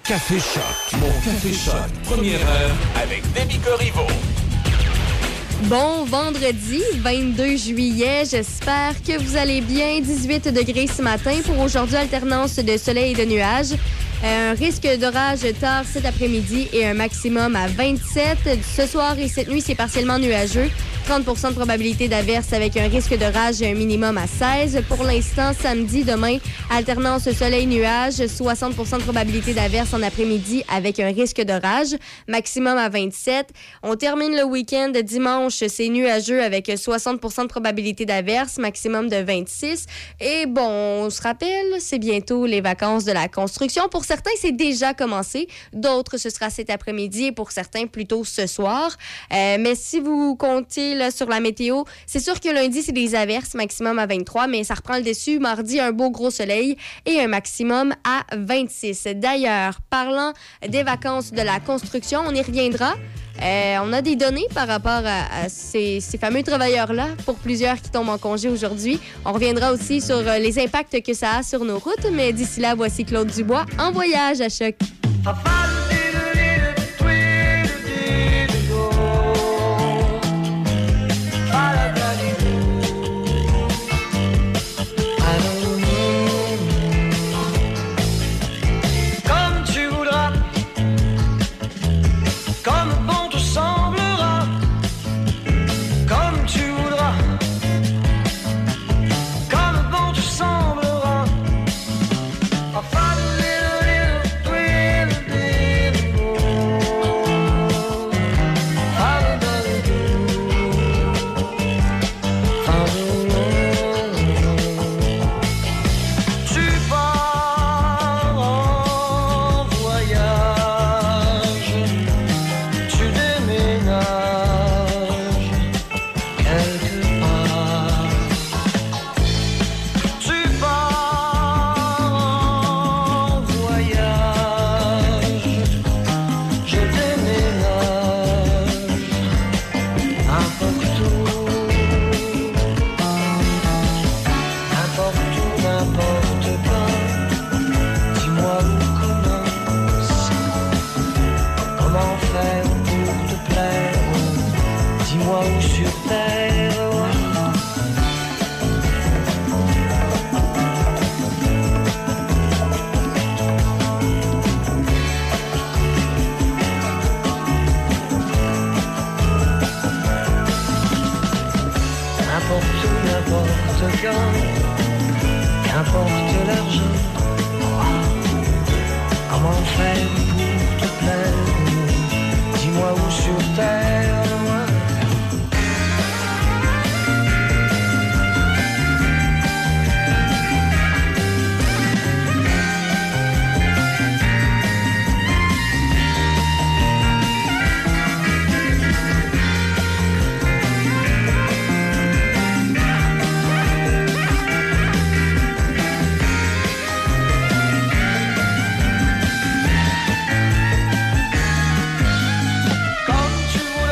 Café Choc. Mon Café Choc. Première heure avec Demi Corriveau. Bon vendredi 22 juillet, j'espère que vous allez bien. 18 degrés ce matin pour aujourd'hui, alternance de soleil et de nuages. Un risque d'orage tard cet après-midi et un maximum à 27. Ce soir et cette nuit, c'est partiellement nuageux. 30 % de probabilité d'averse avec un risque d'orage et un minimum à 16. Pour l'instant, samedi, demain, alternance soleil-nuage, 60 % de probabilité d'averse en après-midi avec un risque d'orage, maximum à 27. On termine le week-end dimanche, c'est nuageux avec 60 % de probabilité d'averse, maximum de 26. Et bon, on se rappelle, c'est bientôt les vacances de la construction. Pour certains, c'est déjà commencé. D'autres, ce sera cet après-midi et pour certains, plutôt ce soir. Mais si vous comptez là, sur la météo, c'est sûr que lundi, c'est des averses, maximum à 23, mais ça reprend le dessus. Mardi, un beau gros soleil et un maximum à 26. D'ailleurs, parlant des vacances de la construction, on y reviendra. On a des données par rapport à ces fameux travailleurs-là, pour plusieurs qui tombent en congé aujourd'hui. On reviendra aussi sur les impacts que ça a sur nos routes, mais d'ici là, voici Claude Dubois en voyage à Choc. Qu'importe l'argent, comment faire pour te plaire? Dis-moi où sur terre, loin. Comme tu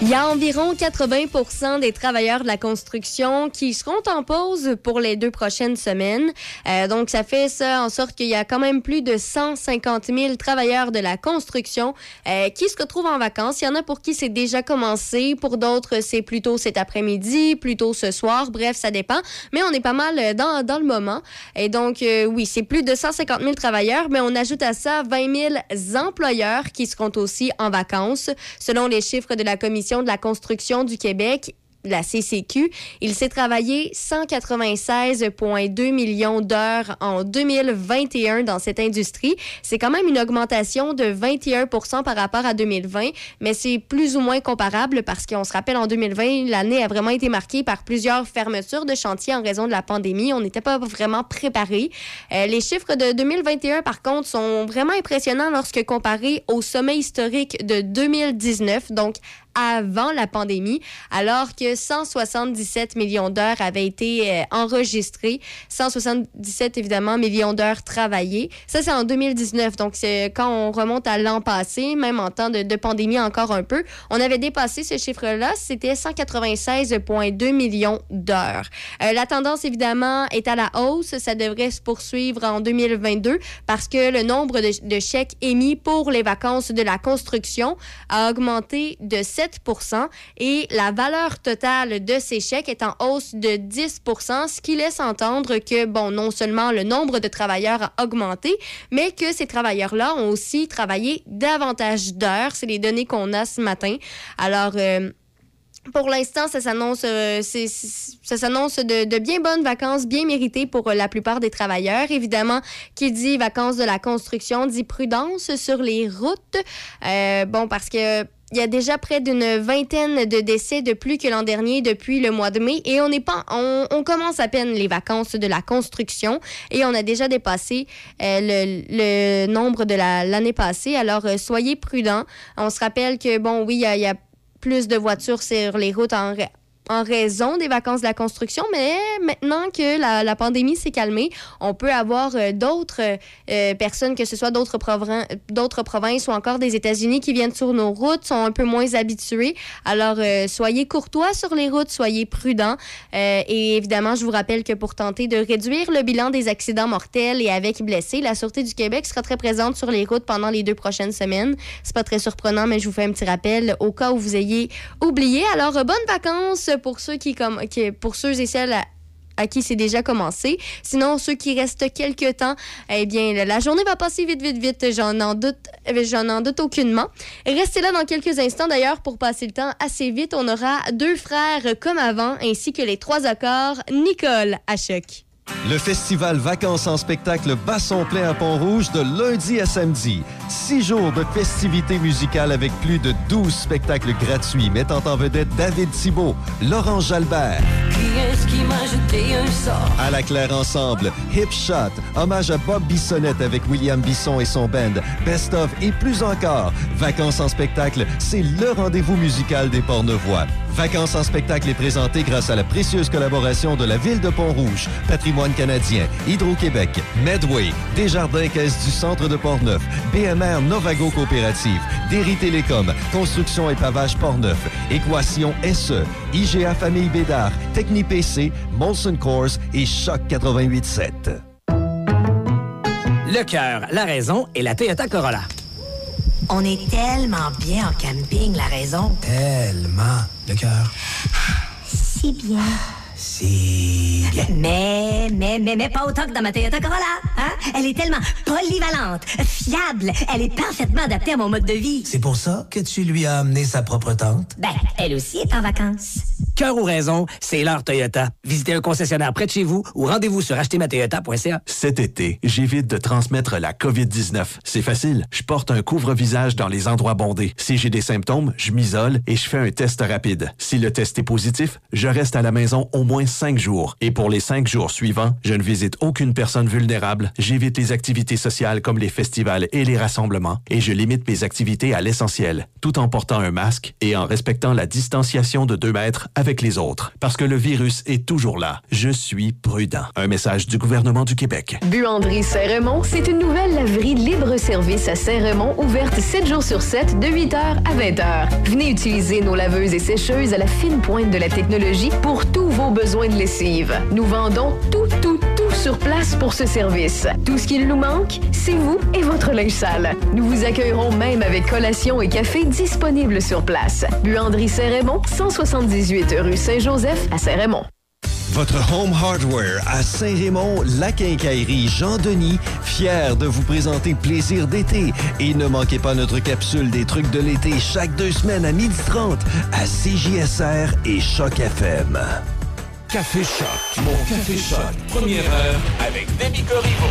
Il y a environ 80% des travailleurs de la construction qui seront en pause pour les 2 prochaines semaines. Donc, ça fait ça en sorte qu'il y a quand même plus de 150 000 travailleurs de la construction qui se retrouvent en vacances. Il y en a pour qui c'est déjà commencé. Pour d'autres, c'est plutôt cet après-midi, plutôt ce soir. Bref, ça dépend. Mais on est pas mal dans le moment. Et donc, oui, c'est plus de 150 000 travailleurs, mais on ajoute à ça 20 000 employeurs qui seront aussi en vacances. Selon les chiffres de la Commission de la construction du Québec, la CCQ, il s'est travaillé 196,2 millions d'heures en 2021 dans cette industrie. C'est quand même une augmentation de 21% par rapport à 2020, mais c'est plus ou moins comparable parce qu'on se rappelle, en 2020, l'année a vraiment été marquée par plusieurs fermetures de chantiers en raison de la pandémie. On n'était pas vraiment préparés. Les chiffres de 2021, par contre, sont vraiment impressionnants lorsque comparés au sommet historique de 2019, donc avant la pandémie, alors que 177 millions d'heures avaient été enregistrées. 177, évidemment, millions d'heures travaillées. Ça, c'est en 2019. Donc, c'est quand on remonte à l'an passé, même en temps de pandémie encore un peu, on avait dépassé ce chiffre-là. C'était 196,2 millions d'heures. La tendance, évidemment, est à la hausse. Ça devrait se poursuivre en 2022 parce que le nombre de chèques émis pour les vacances de la construction a augmenté de 7% et la valeur totale de ces chèques est en hausse de 10%, ce qui laisse entendre que, bon, non seulement le nombre de travailleurs a augmenté, mais que ces travailleurs-là ont aussi travaillé davantage d'heures. C'est les données qu'on a ce matin. Alors, pour l'instant, ça s'annonce de bien bonnes vacances, bien méritées pour la plupart des travailleurs. Évidemment, qui dit vacances de la construction dit prudence sur les routes. Parce que il y a déjà près d'une vingtaine de décès de plus que l'an dernier depuis le mois de mai et on commence à peine les vacances de la construction et on a déjà dépassé le nombre de l'année passée. Alors, soyez prudents. On se rappelle que, bon, oui, il y a plus de voitures sur les routes en raison des vacances de la construction, mais maintenant que la pandémie s'est calmée, on peut avoir d'autres personnes, que ce soit d'autres provinces ou encore des États-Unis qui viennent sur nos routes, sont un peu moins habitués. Alors, soyez courtois sur les routes, soyez prudents. Et évidemment, je vous rappelle que pour tenter de réduire le bilan des accidents mortels et avec blessés, la Sûreté du Québec sera très présente sur les routes pendant les 2 prochaines semaines. C'est pas très surprenant, mais je vous fais un petit rappel au cas où vous ayez oublié. Alors, bonnes vacances pour ceux pour ceux et celles à qui c'est déjà commencé. Sinon, ceux qui restent quelques temps, eh bien, la journée va passer vite. J'en en doute aucunement. Restez là dans quelques instants, d'ailleurs, pour passer le temps assez vite. On aura 2 frères comme avant, ainsi que les 3 accords Nicole à Choc. Le festival Vacances en spectacle bat son plein à Pont-Rouge de lundi à samedi. 6 jours de festivités musicales avec plus de 12 spectacles gratuits mettant en vedette David Thibault, Laurent Jalbert. Qui est-ce qui m'a jeté un sort? À la Claire Ensemble, Hip Shot, hommage à Bob Bissonnette avec William Bisson et son band, Best of et plus encore. Vacances en spectacle, c'est le rendez-vous musical des Portnevois. Vacances en spectacle est présenté grâce à la précieuse collaboration de la Ville de Pont-Rouge, Patrimoine canadien, Hydro-Québec, Medway, Desjardins Caisse du Centre de Portneuf, BMR Novago Coopérative, Derry Télécom, Construction et Pavage Portneuf, Équation SE, IGA Famille Bédard, TechniPC, Molson Coors et Choc 88.7. Le cœur, la raison et la Toyota Corolla. On est tellement bien en camping, la raison. Tellement. Le cœur. Si bien. Si bien. Mais pas autant que dans ma Toyota Corolla. Hein? Elle est tellement polyvalente, fiable. Elle est parfaitement adaptée à mon mode de vie. C'est pour ça que tu lui as amené sa propre tente? Ben, elle aussi est en vacances. Cœur ou raison, c'est l'heure Toyota. Visitez un concessionnaire près de chez vous ou rendez-vous sur achetermatoyota.ca. Cet été, j'évite de transmettre la COVID-19. C'est facile. Je porte un couvre-visage dans les endroits bondés. Si j'ai des symptômes, je m'isole et je fais un test rapide. Si le test est positif, je reste à la maison au moins 5 jours. Et pour les 5 jours suivants, je ne visite aucune personne vulnérable, j'évite les activités sociales comme les festivals et les rassemblements, et je limite mes activités à l'essentiel, tout en portant un masque et en respectant la distanciation de 2 mètres avec les autres. Parce que le virus est toujours là. Je suis prudent. Un message du gouvernement du Québec. Buanderie Saint-Raymond, c'est une nouvelle laverie libre-service à Saint-Raymond, ouverte 7 jours sur 7, de 8h à 20h. Venez utiliser nos laveuses et sécheuses à la fine pointe de la technologie pour tous vos besoins de lessive. Nous vendons tout sur place pour ce service. Tout ce qu'il nous manque, c'est vous et votre linge sale. Nous vous accueillerons même avec collation et café disponibles sur place. Buanderie Saint-Raymond, 178 rue Saint-Joseph à Saint-Raymond. Votre Home Hardware à Saint-Raymond, la quincaillerie Jean-Denis, fier de vous présenter Plaisir d'été. Et ne manquez pas notre capsule des trucs de l'été chaque 2 semaines à 12h30 à CJSR et Choc FM. Café Choc, mon Café Choc, première heure avec Demi Corriveau.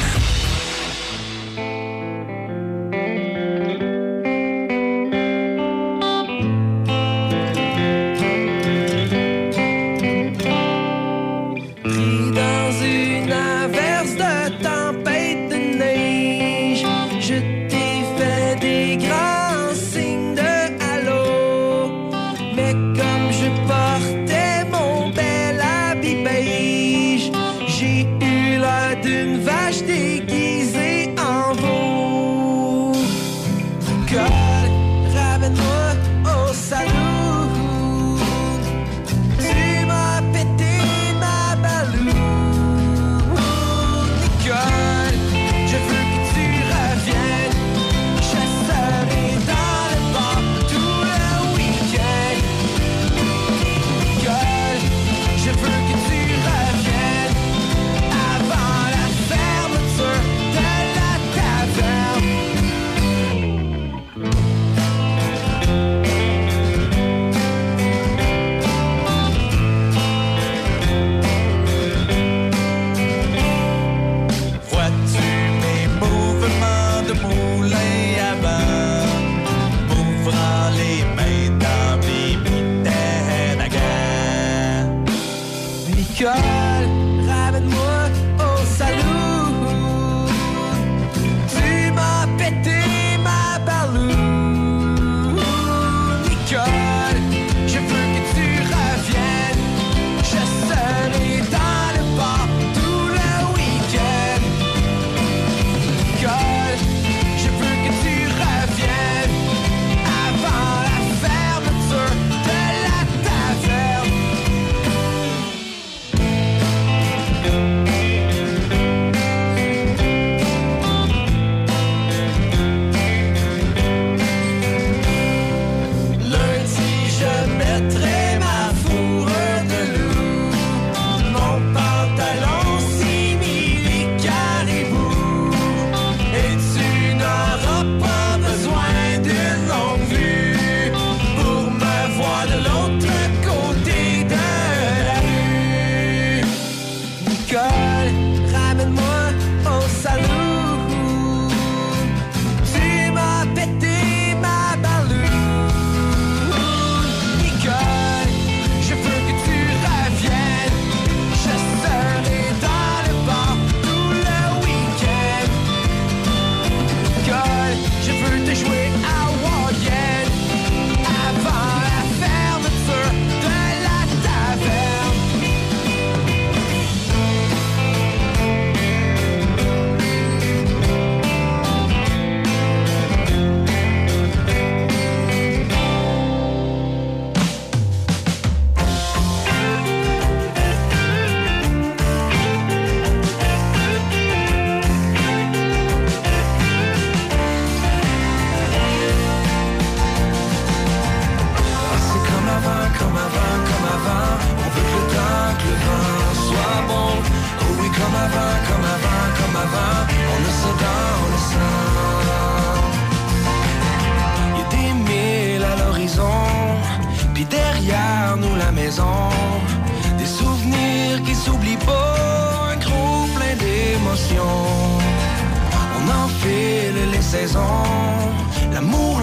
Des souvenirs qui s'oublient pas, un gros plein d'émotions. On enfile les saisons, l'amour, les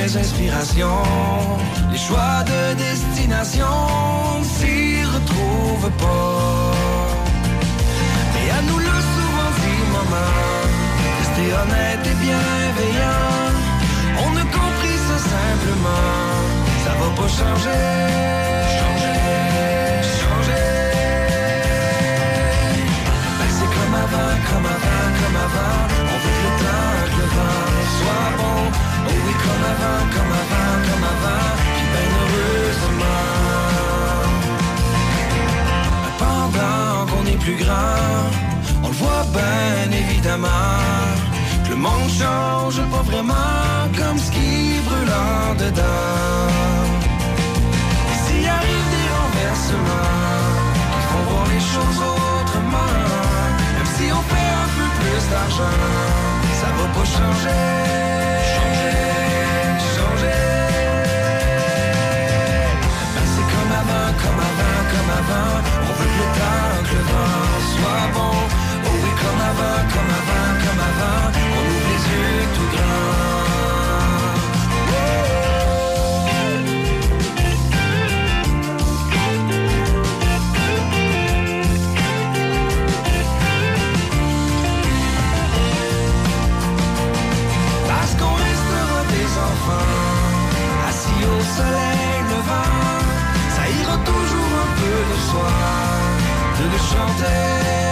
les inspirations, les choix de destination s'y retrouvent pas. Et à nous le souvent dit maman, rester honnête et bienveillant. On a compris ça simplement, ça va pas changer. Comme avant, on veut que le temps, que le vent soit bon. Oh oui, comme avant, puis bien heureusement. Pendant qu'on est plus grand, on le voit bien évidemment, que le monde change pas vraiment comme ce qui brûle en dedans. Et s'il arrive des renversements qui font voir les choses autrement, si on fait un peu plus d'argent, ça va pas changer. Ben c'est comme avant. On veut que le temps, que le vent soit bon. Oh oui, comme avant. On ouvre les yeux tout grands. Assis au soleil levant, ça ira toujours un peu de soi de le chanter.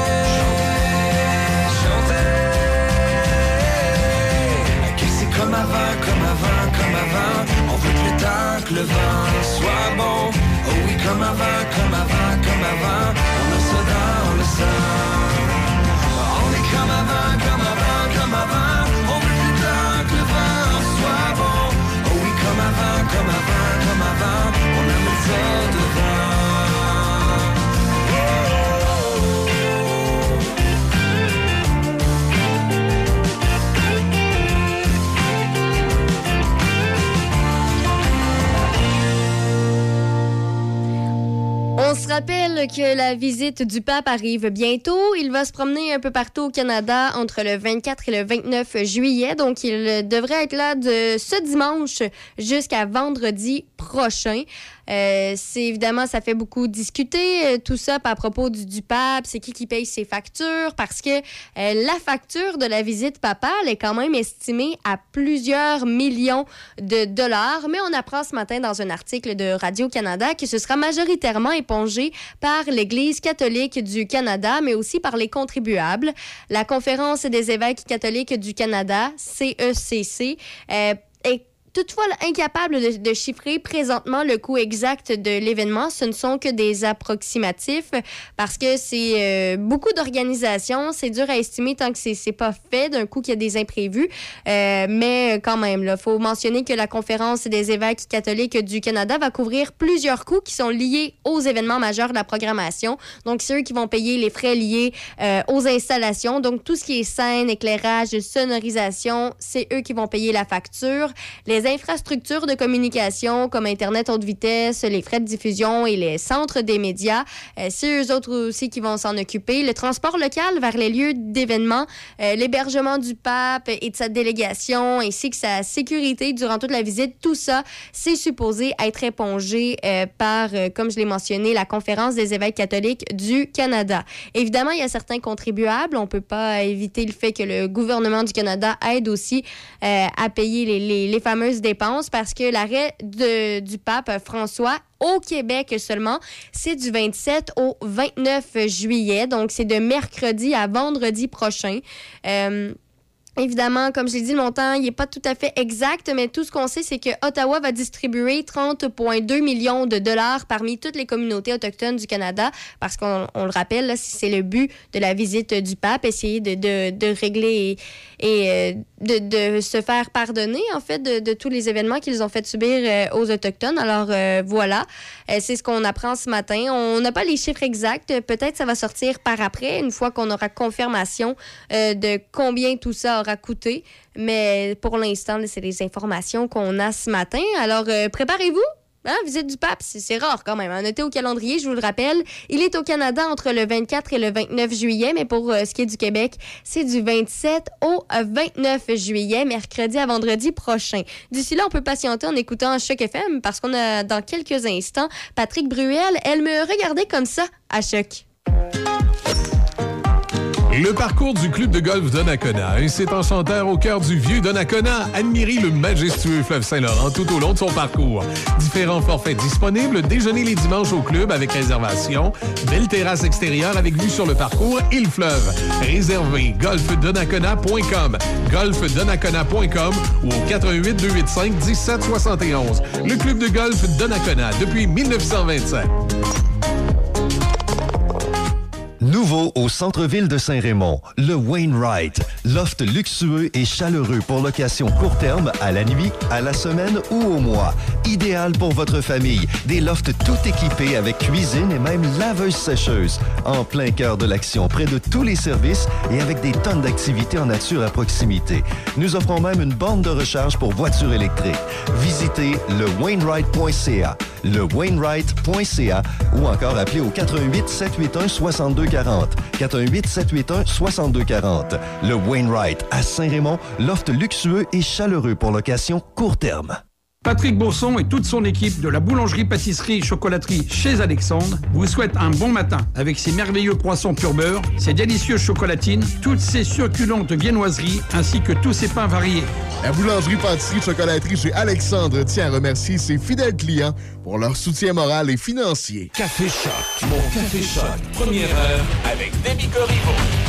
Que c'est comme avant. On veut que le temps, que le vent soit bon. Oh oui, comme avant. On a ça dans le sang. On est comme avant. On veut que le temps, que le vent soit bon. Oh oui, comme avant. On amène ça devant. On se rappelle que la visite du pape arrive bientôt. Il va se promener un peu partout au Canada entre le 24 et le 29 juillet. Donc, il devrait être là de ce dimanche jusqu'à vendredi prochain. C'est évidemment, ça fait beaucoup discuter tout ça à propos du pape. C'est qui paye ses factures? Parce que la facture de la visite papale est quand même estimée à plusieurs millions de dollars. Mais on apprend ce matin dans un article de Radio-Canada que ce sera majoritairement épongé par l'Église catholique du Canada, mais aussi par les contribuables. La Conférence des évêques catholiques du Canada, CECC, est toutefois incapable de chiffrer présentement le coût exact de l'événement. Ce ne sont que des approximatifs parce que c'est beaucoup d'organisations. C'est dur à estimer tant que c'est pas fait, d'un coup qu'il y a des imprévus. Mais quand même, il faut mentionner que la Conférence des évêques catholiques du Canada va couvrir plusieurs coûts qui sont liés aux événements majeurs de la programmation. Donc, c'est eux qui vont payer les frais liés aux installations. Donc, tout ce qui est scène, éclairage, sonorisation, c'est eux qui vont payer la facture. Les infrastructures de communication comme Internet haute vitesse, les frais de diffusion et les centres des médias, c'est eux autres aussi qui vont s'en occuper. Le transport local vers les lieux d'événements, l'hébergement du pape et de sa délégation, ainsi que sa sécurité durant toute la visite, tout ça, c'est supposé être épongé par, comme je l'ai mentionné, la Conférence des évêques catholiques du Canada. Évidemment, il y a certains contribuables. On ne peut pas éviter le fait que le gouvernement du Canada aide aussi à payer les fameuses dépenses parce que l'arrêt du pape François au Québec seulement, c'est du 27 au 29 juillet. Donc, c'est de mercredi à vendredi prochain. Évidemment, comme je l'ai dit, le montant, il n'est pas tout à fait exact, mais tout ce qu'on sait, c'est que Ottawa va distribuer 30,2 millions de dollars parmi toutes les communautés autochtones du Canada, parce qu'on le rappelle, là, c'est le but de la visite du pape, essayer de régler et de se faire pardonner, en fait, de tous les événements qu'ils ont fait subir aux Autochtones. Alors, voilà, c'est ce qu'on apprend ce matin. On n'a pas les chiffres exacts. Peut-être ça va sortir par après, une fois qu'on aura confirmation de combien tout ça aura coûté. Mais pour l'instant, là, c'est les informations qu'on a ce matin. Alors, préparez-vous. visite du pape, c'est rare quand même. Notez au calendrier, je vous le rappelle. Il est au Canada entre le 24 et le 29 juillet, mais pour ce qui est du Québec, c'est du 27 au 29 juillet, mercredi à vendredi prochain. D'ici là, on peut patienter en écoutant Choc FM parce qu'on a dans quelques instants Patrick Bruel. Elle me regardait comme ça à Choc. Le parcours du club de golf Donnacona, un site enchanteur au cœur du vieux Donnacona. Admirez le majestueux fleuve Saint-Laurent tout au long de son parcours. Différents forfaits disponibles, déjeuner les dimanches au club avec réservation, belle terrasse extérieure avec vue sur le parcours et le fleuve. Réservez golfdonnacona.com, golfdonnacona.com ou au 88 285 1771. Le club de golf Donnacona depuis 1927. Nouveau au centre-ville de Saint-Raymond, le Wainwright. Loft luxueux et chaleureux pour location court terme, à la nuit, à la semaine ou au mois. Idéal pour votre famille. Des lofts tout équipés avec cuisine et même laveuse-sécheuse. En plein cœur de l'action, près de tous les services et avec des tonnes d'activités en nature à proximité. Nous offrons même une borne de recharge pour voitures électriques. Visitez le Wainwright.ca, le Wainwright.ca ou encore appelez au 88 781 6240. 418 781 6240. Le Wainwright à Saint-Raymond, loft luxueux et chaleureux pour location court terme. Patrick Bourson et toute son équipe de la boulangerie-pâtisserie-chocolaterie chez Alexandre vous souhaitent un bon matin avec ses merveilleux croissants pur beurre, ses délicieuses chocolatines, toutes ses succulentes viennoiseries ainsi que tous ses pains variés. La boulangerie-pâtisserie-chocolaterie chez Alexandre tient à remercier ses fidèles clients pour leur soutien moral et financier. Café Choc, mon Café Choc, première heure avec Demi Corriveau.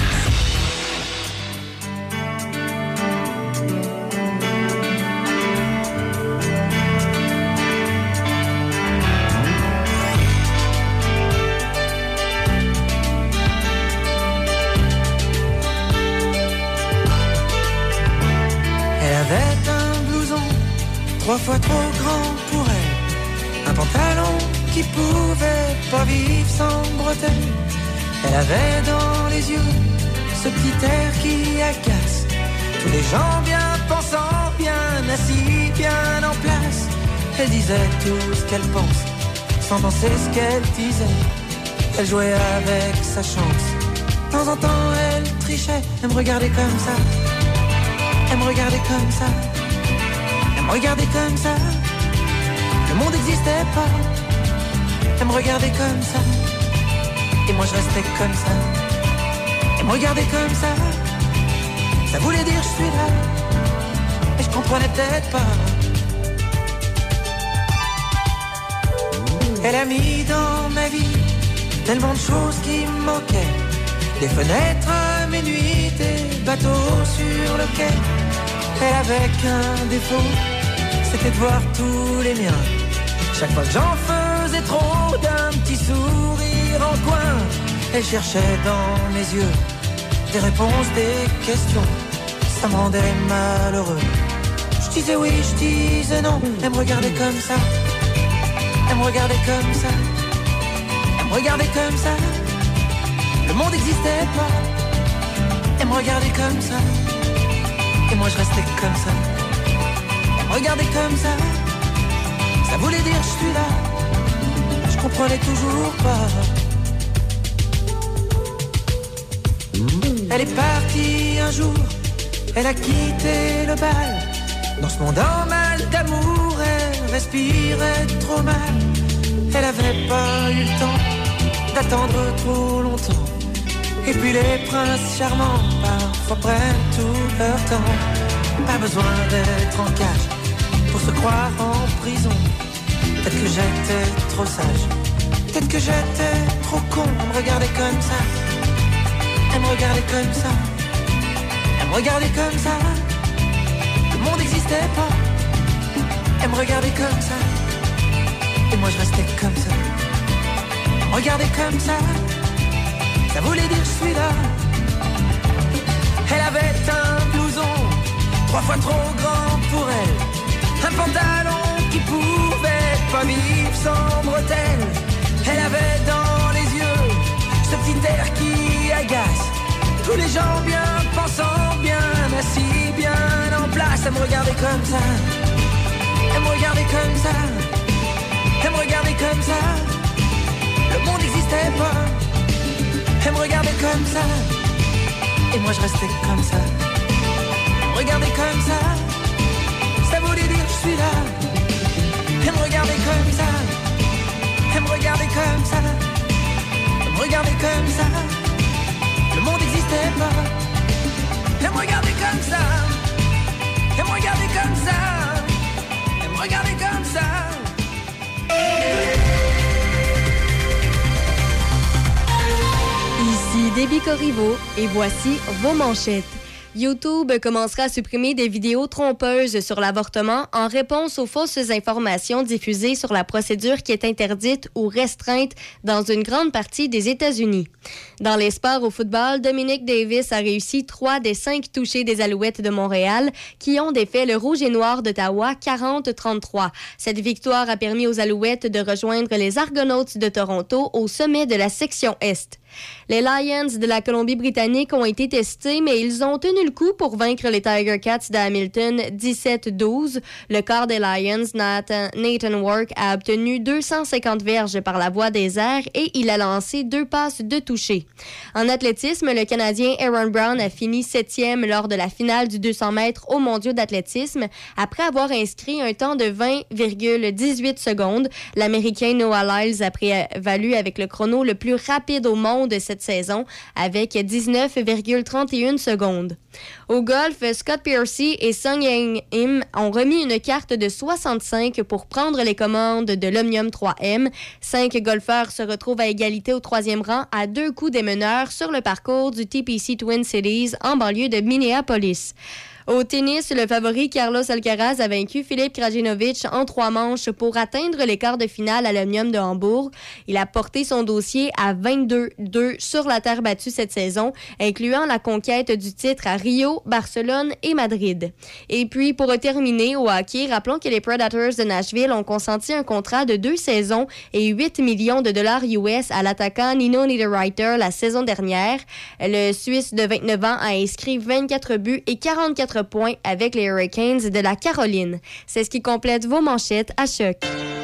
Avait un blouson 3 fois trop grand pour elle, un pantalon qui pouvait pas vivre sans bretelles. Elle avait dans les yeux ce petit air qui agace tous les gens bien pensants, bien assis, bien en place. Elle disait tout ce qu'elle pense sans penser ce qu'elle disait. Elle jouait avec sa chance. De temps en temps elle trichait, elle me regardait comme ça. Elle me regardait comme ça, elle me regardait comme ça. Le monde n'existait pas. Elle me regardait comme ça, et moi je restais comme ça. Elle me regardait comme ça, ça voulait dire je suis là, mais je comprenais peut-être pas. Elle a mis dans ma vie tellement de choses qui me manquaient. Des fenêtres à mes nuits, des bateaux sur le quai. Elle avait qu'un défaut, c'était de voir tous les miens. Chaque fois que j'en faisais trop, d'un petit sourire en coin, elle cherchait dans mes yeux des réponses, des questions. Ça me rendait malheureux. Je disais oui, je disais non. Elle me regardait comme ça, elle me regardait comme ça, elle me regardait comme ça. Le monde n'existait pas. Elle me regardait comme ça, et moi je restais comme ça. Elle me regardait comme ça, ça voulait dire je suis là. Je comprenais toujours pas. Elle est partie un jour, elle a quitté le bal. Dans ce monde en mal d'amour, elle respirait trop mal. Elle avait pas eu le temps d'attendre trop longtemps. Et puis les princes charmants parfois prennent tout leur temps. Pas besoin d'être en cage pour se croire en prison. Peut-être que j'étais trop sage, peut-être que j'étais trop con. Elle me regardait comme ça, elle me regardait comme ça, elle me regardait comme ça. Le monde n'existait pas. Elle me regardait comme ça, et moi je restais comme ça. Elle me regardait comme ça, ça voulait dire je suis là. Elle avait un blouson 3 fois trop grand pour elle, un pantalon qui pouvait pas vivre sans bretelles. Elle avait dans les yeux ce petit air qui agace tous les gens bien pensants, bien assis, bien en place. Elle me regardait comme ça, elle me regardait comme ça, Elle me regardait comme ça, le monde n'existait pas. Elle me regardait comme ça, et moi je restais comme ça. Elle me regardait comme ça, ça voulait dire je suis là. Elle me regardait comme ça, elle me regardait comme ça. Elle me regardait comme ça, le monde n'existait pas. Elle me regardait comme ça, elle me regardait comme ça. Elle me regardait comme ça. Ici Déby Corriveau et voici vos manchettes. YouTube commencera à supprimer des vidéos trompeuses sur l'avortement en réponse aux fausses informations diffusées sur la procédure qui est interdite ou restreinte dans une grande partie des États-Unis. Dans les sports au football, Dominique Davis a réussi 3 des 5 touchés des Alouettes de Montréal qui ont défait le Rouge et Noir d'Ottawa 40-33. Cette victoire a permis aux Alouettes de rejoindre les Argonautes de Toronto au sommet de la section Est. Les Lions de la Colombie-Britannique ont été testés, mais ils ont tenu le coup pour vaincre les Tiger Cats d'Hamilton 17-12. Le quart des Lions, Nathan Work, a obtenu 250 verges par la voie des airs et il a lancé 2 passes de toucher. En athlétisme, le Canadien Aaron Brown a fini 7e lors de la finale du 200 mètres aux mondiaux d'athlétisme après avoir inscrit un temps de 20,18 secondes. L'Américain Noah Lyles a prévalu avec le chrono le plus rapide au monde de cette saison avec 19,31 secondes. Au golf, Scott Piercy et Sung Yang Im ont remis une carte de 65 pour prendre les commandes de l'Omnium 3M. 5 golfeurs se retrouvent à égalité au 3e rang à 2 coups des meneurs sur le parcours du TPC Twin Cities en banlieue de Minneapolis. Au tennis, le favori Carlos Alcaraz a vaincu Filip Krajinovic en 3 manches pour atteindre les quarts de finale à l'Omnium de Hambourg. Il a porté son dossier à 22-2 sur la terre battue cette saison, incluant la conquête du titre à Rio, Barcelone et Madrid. Et puis, pour terminer, au hockey, rappelons que les Predators de Nashville ont consenti un contrat de 2 saisons et 8 millions de dollars US à l'attaquant Nino Niederreiter la saison dernière. Le Suisse de 29 ans a inscrit 24 buts et 44 points avec les Hurricanes de la Caroline. C'est ce qui complète vos manchettes à Choc.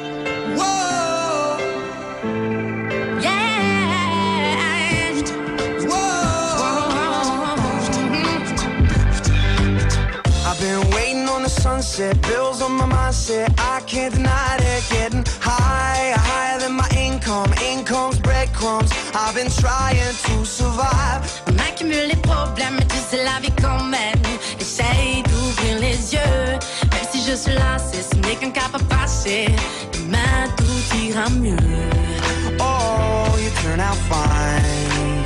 Sunset, bills on my mindset, I can't deny it. Getting higher than my income's breadcrumbs. I've been trying to survive. On accumule les problèmes, mais tu sais la vie quand même. Essaye d'ouvrir les yeux, même si je suis lassée, ce n'est qu'un cap à passer. Demain tout ira mieux. Oh, you turn out fine,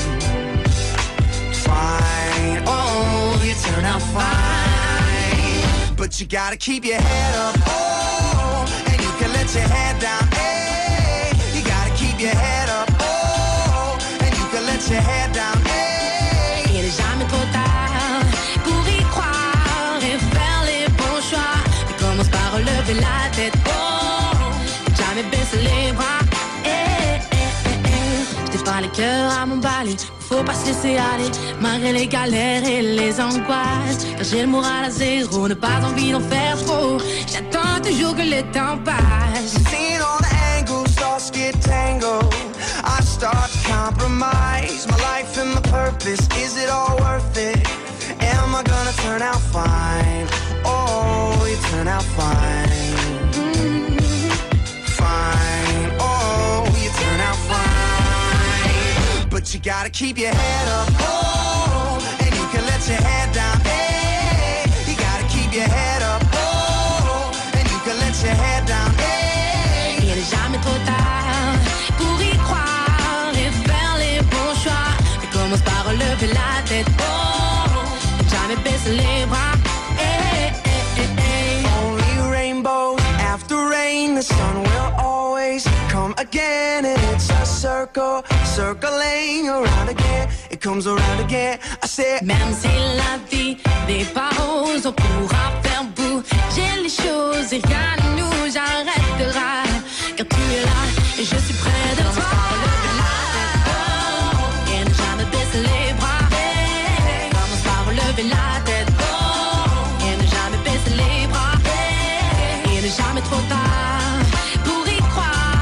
fine. Oh, you turn out fine. But you gotta keep your head up, oh, and you can let your head down, hey. You gotta keep your head up, oh, and you can let your head down, hey. Il n'est jamais trop tard pour y croire et faire les bons choix. Tu commences par relever la tête, oh, jamais baisser les bras, Je t'ai pas les cœurs à m'emballer. Faut pas se laisser aller, malgré les galères et les angoisses. Car j'ai le moral à zéro, ne pas envie d'en faire trop. J'attends toujours que le temps passe. Seeing all the angles, thoughts get tangled. I start to compromise my life and my purpose. Is it all worth it? Am I gonna turn out fine? Oh, you turn out fine. Fine, oh, you turn out fine. But you gotta keep your head up, oh, and you can let your head down, hey. You gotta keep your head up, oh, and you can let your head down, hey. Il n'est jamais trop tard pour y croire et faire les bons choix. Et commence par relever la tête, oh, jamais baisser les bras, Only rainbows after rain, the sun will always come again, and it's a circle, circling around again, it comes around again. I said, même si la vie n'est pas rose, on pourra faire bouger les choses et rien ne nous arrêtera. Car tu es là et je suis près de toi. Et ne jamais baisser les bras. Commence par relever la tête. Et ne jamais baisser les bras. Et ne jamais trop tard pour y croire.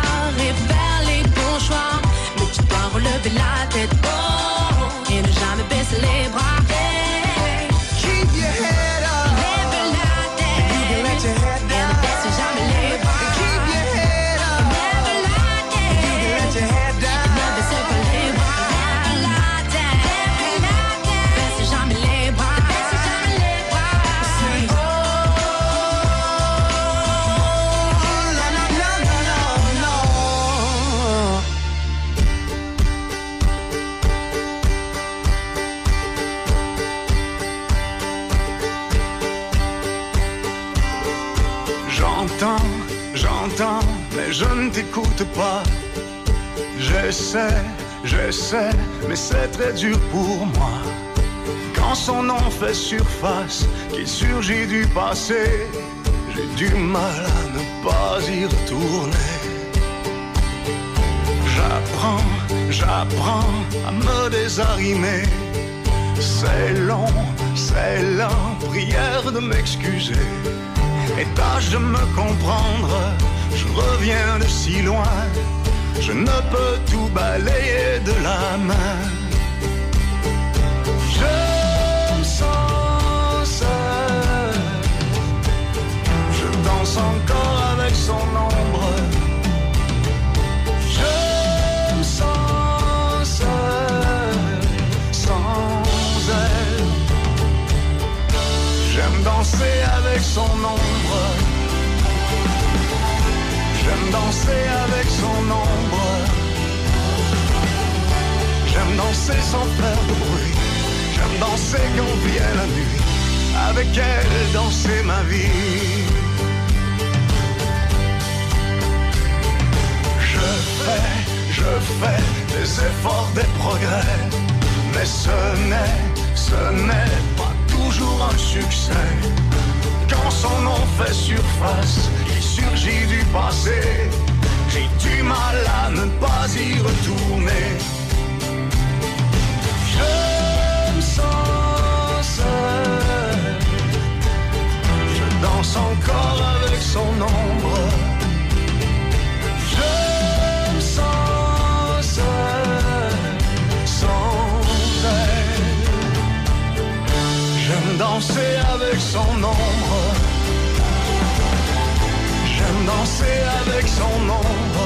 relever la tête, oh, et ne jamais baisser les bras. Hey. Keep your head up. Lève la tête. You can let your head down. Et ne baisse jamais les bras. Keep your head up. Lève la tête. You can let your head down. Ne baisse pas les bras. Lève la tête. Lève la tête. Baisse jamais les bras. Baisse jamais les bras. Say, oh, no, no, no, no, no, no. J'entends, mais je ne t'écoute pas. J'essaie, mais c'est très dur pour moi. Quand son nom fait surface, qu'il surgit du passé, j'ai du mal à ne pas y retourner. J'apprends à me désarimer. C'est long, prière de m'excuser. Et tâche de me comprendre, je reviens de si loin, je ne peux tout balayer de la main. Je me sens seul, je danse encore avec son ombre. Je me sens seul, sans elle. J'aime danser avec son ombre. J'aime danser avec son ombre. J'aime danser sans faire de bruit. J'aime danser quand vient la nuit. Avec elle, danser ma vie. Je fais des efforts, des progrès. Mais ce n'est pas toujours un succès. Quand son nom fait surface, il surgit du passé. J'ai du mal à ne pas y retourner. Je me sens seul. Je danse encore avec son ombre. Je me sens seul, sans elle. J'aime danser avec son ombre. J'aime danser avec son ombre.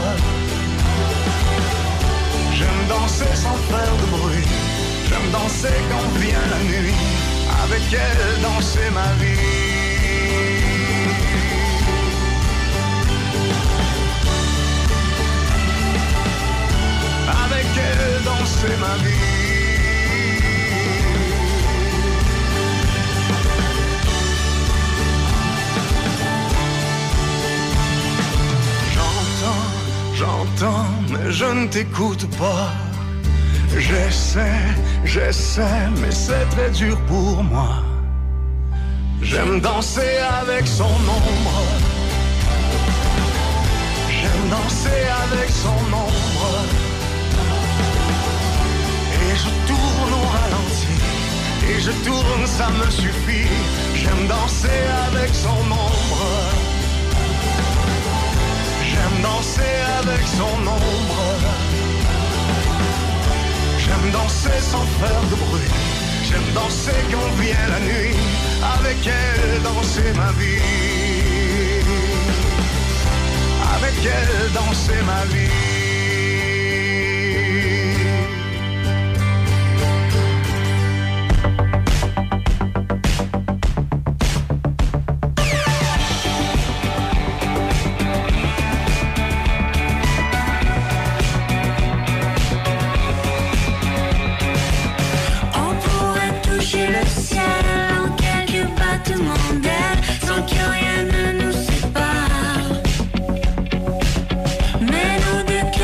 J'aime danser sans faire de bruit. J'aime danser quand vient la nuit. Avec elle, danser ma vie. Avec elle, danser ma vie. J'entends, mais je ne t'écoute pas. J'essaie, mais c'est très dur pour moi. J'aime danser avec son ombre. J'aime danser avec son ombre. Et je tourne au ralenti. Et je tourne, ça me suffit. J'aime danser avec son ombre. J'aime danser avec son ombre. J'aime danser sans faire de bruit. J'aime danser quand vient la nuit. Avec elle, danser ma vie. Avec elle, danser ma vie. Sans que rien ne nous sépare. Mais nous deux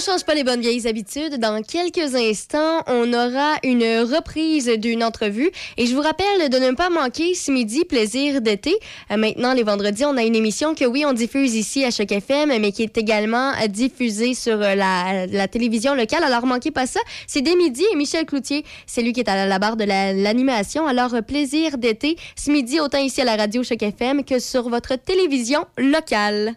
change pas les bonnes vieilles habitudes. Dans quelques instants, on aura une reprise d'une entrevue. Et je vous rappelle de ne pas manquer ce midi, plaisir d'été. Maintenant, les vendredis, on a une émission que, oui, on diffuse ici à Choc FM, mais qui est également diffusée sur la télévision locale. Alors, manquez pas ça. C'est dès midi et Michel Cloutier, c'est lui qui est à la barre de l'animation. Alors, plaisir d'été ce midi, autant ici à la radio Choc FM que sur votre télévision locale.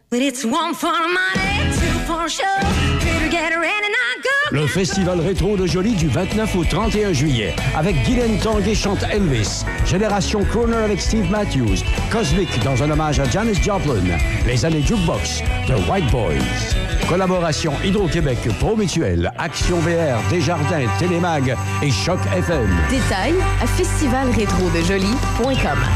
Le Festival rétro de Jolie du 29 au 31 juillet avec Guylaine Tanguay chante Elvis, Génération Crooner avec Steve Matthews, Cosmic dans un hommage à Janis Joplin, Les années Jukebox, The White Boys. Collaboration Hydro-Québec, Promutuel, Action VR, Desjardins, Télémag et Choc FM. Détails à festivalretrodejolie.com.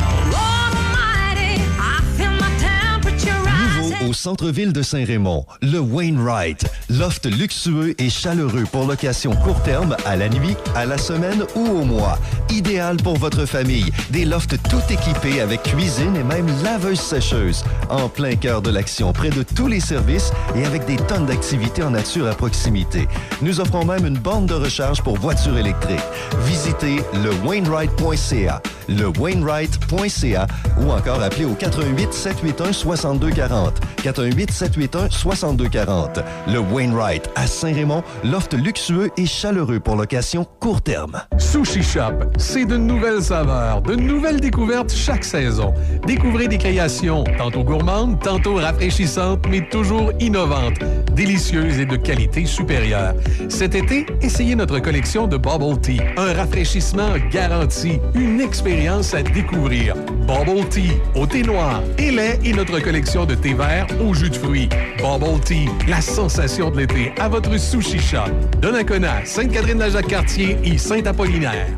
Au centre-ville de Saint-Raymond, le Wainwright. Loft luxueux et chaleureux pour location court terme, à la nuit, à la semaine ou au mois. Idéal pour votre famille. Des lofts tout équipés avec cuisine et même laveuse-sécheuse. En plein cœur de l'action, près de tous les services et avec des tonnes d'activités en nature à proximité. Nous offrons même une borne de recharge pour voitures électriques. Visitez lewainwright.ca, lewainwright.ca ou encore appelez au 88 781 6240. 418 781 6240. Le Wainwright à Saint-Raymond, loft luxueux et chaleureux pour location court terme. Sushi Shop, c'est de nouvelles saveurs, de nouvelles découvertes chaque saison. Découvrez des créations tantôt gourmandes, tantôt rafraîchissantes, mais toujours innovantes, délicieuses et de qualité supérieure. Cet été, essayez notre collection de Bubble Tea, un rafraîchissement garanti, une expérience à découvrir. Bubble Tea au thé noir et lait et notre collection de thé vert au jus de fruits. Bubble Tea, la sensation de l'été à votre Sushi Shop. Donnacona, Sainte-Catherine-la-Jacques-Cartier et Saint-Apollinaire.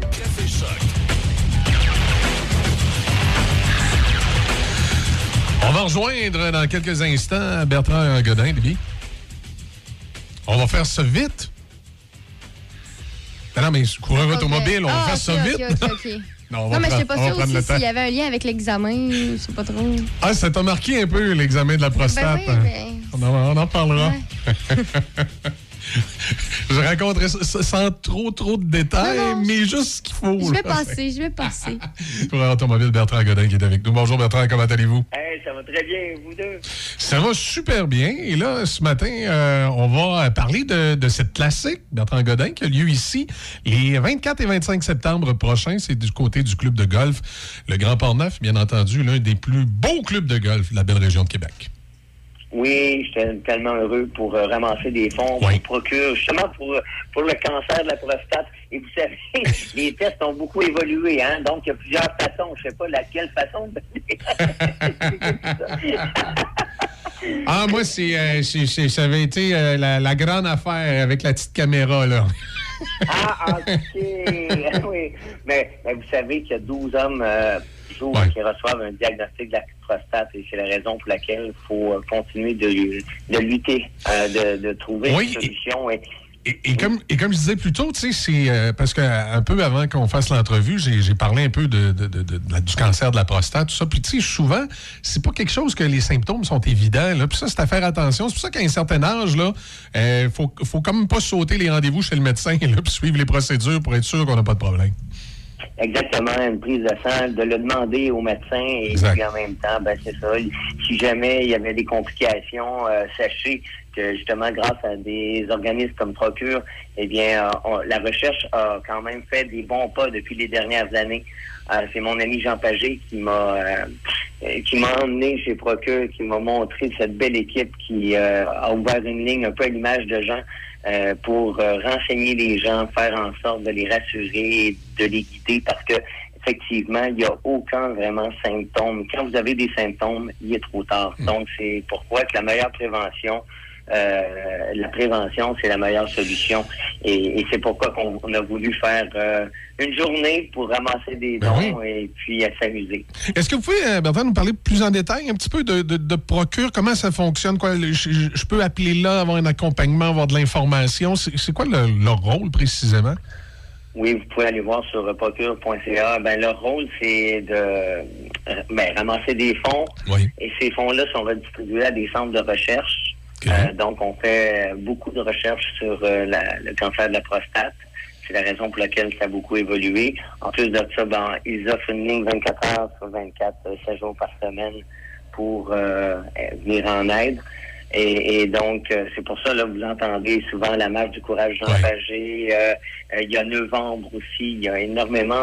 On va rejoindre dans quelques instants Bertrand Godin, Libby. On va faire ça vite. Non, mais coureur automobile, on va faire ça vite. OK. Non, mais je sais pas sûr aussi s'il y avait un lien avec l'examen, je sais pas trop. Ah, ça t'a marqué un peu, l'examen de la prostate. Ben oui, on en parlera. Ouais. Je raconterai ça sans trop de détails, non. Mais juste ce qu'il faut. Je vais passer. Coureur automobile Bertrand Godin qui est avec nous. Bonjour Bertrand, comment allez-vous? Hey, ça va très bien, vous deux? Ça va super bien. Et là, ce matin, on va parler de cette classique, Bertrand Godin, qui a lieu ici les 24 et 25 septembre prochains. C'est du côté du club de golf, le Grand Port-Neuf, bien entendu, l'un des plus beaux clubs de golf de la belle région de Québec. Oui, j'étais tellement heureux pour ramasser des fonds, pour Procure, justement pour le cancer de la prostate. Et vous savez, les tests ont beaucoup évolué, hein? Donc, il y a plusieurs façons. Je ne sais pas laquelle façon. Ah, moi, ça avait été la grande affaire avec la petite caméra, là. Ah, OK. Oui. Mais vous savez qu'il y a 12 hommes qui reçoivent un diagnostic de la prostate et c'est la raison pour laquelle il faut continuer de lutter, de trouver une solution. Et comme je disais plus tôt, tu sais, c'est parce qu'un peu avant qu'on fasse l'entrevue, j'ai parlé un peu du cancer de la prostate, tout ça. Puis tu sais, souvent, c'est pas quelque chose que les symptômes sont évidents. Là. Puis ça, c'est à faire attention. C'est pour ça qu'à un certain âge, là, faut quand même pas sauter les rendez-vous chez le médecin là, puis suivre les procédures pour être sûr qu'on n'a pas de problème. Exactement, une prise de sang, de le demander au médecin et puis en même temps, c'est ça. Si jamais il y avait des complications, sachez que justement, grâce à des organismes comme Procure, eh bien, la recherche a quand même fait des bons pas depuis les dernières années. C'est mon ami Jean Pagé qui m'a emmené chez Procure, qui m'a montré cette belle équipe qui a ouvert une ligne un peu à l'image de Jean pour renseigner les gens, faire en sorte de les rassurer et de les guider parce que effectivement, il n'y a aucun vraiment symptôme. Quand vous avez des symptômes, il est trop tard. Donc, c'est pourquoi que la meilleure prévention, c'est la meilleure solution. Et c'est pourquoi on a voulu faire une journée pour ramasser des dons et puis s'amuser. Est-ce que vous pouvez, Bertrand, nous parler plus en détail un petit peu de Procure? Comment ça fonctionne? Quoi, je peux appeler là, avoir un accompagnement, avoir de l'information. C'est quoi leur rôle précisément? Oui, vous pouvez aller voir sur procure.ca. Leur rôle, c'est de ramasser des fonds. Oui. Et ces fonds-là sont redistribués à des centres de recherche Donc, on fait beaucoup de recherches sur le cancer de la prostate. C'est la raison pour laquelle ça a beaucoup évolué. En plus de ça, ils offrent une ligne 24 heures sur 24, 7 jours par semaine pour venir en aide. Et donc, c'est pour ça, là, vous entendez souvent la marche du courage Jean Pagé. Il y a novembre aussi. Il y a énormément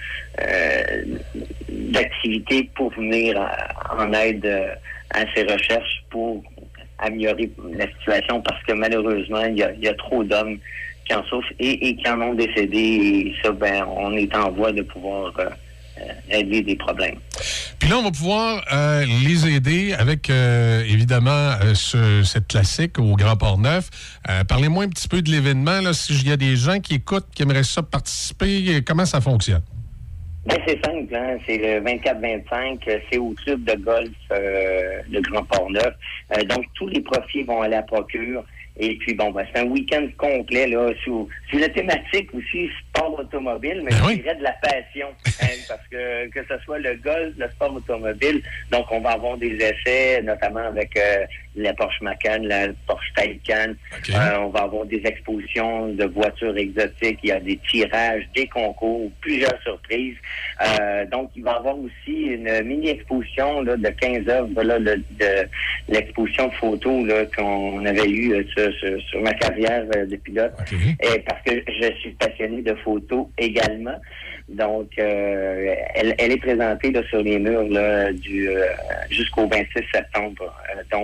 d'activités pour venir en aide à ces recherches pour améliorer la situation parce que malheureusement, il y a trop d'hommes qui en souffrent et qui en ont décédé. Et ça, on est en voie de pouvoir régler des problèmes. Puis là, on va pouvoir les aider avec, évidemment, cette classique au Grand Port-Neuf. Parlez-moi un petit peu de l'événement. Là, s'il y a des gens qui écoutent, qui aimeraient ça participer, comment ça fonctionne? C'est simple, hein? C'est le 24-25, c'est au club de golf de Grand Port-Neuf. Donc, tous les profits vont aller à Procure. Et puis, c'est un week-end complet, là, sur la thématique aussi, sport automobile, mais je dirais de la passion, hein, parce que ce soit le golf, le sport automobile, donc on va avoir des essais, notamment avec la Porsche Macan, la Porsche Taycan. On va avoir des expositions de voitures exotiques, il y a des tirages, des concours, plusieurs surprises. Donc, il va y avoir aussi une mini-exposition là, de 15 œuvres là, de l'exposition de photos là, qu'on avait eue sur ma carrière de pilote. Et parce que je suis passionné de photos également. Donc, elle est présentée là, sur les murs là, jusqu'au 26 septembre.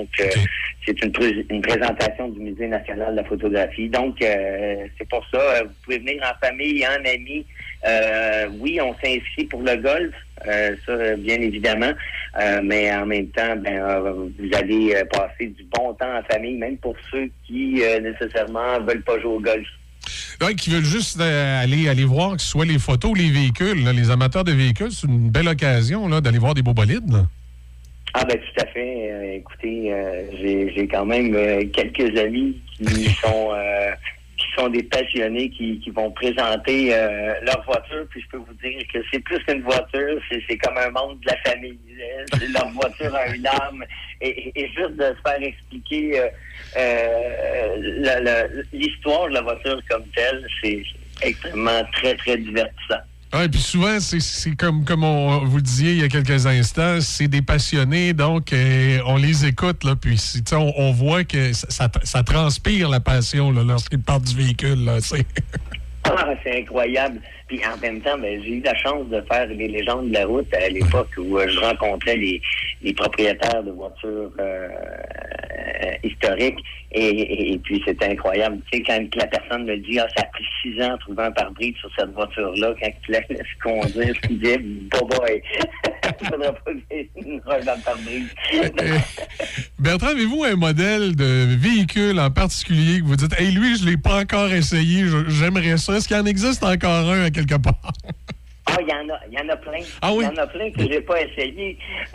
C'est une présentation du Musée national de la photographie. Donc, c'est pour ça, vous pouvez venir en famille, en amis. Oui, on s'inscrit pour le golf, ça, bien évidemment. Mais en même temps, vous allez passer du bon temps en famille, même pour ceux qui, nécessairement, veulent pas jouer au golf. Ouais, qui veulent juste aller voir, que ce soit les photos ou les véhicules. Là, les amateurs de véhicules, c'est une belle occasion là, d'aller voir des beaux bolides. Là. Ah ben tout à fait. Écoutez, j'ai quand même quelques amis qui sont des passionnés qui vont présenter leur voiture. Puis je peux vous dire que c'est plus qu'une voiture, c'est comme un membre de la famille. Leur voiture a une âme. Et juste de se faire expliquer l'histoire de la voiture comme telle, c'est extrêmement très, très divertissant. Ah, et puis souvent, c'est comme on vous le disiez il y a quelques instants, c'est des passionnés, donc on les écoute, là, puis on voit que ça transpire la passion là, lorsqu'ils partent du véhicule. Là, c'est incroyable. Puis en même temps, j'ai eu la chance de faire les légendes de la route à l'époque où je rencontrais les propriétaires de voitures historiques. Et puis c'était incroyable. Tu sais, quand la personne me dit « Ah, ça a pris 6 ans à trouver un pare-brise sur cette voiture-là », quand tu la laisses conduire, tu dis « Boy, il ne faudra pas qu'il y ait une roche dans le pare-brise. » Bertrand, avez-vous un modèle de véhicule en particulier que vous dites « Hey, lui, je ne l'ai pas encore essayé, j'aimerais ça. » Est-ce qu'il en existe encore un à quelque part? Ah, il y en a plein. Ah oui? Il y en a plein que j'ai pas essayé,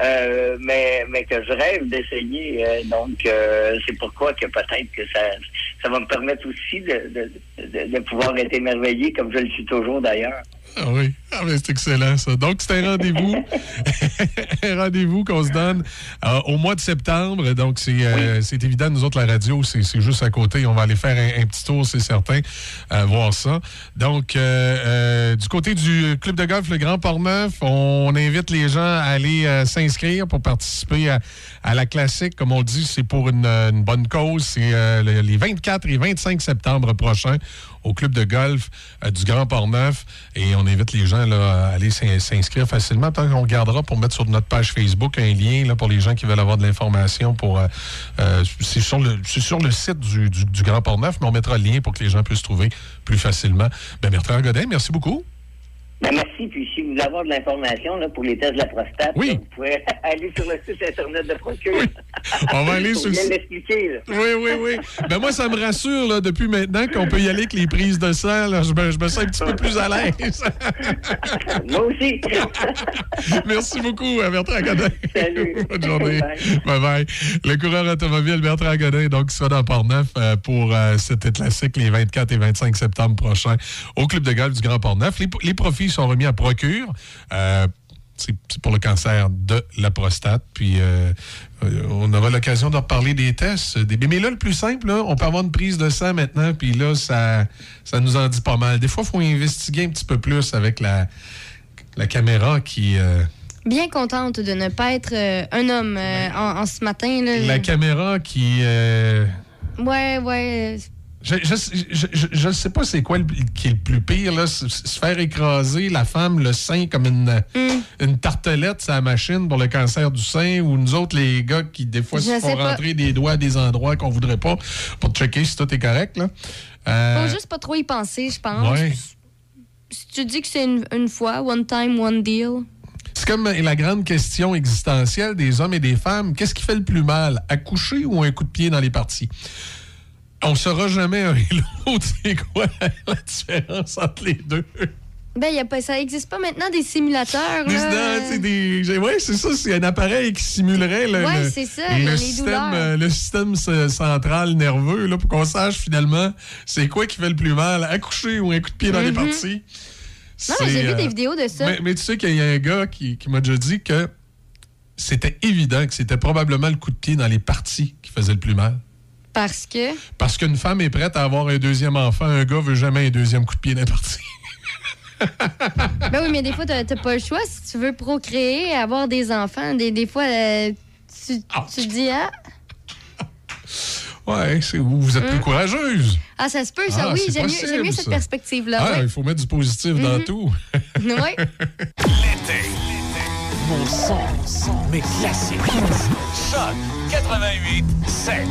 mais que je rêve d'essayer. Donc, c'est pourquoi que peut-être que ça va me permettre aussi de pouvoir être émerveillé, comme je le suis toujours d'ailleurs. Ah oui, c'est excellent ça. Donc, c'est un rendez-vous un rendez-vous qu'on se donne au mois de septembre. Donc, c'est évident, nous autres, la radio, c'est juste à côté. On va aller faire un petit tour, c'est certain, voir ça. Donc, du côté du club de golf Le Grand Port-Neuf, on invite les gens à aller s'inscrire pour participer à la classique. Comme on dit, c'est pour une bonne cause. C'est les 24 et 25 septembre prochains au club de golf du Grand Port-Neuf. Et on invite les gens là, à aller s'inscrire facilement. Tant qu'on regardera pour mettre sur notre page Facebook un lien là, pour les gens qui veulent avoir de l'information. C'est sur le site du Grand Port-Neuf, mais on mettra le lien pour que les gens puissent trouver plus facilement. Bertrand Godin, merci beaucoup. Merci. Puis si vous voulez avoir de l'information là, pour les tests de la prostate, là, vous pouvez aller sur le site Internet de Procure. On va aller sur le site. L'expliquer. Là. Oui. Moi, ça me rassure là, depuis maintenant qu'on peut y aller avec les prises de sang. Là, je me sens un petit peu plus à l'aise. Moi aussi. Merci beaucoup, Bertrand Godin. Salut. Bonne journée. Bye. Le coureur automobile Bertrand Godin, donc, sera dans Port-Neuf pour cette classique les 24 et 25 septembre prochains au club de golf du Grand Port-Neuf. Les profits sont remis à Procure. C'est pour le cancer de la prostate. Puis on aura l'occasion de reparler des tests. Mais là, le plus simple, là, on peut avoir une prise de sang maintenant, puis là, ça nous en dit pas mal. Des fois, il faut investiguer un petit peu plus avec la caméra qui... Bien contente de ne pas être un homme en ce matin. Là. La caméra qui... Ouais. Je ne sais pas c'est quoi qui est le plus pire, là. Se faire écraser la femme, le sein, comme une tartelette sur la machine pour le cancer du sein, ou nous autres, les gars qui, des fois, se font rentrer des doigts à des endroits qu'on voudrait pas pour checker si tout est correct, là. Faut juste pas trop y penser, je pense. Ouais. Si tu dis que c'est une fois, one time, one deal... C'est comme la grande question existentielle des hommes et des femmes. Qu'est-ce qui fait le plus mal, accoucher ou un coup de pied dans les parties? On ne saura jamais un et l'autre. C'est quoi la différence entre les deux? Ben, ça n'existe pas maintenant des simulateurs. Oui, c'est ça. C'est un appareil qui simulerait le système central nerveux là, pour qu'on sache finalement c'est quoi qui fait le plus mal, accoucher ou un coup de pied dans les parties. Non, mais j'ai vu des vidéos de ça. Mais tu sais qu'il y a un gars qui m'a déjà dit que c'était évident que c'était probablement le coup de pied dans les parties qui faisait le plus mal. Parce que? Parce qu'une femme est prête à avoir un deuxième enfant, un gars veut jamais un deuxième coup de pied dans les parties. Ben oui, mais des fois, t'as pas le choix. Si tu veux procréer, avoir des enfants, des fois, tu te dis, ah... Ouais, vous êtes plus courageuse. Ah, ça se peut, ça, oui. J'aime mieux cette perspective-là. Ah, il faut mettre du positif dans tout. Oui. L'été. Mon son, mes classiques. Choc 88, 7.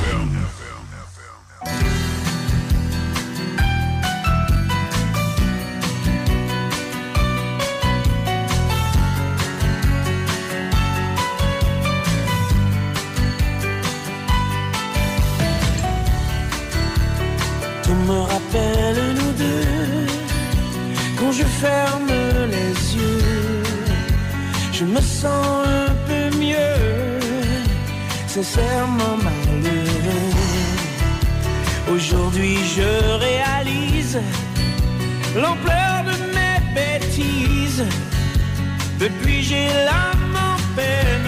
Tout me rappelle nous deux. Quand je ferme les yeux, je me sens un peu mieux, sincèrement malheureux. Aujourd'hui je réalise l'ampleur de mes bêtises. Depuis j'ai l'âme en peine,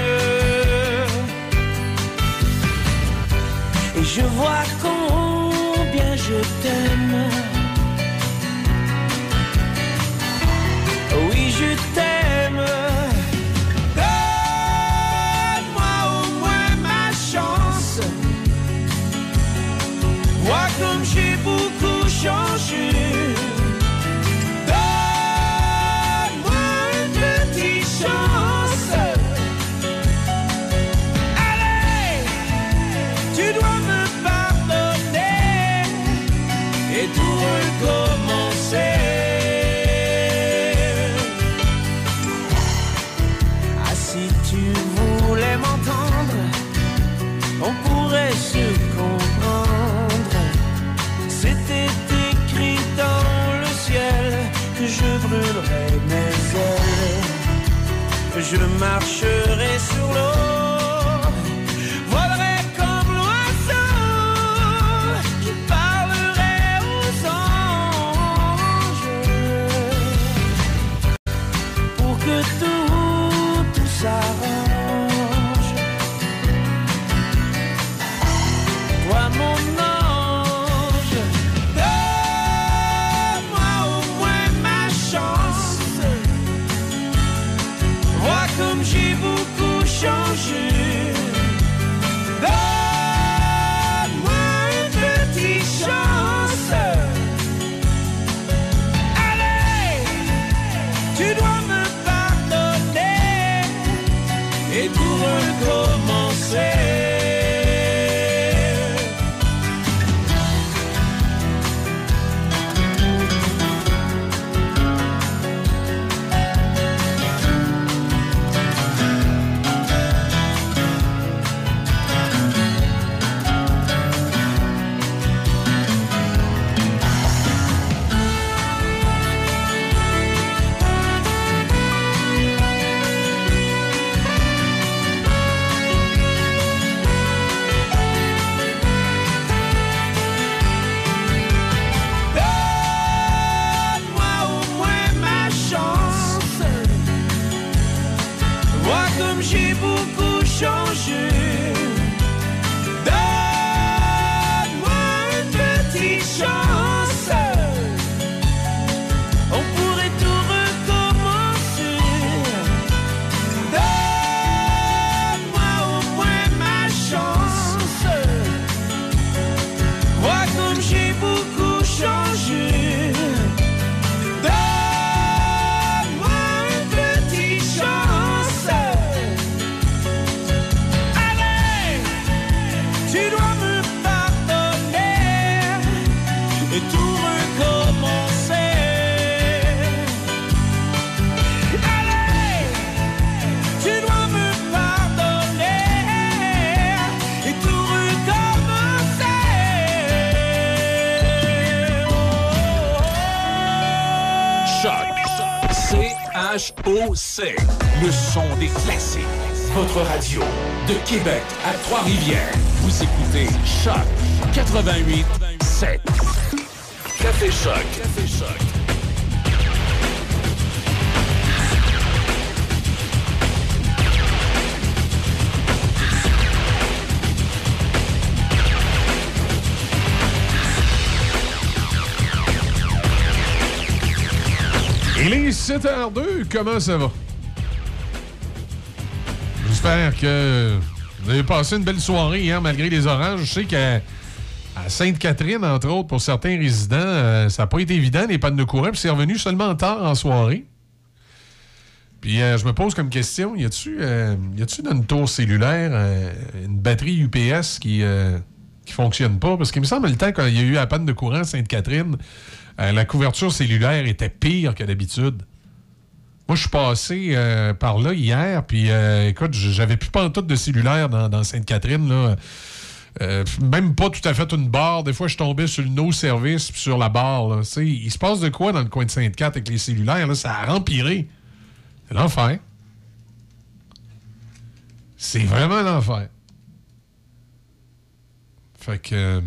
et je vois combien je t'aime. Oui, je t'aime. Donne-moi au moins ma chance. Vois comme j'ai beaucoup changé. Donne-moi une petite chance. Allez, tu dois me pardonner et tout recommencer. Ah, si tu voulais m'entendre, on pourrait se comprendre. C'était écrit dans le ciel que je brûlerais mes ailes. Je marcherai sur l'eau, volerai comme l'oiseau, je parlerai aux anges pour que tout s'arrange. Toi mon ange, donne-moi au moins ma chance. Vois comme j'ai beaucoup et tout recommencer. Allez, tu dois me pardonner et tout recommencer. Choc. C-H-O-C. Le son des classiques. Votre radio de Québec à Trois-Rivières. Vous écoutez Choc 88.7. Café Choc. Café Choc. Il est 7h02, comment ça va? J'espère que vous avez passé une belle soirée hier malgré les orages. Je sais qu'à Sainte-Catherine, entre autres, pour certains résidents, ça n'a pas été évident, les pannes de courant, puis c'est revenu seulement tard en soirée. Puis je me pose comme question, y a-tu dans une tour cellulaire une batterie UPS qui fonctionne pas? Parce qu'il me semble le temps quand il y a eu la panne de courant à Sainte-Catherine, la couverture cellulaire était pire que d'habitude. Moi, je suis passé par là hier, puis écoute, j'avais plus pantoute de cellulaire dans Sainte-Catherine, là. Même pas tout à fait une barre. Des fois, je tombais sur le no-service puis sur la barre. Là. Il se passe de quoi dans le coin de Sainte-Cat avec les cellulaires? Là? Ça a empiré. C'est l'enfer. C'est vraiment l'enfer. Fait que...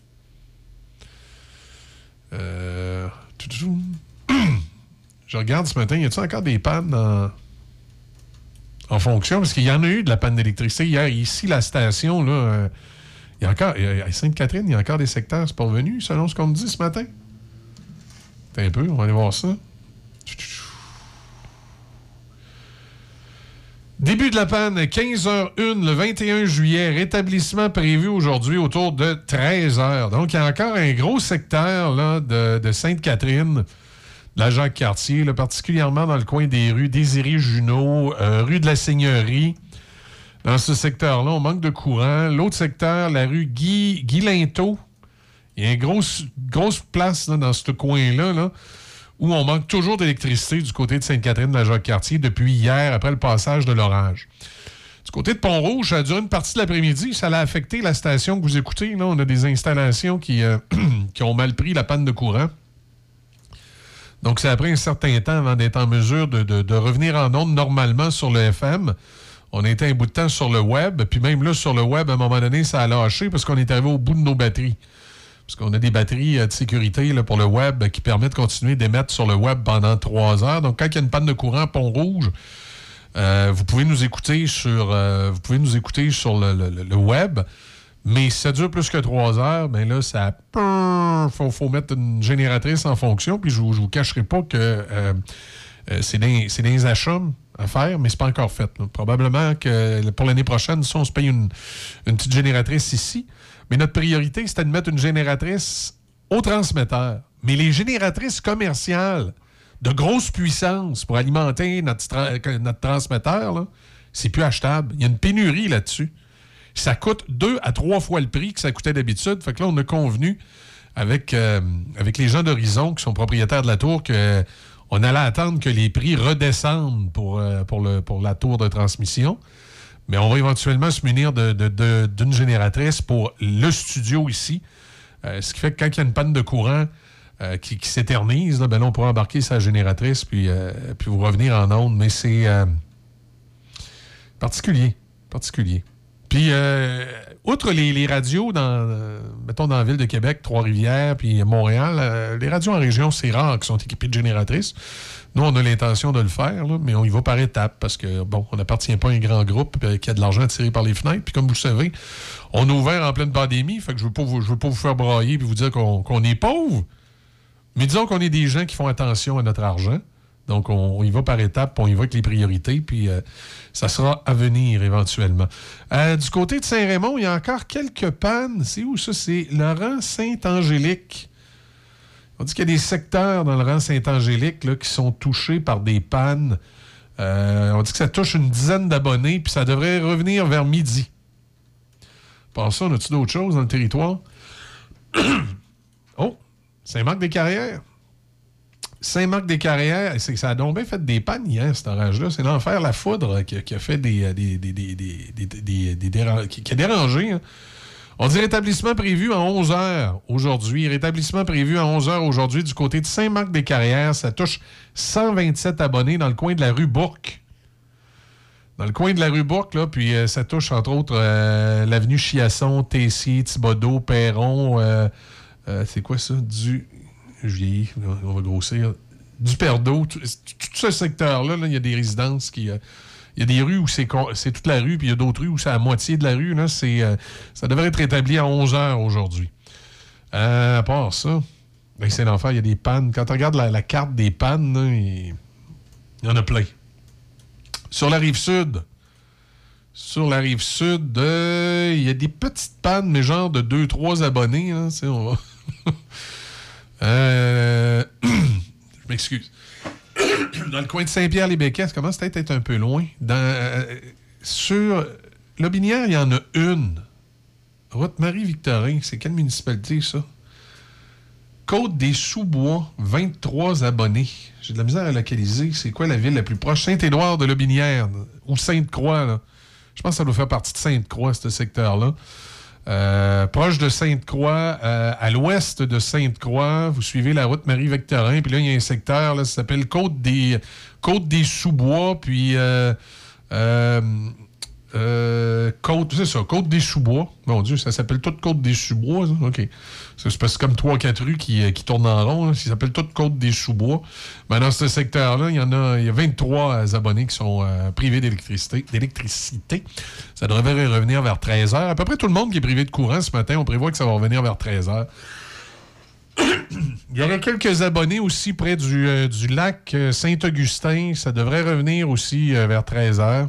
Je regarde ce matin, y a-t-il encore des pannes en fonction? Parce qu'il y en a eu de la panne d'électricité hier. Ici, la station, là, il y a encore, à Sainte-Catherine, il y a encore des secteurs, c'est pas revenu, selon ce qu'on me dit ce matin. Attends un peu, on va aller voir ça. Début de la panne, 15h01, le 21 juillet. Rétablissement prévu aujourd'hui autour de 13h. Donc, il y a encore un gros secteur là, de Sainte-Catherine, de la Jacques-Cartier, là, particulièrement dans le coin des rues Désiré-Junot, rue de la Seigneurie. Dans ce secteur-là, on manque de courant. L'autre secteur, la rue Guy-Linteau. Il y a une grosse place là, dans ce coin-là, là, où on manque toujours d'électricité du côté de Sainte-Catherine de la Jacques-Cartier depuis hier, après le passage de l'orage. Du côté de Pont-Rouge, ça a duré une partie de l'après-midi. Ça a affecté la station que vous écoutez. Là, on a des installations qui ont mal pris la panne de courant. Donc, ça a pris un certain temps avant d'être en mesure de revenir en onde normalement sur le FM. On a été un bout de temps sur le web. Puis même là, sur le web, à un moment donné, ça a lâché parce qu'on est arrivé au bout de nos batteries. Parce qu'on a des batteries de sécurité là, pour le web qui permettent de continuer d'émettre sur le web pendant 3 heures. Donc, quand il y a une panne de courant à Pont-Rouge, vous pouvez nous écouter sur le web. Mais si ça dure plus que 3 heures, bien là, ça... Faut mettre une génératrice en fonction. Puis je vous cacherai pas que c'est des achats à faire, mais c'est pas encore fait. Là. Probablement que pour l'année prochaine, si on se paye une petite génératrice ici. Mais notre priorité, c'était de mettre une génératrice au transmetteur. Mais les génératrices commerciales de grosse puissance pour alimenter notre transmetteur, là, c'est plus achetable. Il y a une pénurie là-dessus. Ça coûte 2 à 3 fois le prix que ça coûtait d'habitude. Fait que là, on a convenu avec les gens d'Horizon qui sont propriétaires de la tour qu'on allait attendre que les prix redescendent pour la tour de transmission. Mais on va éventuellement se munir d'une génératrice pour le studio ici. Ce qui fait que quand il y a une panne de courant qui s'éternise, là, ben là, on pourra embarquer sa génératrice puis vous revenir en onde. Mais c'est particulier. Puis, outre les radios mettons dans la ville de Québec, Trois-Rivières, puis Montréal, les radios en région, c'est rare qui sont équipées de génératrices. Nous, on a l'intention de le faire, là, mais on y va par étapes parce que, bon, on n'appartient pas à un grand groupe qui a de l'argent tiré par les fenêtres. Puis, comme vous le savez, on a ouvert en pleine pandémie. Fait que je veux pas vous faire brailler et vous dire qu'on est pauvre. Mais disons qu'on est des gens qui font attention à notre argent. Donc, on y va par étapes, on y va avec les priorités, puis ça sera à venir éventuellement. Du côté de Saint-Raymond, il y a encore quelques pannes. C'est où ça? C'est le rang Saint-Angélique. On dit qu'il y a des secteurs dans le rang Saint-Angélique là, qui sont touchés par des pannes. On dit que ça touche une dizaine d'abonnés, puis ça devrait revenir vers midi. Par ça, on a-tu d'autres choses dans le territoire? Oh! Saint-Marc-des-Carrières. Saint-Marc-des-Carrières, c'est que ça a donc bien fait des pannes hier, cet orage-là. C'est l'enfer, la foudre qui a fait qui a dérangé. Hein. On dit rétablissement prévu à 11h aujourd'hui. Rétablissement prévu à 11h aujourd'hui du côté de Saint-Marc-des-Carrières. Ça touche 127 abonnés dans le coin de la rue Bourque. Dans le coin de la rue Bourque, là, puis ça touche entre autres l'avenue Chiasson, Tessier, Thibodeau, Perron. C'est quoi ça? Je vieillis, on va grossir. Du Perdeau, tout ce secteur-là, il y a des résidences qui... il y a des rues où c'est toute la rue, puis il y a d'autres rues où c'est à moitié de la rue. Là, ça devrait être rétabli à 11h aujourd'hui. À part ça, ben, c'est l'enfer, il y a des pannes. Quand on regarde la carte des pannes, là, il y en a plein. Sur la Rive-Sud, il y a des petites pannes, mais genre de 2-3 abonnés. Hein, on va... je m'excuse. Dans le coin de Saint-Pierre-les-Béquets, ça commence peut-être à être un peu loin. Sur Lobinière, il y en a une. Route Marie-Victorin, c'est quelle municipalité, ça? Côte-des-Sous-Bois, 23 abonnés. J'ai de la misère à localiser. C'est quoi la ville la plus proche? Saint-Édouard de Lobinière, ou Sainte-Croix, là. Je pense que ça doit faire partie de Sainte-Croix, ce secteur-là. Proche de Sainte-Croix, à l'ouest de Sainte-Croix, vous suivez la route Marie-Victorin, puis là, il y a un secteur, là, ça s'appelle Côte-des-Sous-Bois, puis Côte-des-Sous-Bois. Mon Dieu, ça s'appelle toute Côte-des-Sous-Bois, ça? OK. C'est comme 3-4 rues qui tournent en rond, ça s'appelle toute Côte-des-Sous-Bois. Ben, dans ce secteur-là, il y a 23 abonnés qui sont privés d'électricité. Ça devrait revenir vers 13h. À peu près tout le monde qui est privé de courant ce matin, on prévoit que ça va revenir vers 13h. Il y aurait quelques abonnés aussi près du lac Saint-Augustin. Ça devrait revenir aussi vers 13h.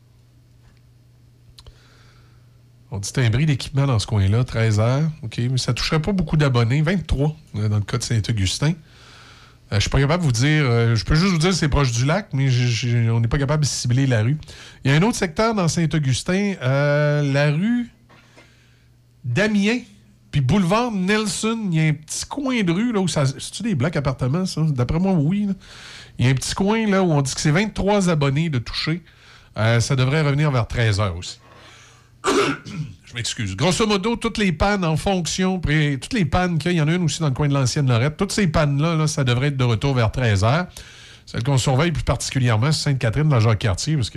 On dit un bris d'équipement dans ce coin-là, 13h. OK, mais ça ne toucherait pas beaucoup d'abonnés. 23 dans le cas de Saint-Augustin. Je ne suis pas capable de vous dire... je peux juste vous dire que c'est proche du lac, mais on n'est pas capable de cibler la rue. Il y a un autre secteur dans Saint-Augustin, la rue d'Amiens, puis boulevard Nelson. Il y a un petit coin de rue là où ça... C'est-tu des blocs appartements, ça? D'après moi, oui. Là. Il y a un petit coin là où on dit que c'est 23 abonnés de toucher. Ça devrait revenir vers 13h aussi. Je m'excuse. Grosso modo, toutes les pannes en fonction, toutes les pannes qu'il y en a une aussi dans le coin de l'ancienne Lorette, toutes ces pannes-là, là, ça devrait être de retour vers 13h. Celle qu'on surveille plus particulièrement, c'est Sainte-Catherine de la Jacques-Cartier, parce que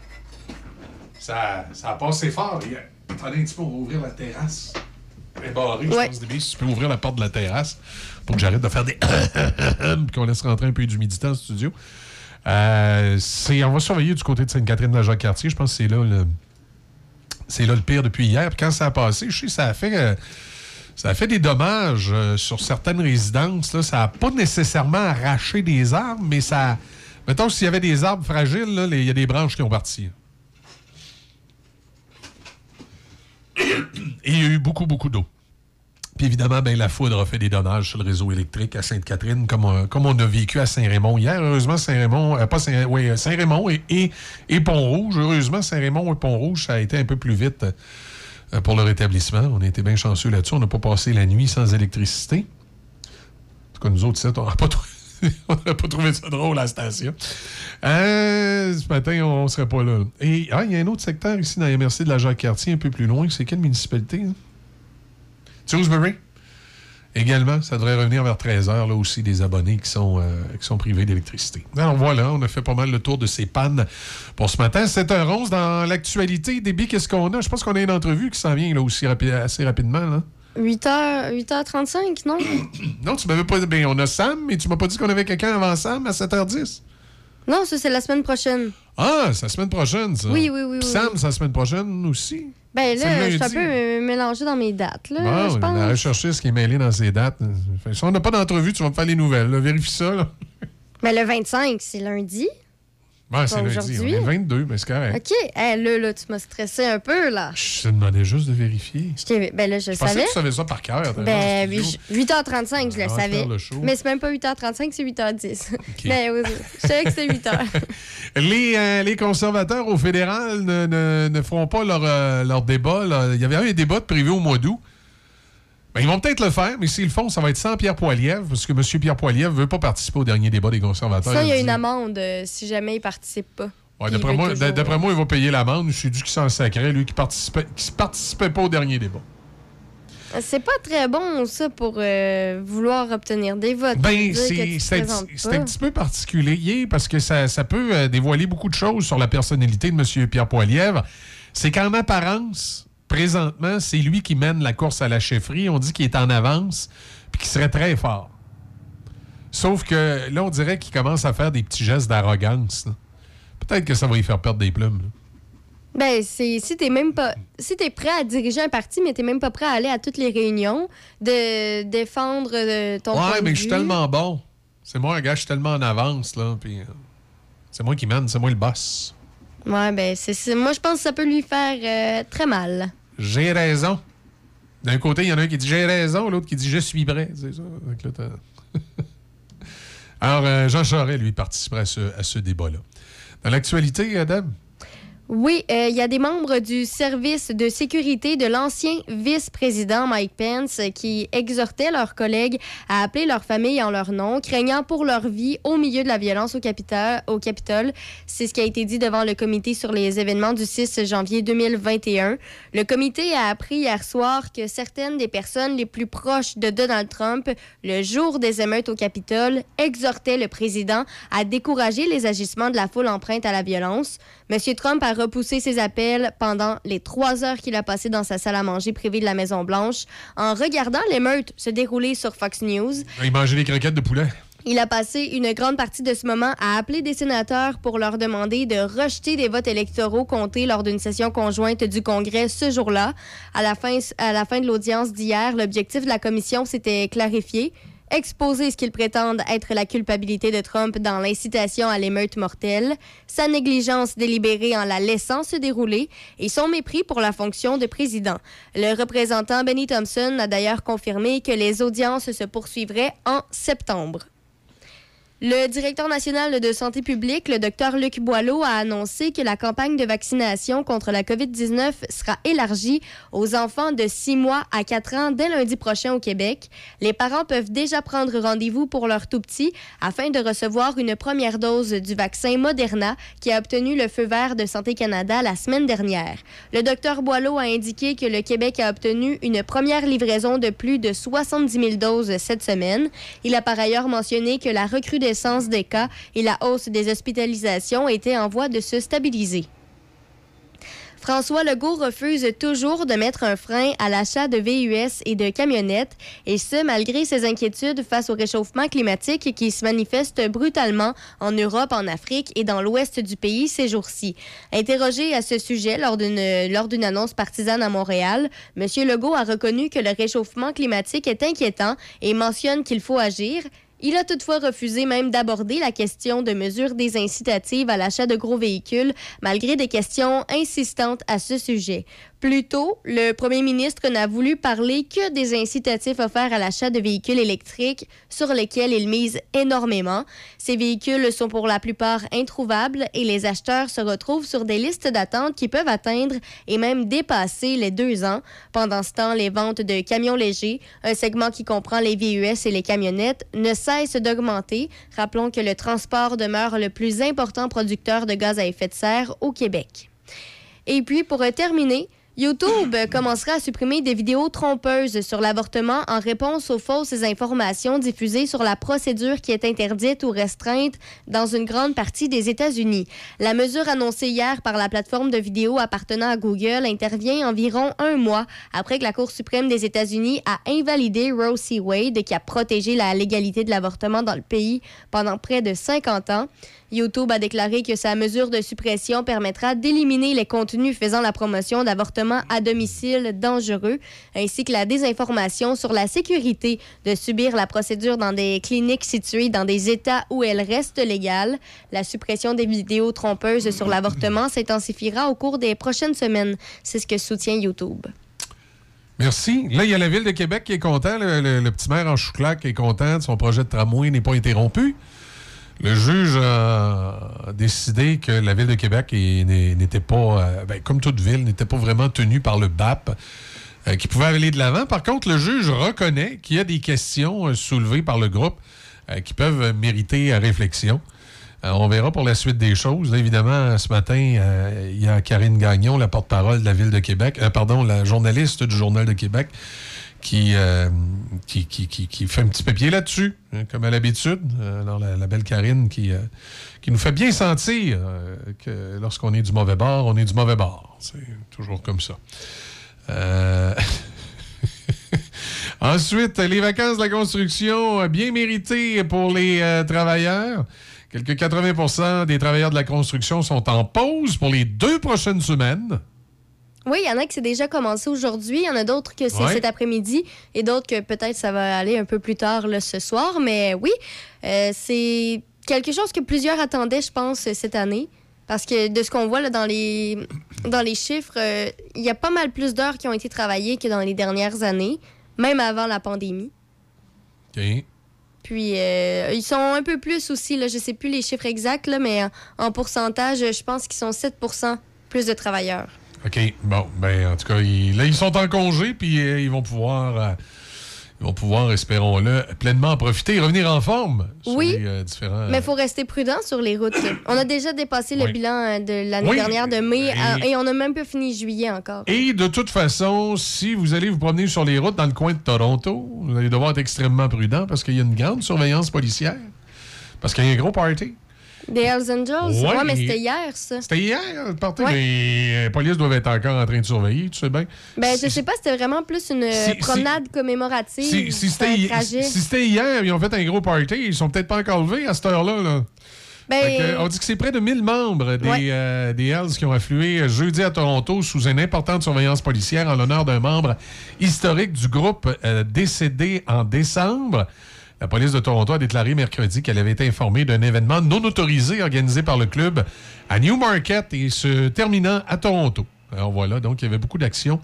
ça a passé fort hier. Attendez un petit peu, on va ouvrir la terrasse. Elle est barrée, je pense, Déby, si tu peux ouvrir la porte de la terrasse pour que j'arrête de faire des qu'on laisse rentrer un peu d'humidité en studio. On va surveiller du côté de Sainte-Catherine de la Jacques-Cartier. Je pense que c'est là le pire depuis hier. Puis quand ça a passé, je sais, ça a fait des dommages sur certaines résidences. Là. Ça n'a pas nécessairement arraché des arbres, mais ça... Mettons, s'il y avait des arbres fragiles, là, il y a des branches qui ont parti. Et il y a eu beaucoup, beaucoup d'eau. Puis évidemment, ben, la foudre a fait des dommages sur le réseau électrique à Sainte-Catherine, comme on a vécu à Saint-Raymond hier. Heureusement, Saint-Raymond et Pont-Rouge. Heureusement, Saint-Raymond et Pont-Rouge, ça a été un peu plus vite pour le rétablissement. On a été bien chanceux là-dessus. On n'a pas passé la nuit sans électricité. En tout cas, nous autres, on n'aurait pas trouvé ça drôle à la station. Ce matin, on ne serait pas là. Et il y a un autre secteur ici dans la MRC de la Jacques-Cartier, un peu plus loin. C'est quelle municipalité? Hein? Shrewsbury. Également, ça devrait revenir vers 13h, là aussi, des abonnés qui sont privés d'électricité. Alors voilà, on a fait pas mal le tour de ces pannes pour ce matin. 7h11, dans l'actualité, Déby, qu'est-ce qu'on a? Je pense qu'on a une entrevue qui s'en vient là aussi assez rapidement. Là. 8h35, non? Non, tu m'avais pas... Ben, on a Sam, mais tu m'as pas dit qu'on avait quelqu'un avant Sam à 7h10? Non, ça, c'est la semaine prochaine. Ah, c'est la semaine prochaine, ça? Oui. Sam, c'est la semaine prochaine aussi? Ben là, je suis un peu mélangé dans mes dates, là, je pense. On a recherché ce qui est mêlé dans ces dates. Si on n'a pas d'entrevue, tu vas me faire les nouvelles. Là. Vérifie ça. Là. Mais le 25, c'est lundi. Ouais, c'est lundi. On est 22, mais c'est correct. OK. Là, tu m'as stressé un peu, là. Je te demandais juste de vérifier. Ben là, je savais. pensais que tu savais ça par cœur. Ben, 8h35, je le savais. Mais c'est même pas 8h35, c'est 8h10. Okay. Mais je savais que c'est 8h. Les conservateurs au fédéral ne feront pas leur débat. Là. Il y avait un débat prévu au mois d'août. Ben, ils vont peut-être le faire, mais s'ils le font, ça va être sans Pierre Poilievre, parce que M. Pierre Poilievre ne veut pas participer au dernier débat des conservateurs. Ça, il y a une amende si jamais il ne participe pas. Ouais, d'après moi, il va payer l'amende. Je suis dû qu'il s'en sacrait, lui, qui participait pas au dernier débat. C'est pas très bon, ça, pour vouloir obtenir des votes. Ben, c'est un petit peu particulier parce que ça peut dévoiler beaucoup de choses sur la personnalité de M. Pierre Poilievre. C'est qu'en apparence, présentement, c'est lui qui mène la course à la chefferie. On dit qu'il est en avance puis qu'il serait très fort. Sauf que là, on dirait qu'il commence à faire des petits gestes d'arrogance. Là. Peut-être que ça va y faire perdre des plumes. Là. Ben, si t'es même pas. Si t'es prêt à diriger un parti, mais t'es même pas prêt à aller à toutes les réunions, de défendre ton point de vue. Ouais, mais je suis tellement bon. C'est moi, gars, je suis tellement en avance, là. Puis c'est moi qui mène, c'est moi le boss. Ouais, ben, moi, je pense que ça peut lui faire très mal. J'ai raison. D'un côté, il y en a un qui dit j'ai raison, l'autre qui dit je suis prêt. C'est ça. Donc, là, alors, Jean Charest, lui, participerait à ce débat-là. Dans l'actualité, Adam? Oui, il y a des membres du service de sécurité de l'ancien vice-président Mike Pence qui exhortaient leurs collègues à appeler leur famille en leur nom, craignant pour leur vie au milieu de la violence au Capitole. C'est ce qui a été dit devant le comité sur les événements du 6 janvier 2021. Le comité a appris hier soir que certaines des personnes les plus proches de Donald Trump, le jour des émeutes au Capitole, exhortaient le président à décourager les agissements de la foule empreinte à la violence. M. Trump a repoussé ses appels pendant les 3 heures qu'il a passées dans sa salle à manger privée de la Maison-Blanche en regardant l'émeute se dérouler sur Fox News. Il mangeait des croquettes de poulet. Il a passé une grande partie de ce moment à appeler des sénateurs pour leur demander de rejeter des votes électoraux comptés lors d'une session conjointe du Congrès ce jour-là. À la fin de l'audience d'hier, l'objectif de la commission s'était clarifié. Exposer ce qu'ils prétendent être la culpabilité de Trump dans l'incitation à l'émeute mortelle, sa négligence délibérée en la laissant se dérouler et son mépris pour la fonction de président. Le représentant Benny Thompson a d'ailleurs confirmé que les audiences se poursuivraient en septembre. Le directeur national de santé publique, le Dr Luc Boileau, a annoncé que la campagne de vaccination contre la COVID-19 sera élargie aux enfants de 6 mois à 4 ans dès lundi prochain au Québec. Les parents peuvent déjà prendre rendez-vous pour leurs tout-petits afin de recevoir une première dose du vaccin Moderna qui a obtenu le feu vert de Santé Canada la semaine dernière. Le Dr Boileau a indiqué que le Québec a obtenu une première livraison de plus de 70 000 doses cette semaine. Il a par ailleurs mentionné que la recrudescence des cas et la hausse des hospitalisations étaient en voie de se stabiliser. François Legault refuse toujours de mettre un frein à l'achat de VUS et de camionnettes, et ce, malgré ses inquiétudes face au réchauffement climatique qui se manifeste brutalement en Europe, en Afrique et dans l'ouest du pays ces jours-ci. Interrogé à ce sujet lors d'une annonce partisane à Montréal, M. Legault a reconnu que le réchauffement climatique est inquiétant et mentionne qu'il faut agir. Il a toutefois refusé même d'aborder la question de mesures désincitatives à l'achat de gros véhicules, malgré des questions insistantes à ce sujet. Plus tôt, le premier ministre n'a voulu parler que des incitatifs offerts à l'achat de véhicules électriques sur lesquels il mise énormément. Ces véhicules sont pour la plupart introuvables et les acheteurs se retrouvent sur des listes d'attente qui peuvent atteindre et même dépasser les 2 ans. Pendant ce temps, les ventes de camions légers, un segment qui comprend les VUS et les camionnettes, ne cessent d'augmenter. Rappelons que le transport demeure le plus important producteur de gaz à effet de serre au Québec. Et puis, pour terminer, YouTube commencera à supprimer des vidéos trompeuses sur l'avortement en réponse aux fausses informations diffusées sur la procédure qui est interdite ou restreinte dans une grande partie des États-Unis. La mesure annoncée hier par la plateforme de vidéos appartenant à Google intervient environ 1 mois après que la Cour suprême des États-Unis a invalidé Roe v. Wade, qui a protégé la légalité de l'avortement dans le pays pendant près de 50 ans. YouTube a déclaré que sa mesure de suppression permettra d'éliminer les contenus faisant la promotion d'avortements à domicile dangereux, ainsi que la désinformation sur la sécurité de subir la procédure dans des cliniques situées dans des États où elle reste légale. La suppression des vidéos trompeuses sur l'avortement s'intensifiera au cours des prochaines semaines. C'est ce que soutient YouTube. Merci. Là, il y a la Ville de Québec qui est content. Le petit maire en chouclac qui est content. Son projet de tramway n'est pas interrompu. Le juge a décidé que la Ville de Québec n'était pas, comme toute ville, n'était pas vraiment tenue par le BAP. qui pouvaient aller de l'avant. Par contre, le juge reconnaît qu'il y a des questions soulevées par le groupe qui peuvent mériter réflexion. On verra pour la suite des choses. Là, évidemment, ce matin, il y a Karine Gagnon, la porte-parole de la Ville de Québec, la journaliste du Journal de Québec, qui fait un petit papier là-dessus, hein, comme à l'habitude. Alors, la belle Karine qui nous fait bien sentir que lorsqu'on est du mauvais bord, on est du mauvais bord. C'est toujours comme ça. Ensuite, les vacances de la construction, bien méritées pour les travailleurs. Quelque 80 des travailleurs de la construction sont en pause pour les 2 prochaines semaines. Oui, il y en a que c'est déjà commencé aujourd'hui. Il y en a d'autres que c'est cet après-midi et d'autres que peut-être ça va aller un peu plus tard là, ce soir. Mais oui, c'est quelque chose que plusieurs attendaient, je pense, cette année. Parce que de ce qu'on voit là, dans les chiffres, il y a pas mal plus d'heures qui ont été travaillées que dans les dernières années, même avant la pandémie. OK. Puis, ils sont un peu plus aussi, là, je ne sais plus les chiffres exacts, là, mais en pourcentage, je pense qu'ils sont 7% plus de travailleurs. OK. Bon, ben en tout cas, ils sont en congé, puis ils vont pouvoir, espérons-le, pleinement en profiter et revenir en forme sur les différents... Mais il faut rester prudent sur les routes. On a déjà dépassé le bilan de l'année dernière de mai et on n'a même pas fini juillet encore. Et de toute façon, si vous allez vous promener sur les routes dans le coin de Toronto, vous allez devoir être extrêmement prudent parce qu'il y a une grande surveillance policière. Parce qu'il y a un gros party. Des Hells Angels? Ouais, mais c'était hier, ça. C'était hier, le party? Mais la police doivent être encore en train de surveiller, tu sais bien. Ben, je sais pas, c'était vraiment plus une promenade commémorative. Si c'était hier, ils ont fait un gros party, ils sont peut-être pas encore levés à cette heure-là, là. Ben, on dit que c'est près de 1000 membres des Hells qui ont afflué jeudi à Toronto sous une importante surveillance policière en l'honneur d'un membre historique du groupe décédé en décembre. La police de Toronto a déclaré mercredi qu'elle avait été informée d'un événement non autorisé organisé par le club à Newmarket et se terminant à Toronto. Alors voilà, donc il y avait beaucoup d'actions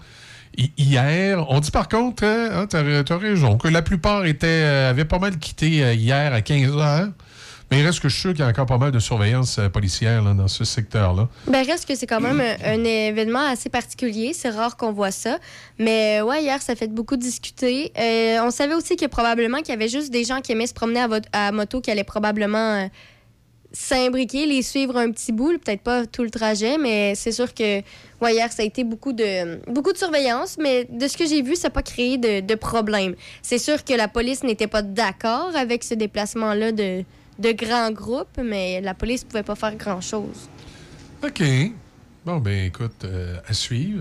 hier. On dit par contre, t'as raison, que la plupart avaient pas mal quitté hier à 15h. Mais il reste que je suis sûr qu'il y a encore pas mal de surveillance policière là, dans ce secteur-là. Ben reste que c'est quand même un événement assez particulier. C'est rare qu'on voit ça. Mais ouais, hier, ça fait beaucoup discuter. On savait aussi que probablement qu'il y avait juste des gens qui aimaient se promener à moto qui allaient probablement s'imbriquer, les suivre un petit bout. Peut-être pas tout le trajet, mais c'est sûr que hier, ça a été beaucoup de surveillance. Mais de ce que j'ai vu, ça n'a pas créé de problème. C'est sûr que la police n'était pas d'accord avec ce déplacement-là de grands groupes, mais la police ne pouvait pas faire grand-chose. OK. Bon, ben écoute, à suivre.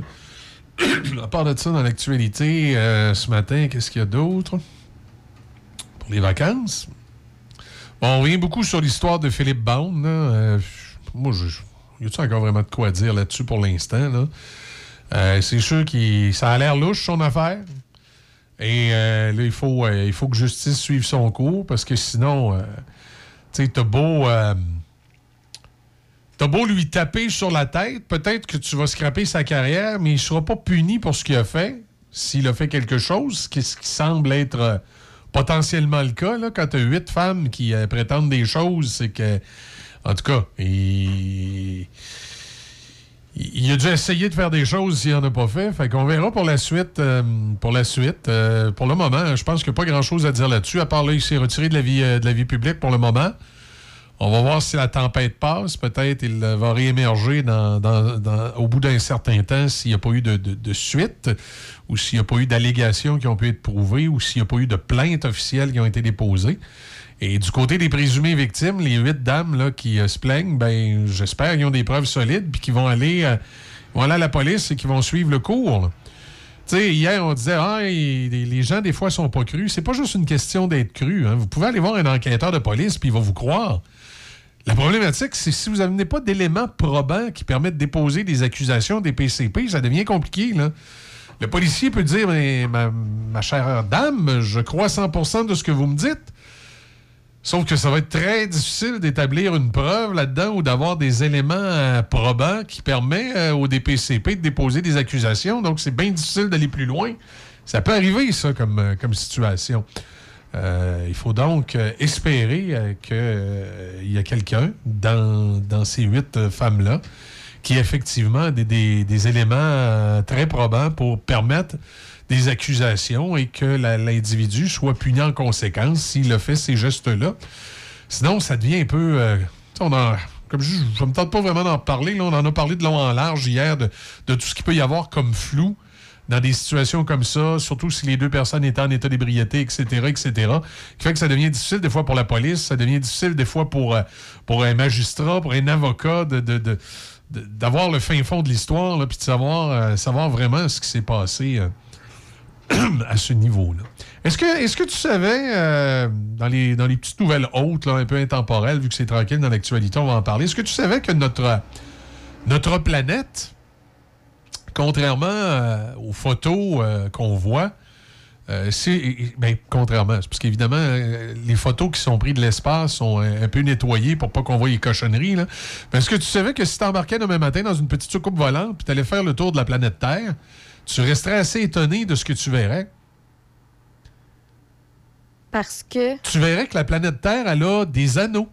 À part de ça, dans l'actualité, ce matin, qu'est-ce qu'il y a d'autre? Pour les vacances? Bon, on revient beaucoup sur l'histoire de Philippe Bond. Là. Moi, y a-t-il encore vraiment de quoi dire là-dessus pour l'instant? Là? C'est sûr que ça a l'air louche, son affaire. Et là, il faut que justice suive son cours, parce que sinon... t'as beau lui taper sur la tête, peut-être que tu vas scraper sa carrière, mais il ne sera pas puni pour ce qu'il a fait, s'il a fait quelque chose, ce qui semble être potentiellement le cas. Là, quand tu as 8 femmes qui prétendent des choses, c'est que, en tout cas, il a dû essayer de faire des choses s'il n'en a pas fait. Fait qu'on verra pour la suite. Pour le moment, je pense qu'il n'y a pas grand-chose à dire là-dessus. À part là, il s'est retiré de la vie publique pour le moment. On va voir si la tempête passe. Peut-être il va réémerger au bout d'un certain temps s'il n'y a pas eu de suite ou s'il n'y a pas eu d'allégations qui ont pu être prouvées ou s'il n'y a pas eu de plaintes officielles qui ont été déposées. Et du côté des présumées victimes, les 8 dames là, qui se plaignent, ben j'espère qu'ils ont des preuves solides puis qu'ils vont aller à la police et qu'ils vont suivre le cours. Tu sais, hier, on disait les gens, des fois, sont pas crus. C'est pas juste une question d'être cru. Hein. Vous pouvez aller voir un enquêteur de police puis il va vous croire. La problématique, c'est si vous n'amenez pas d'éléments probants qui permettent de déposer des accusations des PCP, ça devient compliqué, là. Le policier peut dire, mais ma chère dame, je crois 100% de ce que vous me dites. Sauf que ça va être très difficile d'établir une preuve là-dedans ou d'avoir des éléments probants qui permettent aux DPCP de déposer des accusations. Donc, c'est bien difficile d'aller plus loin. Ça peut arriver, ça, comme situation. Il faut donc espérer qu'il y a quelqu'un dans ces 8 femmes-là qui est effectivement des éléments très probants pour permettre des accusations et que l'individu soit puni en conséquence s'il a fait ces gestes-là. Sinon, ça devient un peu... comme je ne me tente pas vraiment d'en parler. Là, on en a parlé de long en large hier, de tout ce qu'il peut y avoir comme flou dans des situations comme ça, surtout si les deux personnes étaient en état d'ébriété, etc., etc., qui fait que ça devient difficile des fois pour la police, ça devient difficile des fois pour un magistrat, pour un avocat, d'avoir le fin fond de l'histoire, puis de savoir vraiment ce qui s'est passé à ce niveau-là. Est-ce que tu savais, dans les petites nouvelles hautes, là, un peu intemporelles, vu que c'est tranquille dans l'actualité, on va en parler, est-ce que tu savais que notre planète, contrairement aux photos qu'on voit, contrairement, c'est parce qu'évidemment, les photos qui sont prises de l'espace sont un peu nettoyées pour pas qu'on voie les cochonneries. Là. Mais est-ce que tu savais que si tu embarquais demain matin dans une petite soucoupe volante puis tu allais faire le tour de la planète Terre, tu resterais assez étonné de ce que tu verrais? Parce que... Tu verrais que la planète Terre, elle a des anneaux.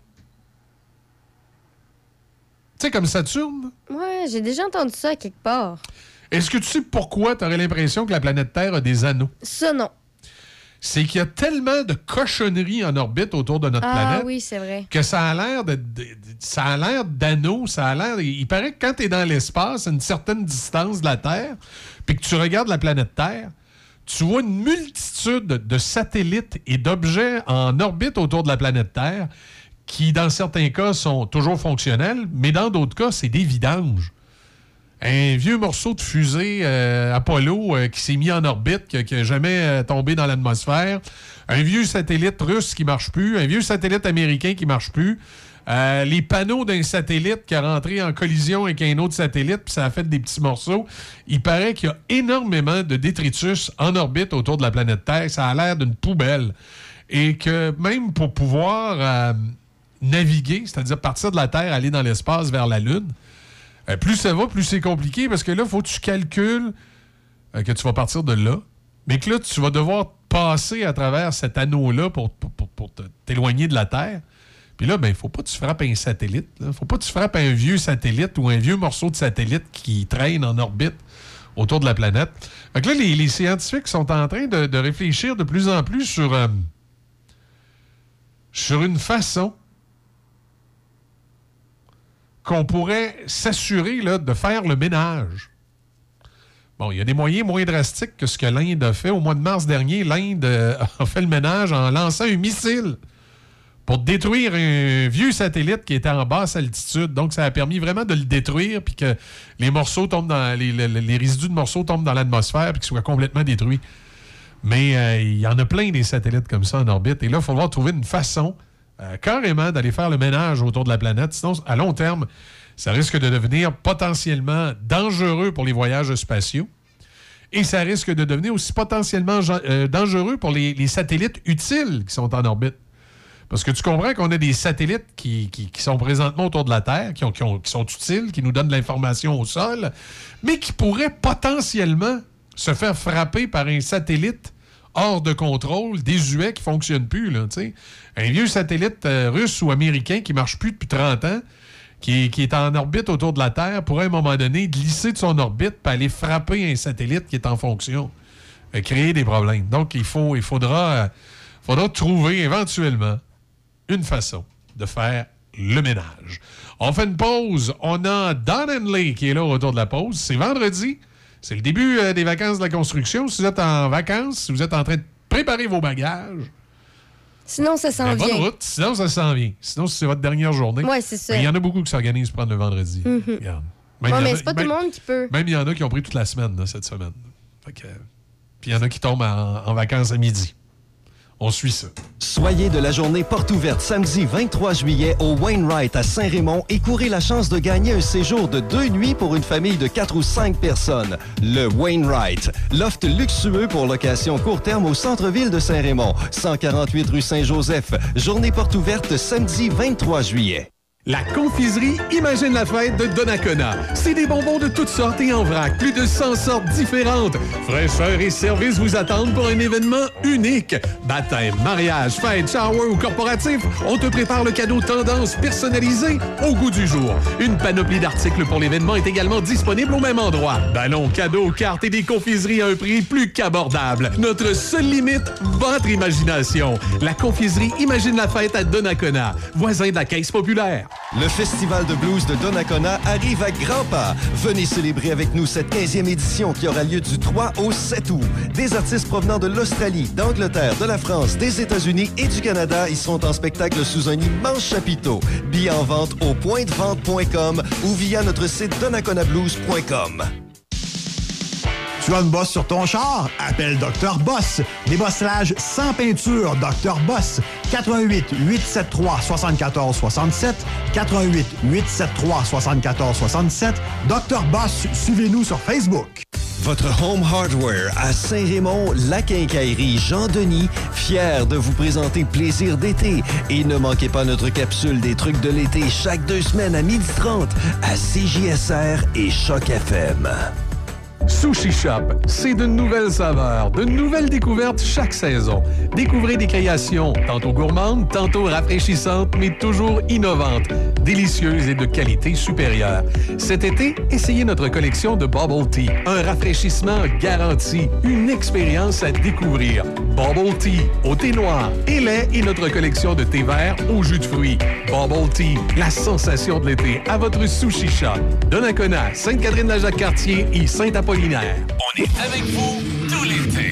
Tu sais, comme Saturne. Ouais, j'ai déjà entendu ça quelque part. Est-ce que tu sais pourquoi tu aurais l'impression que la planète Terre a des anneaux? Ça, non. C'est qu'il y a tellement de cochonneries en orbite autour de notre planète. Ah oui, c'est vrai. Que ça a l'air d'anneaux, il paraît que quand tu es dans l'espace, à une certaine distance de la Terre, puis que tu regardes la planète Terre, tu vois une multitude de satellites et d'objets en orbite autour de la planète Terre qui, dans certains cas, sont toujours fonctionnels, mais dans d'autres cas, c'est des vidanges. Un vieux morceau de fusée Apollo qui s'est mis en orbite, qui n'a jamais tombé dans l'atmosphère. Un vieux satellite russe qui ne marche plus. Un vieux satellite américain qui ne marche plus. Les panneaux d'un satellite qui a rentré en collision avec un autre satellite, puis ça a fait des petits morceaux. Il paraît qu'il y a énormément de détritus en orbite autour de la planète Terre. Ça a l'air d'une poubelle. Et que même pour pouvoir naviguer, c'est-à-dire partir de la Terre, aller dans l'espace vers la Lune, plus ça va, plus c'est compliqué, parce que là, il faut que tu calcules que tu vas partir de là, mais que là, tu vas devoir passer à travers cet anneau-là pour t'éloigner de la Terre. Puis là, il ne faut pas que tu frappes un satellite. Il ne faut pas que tu frappes un vieux satellite ou un vieux morceau de satellite qui traîne en orbite autour de la planète. Fait que là, les scientifiques sont en train de réfléchir de plus en plus sur une façon qu'on pourrait s'assurer là, de faire le ménage. Bon, il y a des moyens moins drastiques que ce que l'Inde a fait. Au mois de mars dernier, l'Inde a fait le ménage en lançant un missile pour détruire un vieux satellite qui était en basse altitude. Donc, ça a permis vraiment de le détruire puis que les morceaux tombent dans les résidus de morceaux tombent dans l'atmosphère puis qu'ils soient complètement détruits. Mais il y en a plein des satellites comme ça en orbite. Et là, il va falloir trouver une façon carrément d'aller faire le ménage autour de la planète. Sinon, à long terme, ça risque de devenir potentiellement dangereux pour les voyages spatiaux. Et ça risque de devenir aussi potentiellement dangereux pour les satellites utiles qui sont en orbite. Parce que tu comprends qu'on a des satellites qui sont présentement autour de la Terre, qui sont utiles, qui nous donnent de l'information au sol, mais qui pourraient potentiellement se faire frapper par un satellite hors de contrôle, désuet, qui ne fonctionne plus. Là, un vieux satellite russe ou américain qui ne marche plus depuis 30 ans, qui est en orbite autour de la Terre, pourrait à un moment donné glisser de son orbite et aller frapper un satellite qui est en fonction, créer des problèmes. Donc, il faudra trouver éventuellement une façon de faire le ménage. On fait une pause. On a Don Henley qui est là autour de la pause. C'est vendredi. C'est le début des vacances de la construction. Si vous êtes en vacances, si vous êtes en train de préparer vos bagages... Sinon, ça s'en vient. Bonne route. Sinon, ça s'en vient. Sinon, c'est votre dernière journée. Oui, c'est ça. Il y en a beaucoup qui s'organisent pour prendre le vendredi. Mm-hmm. Mais c'est pas tout le monde qui peut. Même il y en a qui ont pris toute la semaine, là, cette semaine. Puis il y en a qui tombent en vacances à midi. On suit ça. Soyez de la journée porte ouverte samedi 23 juillet au Wainwright à Saint-Raymond et courez la chance de gagner un séjour de 2 nuits pour une famille de 4 ou 5 personnes. Le Wainwright, loft luxueux pour location court terme au centre-ville de Saint-Raymond, 148 rue Saint-Joseph. Journée porte ouverte samedi 23 juillet. La confiserie Imagine la fête de Donnacona. C'est des bonbons de toutes sortes et en vrac. Plus de 100 sortes différentes. Fraîcheur et service vous attendent pour un événement unique. Baptême, mariage, fête, shower ou corporatif, on te prépare le cadeau tendance personnalisé au goût du jour. Une panoplie d'articles pour l'événement est également disponible au même endroit. Ballons, cadeaux, cartes et des confiseries à un prix plus qu'abordable. Notre seule limite, votre imagination. La confiserie Imagine la fête à Donnacona, voisin de la Caisse populaire. Le Festival de blues de Donnacona arrive à grands pas. Venez célébrer avec nous cette 15e édition qui aura lieu du 3 au 7 août. Des artistes provenant de l'Australie, d'Angleterre, de la France, des États-Unis et du Canada y seront en spectacle sous un immense chapiteau. Billets en vente au pointdevente.com ou via notre site donnaconablues.com. Tu as une bosse sur ton char? Appelle Dr. Boss. Débossage sans peinture, Dr. Boss. 88 873 74 67. 88 873 74 67. Dr. Boss, suivez-nous sur Facebook. Votre Home Hardware à Saint-Raymond, la quincaillerie Jean-Denis, fier de vous présenter Plaisir d'été. Et ne manquez pas notre capsule des trucs de l'été chaque 2 semaines à 12h30 à CJSR et Choc FM. Sushi Shop, c'est de nouvelles saveurs, de nouvelles découvertes chaque saison. Découvrez des créations, tantôt gourmandes, tantôt rafraîchissantes, mais toujours innovantes, délicieuses et de qualité supérieure. Cet été, essayez notre collection de Bubble Tea, un rafraîchissement garanti, une expérience à découvrir. Bubble Tea, au thé noir et lait et notre collection de thé vert au jus de fruits. Bubble Tea, la sensation de l'été à votre Sushi Shop. Donnacona, Sainte-Catherine-la-Jacques-Cartier et Saint-Apollinaire. On est avec vous tout l'été.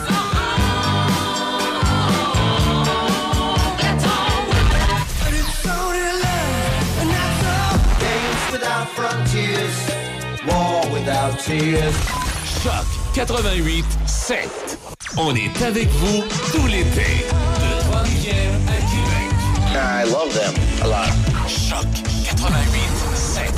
Choc 88.7. On est avec vous tout l'été. De Trois-Rivières à Québec. I love them a lot. Choc 88.7.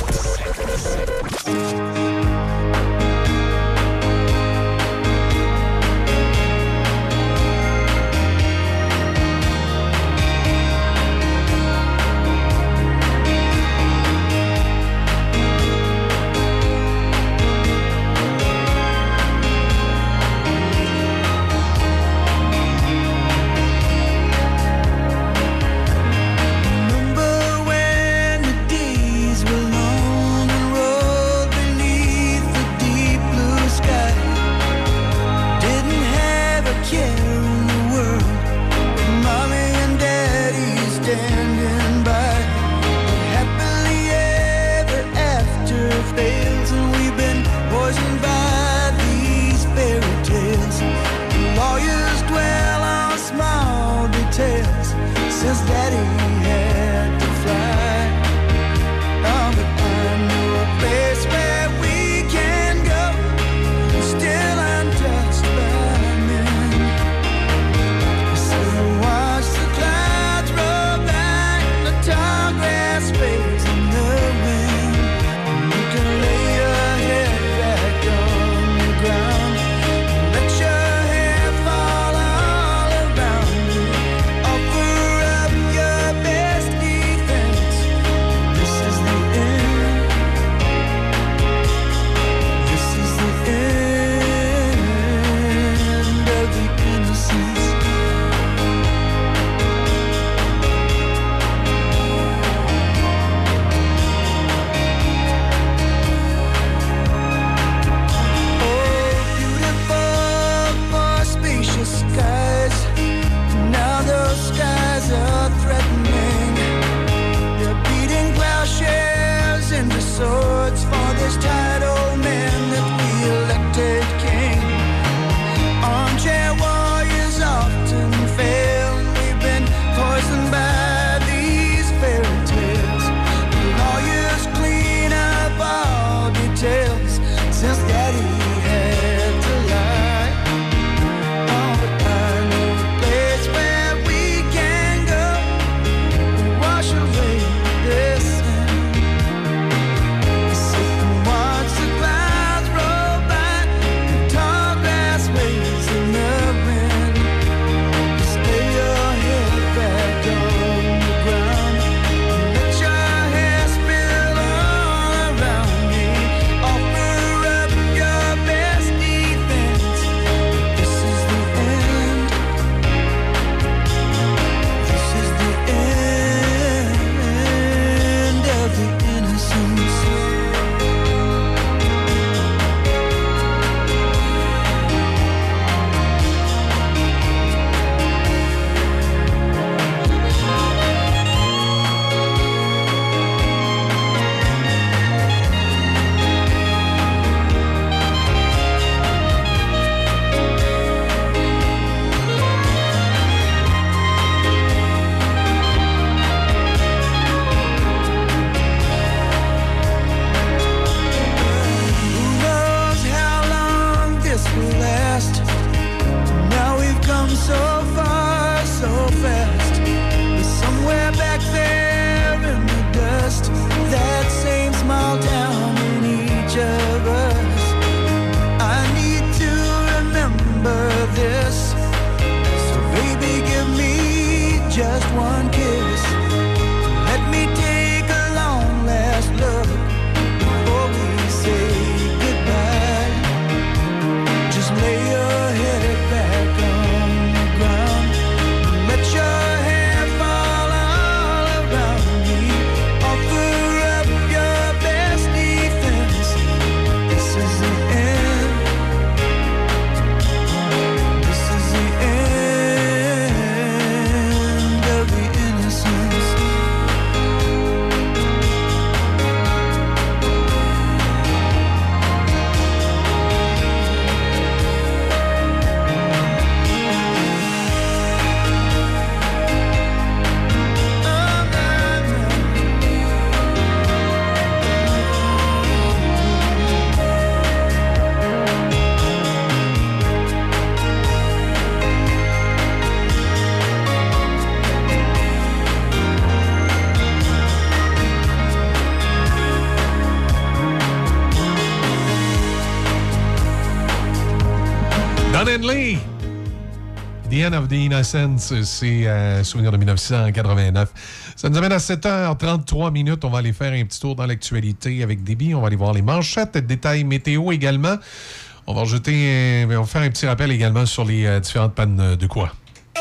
somewhere back there in the dust, that same small town in each of us. I need to remember this, so baby give me just one kiss. Let me take a long last look before we say goodbye. Just lay your head back on the ground, let your hair fall all around me. Offer up your best defense. This is the end. This is the end of the innocence. Don Henley, The End of the Innocence, c'est souvenir de 1989. Ça nous amène à 7h33. On va aller faire un petit tour dans l'actualité avec Déby. On va aller voir les manchettes, détails météo également. On va on va faire un petit rappel également sur les différentes pannes de quoi.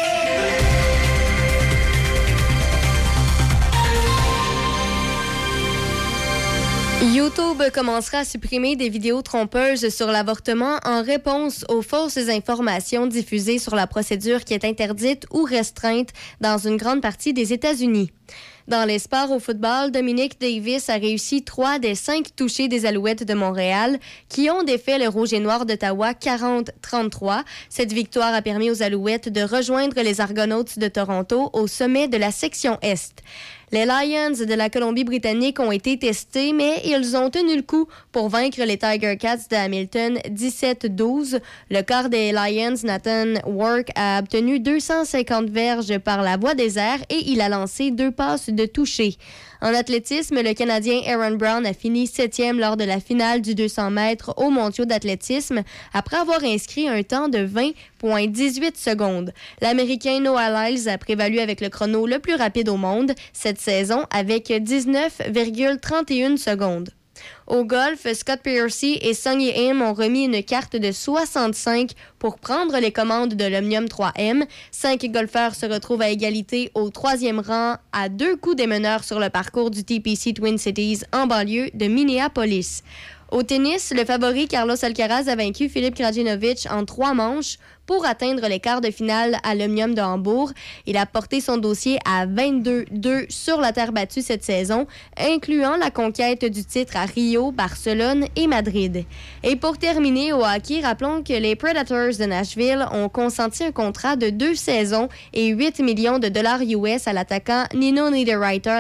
YouTube commencera à supprimer des vidéos trompeuses sur l'avortement en réponse aux fausses informations diffusées sur la procédure qui est interdite ou restreinte dans une grande partie des États-Unis. Dans les sports au football, Dominique Davis a réussi 3 des 5 touchés des Alouettes de Montréal qui ont défait le Rouge et Noir d'Ottawa 40-33. Cette victoire a permis aux Alouettes de rejoindre les Argonauts de Toronto au sommet de la section Est. Les Lions de la Colombie-Britannique ont été testés, mais ils ont tenu le coup pour vaincre les Tiger Cats de Hamilton 17-12. Le quart des Lions, Nathan Work, a obtenu 250 verges par la voie des airs et il a lancé 2 passes de toucher. En athlétisme, le Canadien Aaron Brown a fini 7e lors de la finale du 200 mètres aux mondiaux d'athlétisme après avoir inscrit un temps de 20,18 secondes. L'Américain Noah Lyles a prévalu avec le chrono le plus rapide au monde cette saison avec 19,31 secondes. Au golf, Scott Piercy et Sung Jae Im ont remis une carte de 65 pour prendre les commandes de l'Omnium 3M. 5 golfeurs se retrouvent à égalité au 3e rang à 2 coups des meneurs sur le parcours du TPC Twin Cities en banlieue de Minneapolis. Au tennis, le favori Carlos Alcaraz a vaincu Filip Krajinovic en 3 manches pour atteindre les quarts de finale à l'Omnium de Hambourg. Il a porté son dossier à 22-2 sur la terre battue cette saison, incluant la conquête du titre à Rio, Barcelone et Madrid. Et pour terminer, au hockey, rappelons que les Predators de Nashville ont consenti un contrat de 2 saisons et 8 millions de dollars US à l'attaquant Nino Niederreiter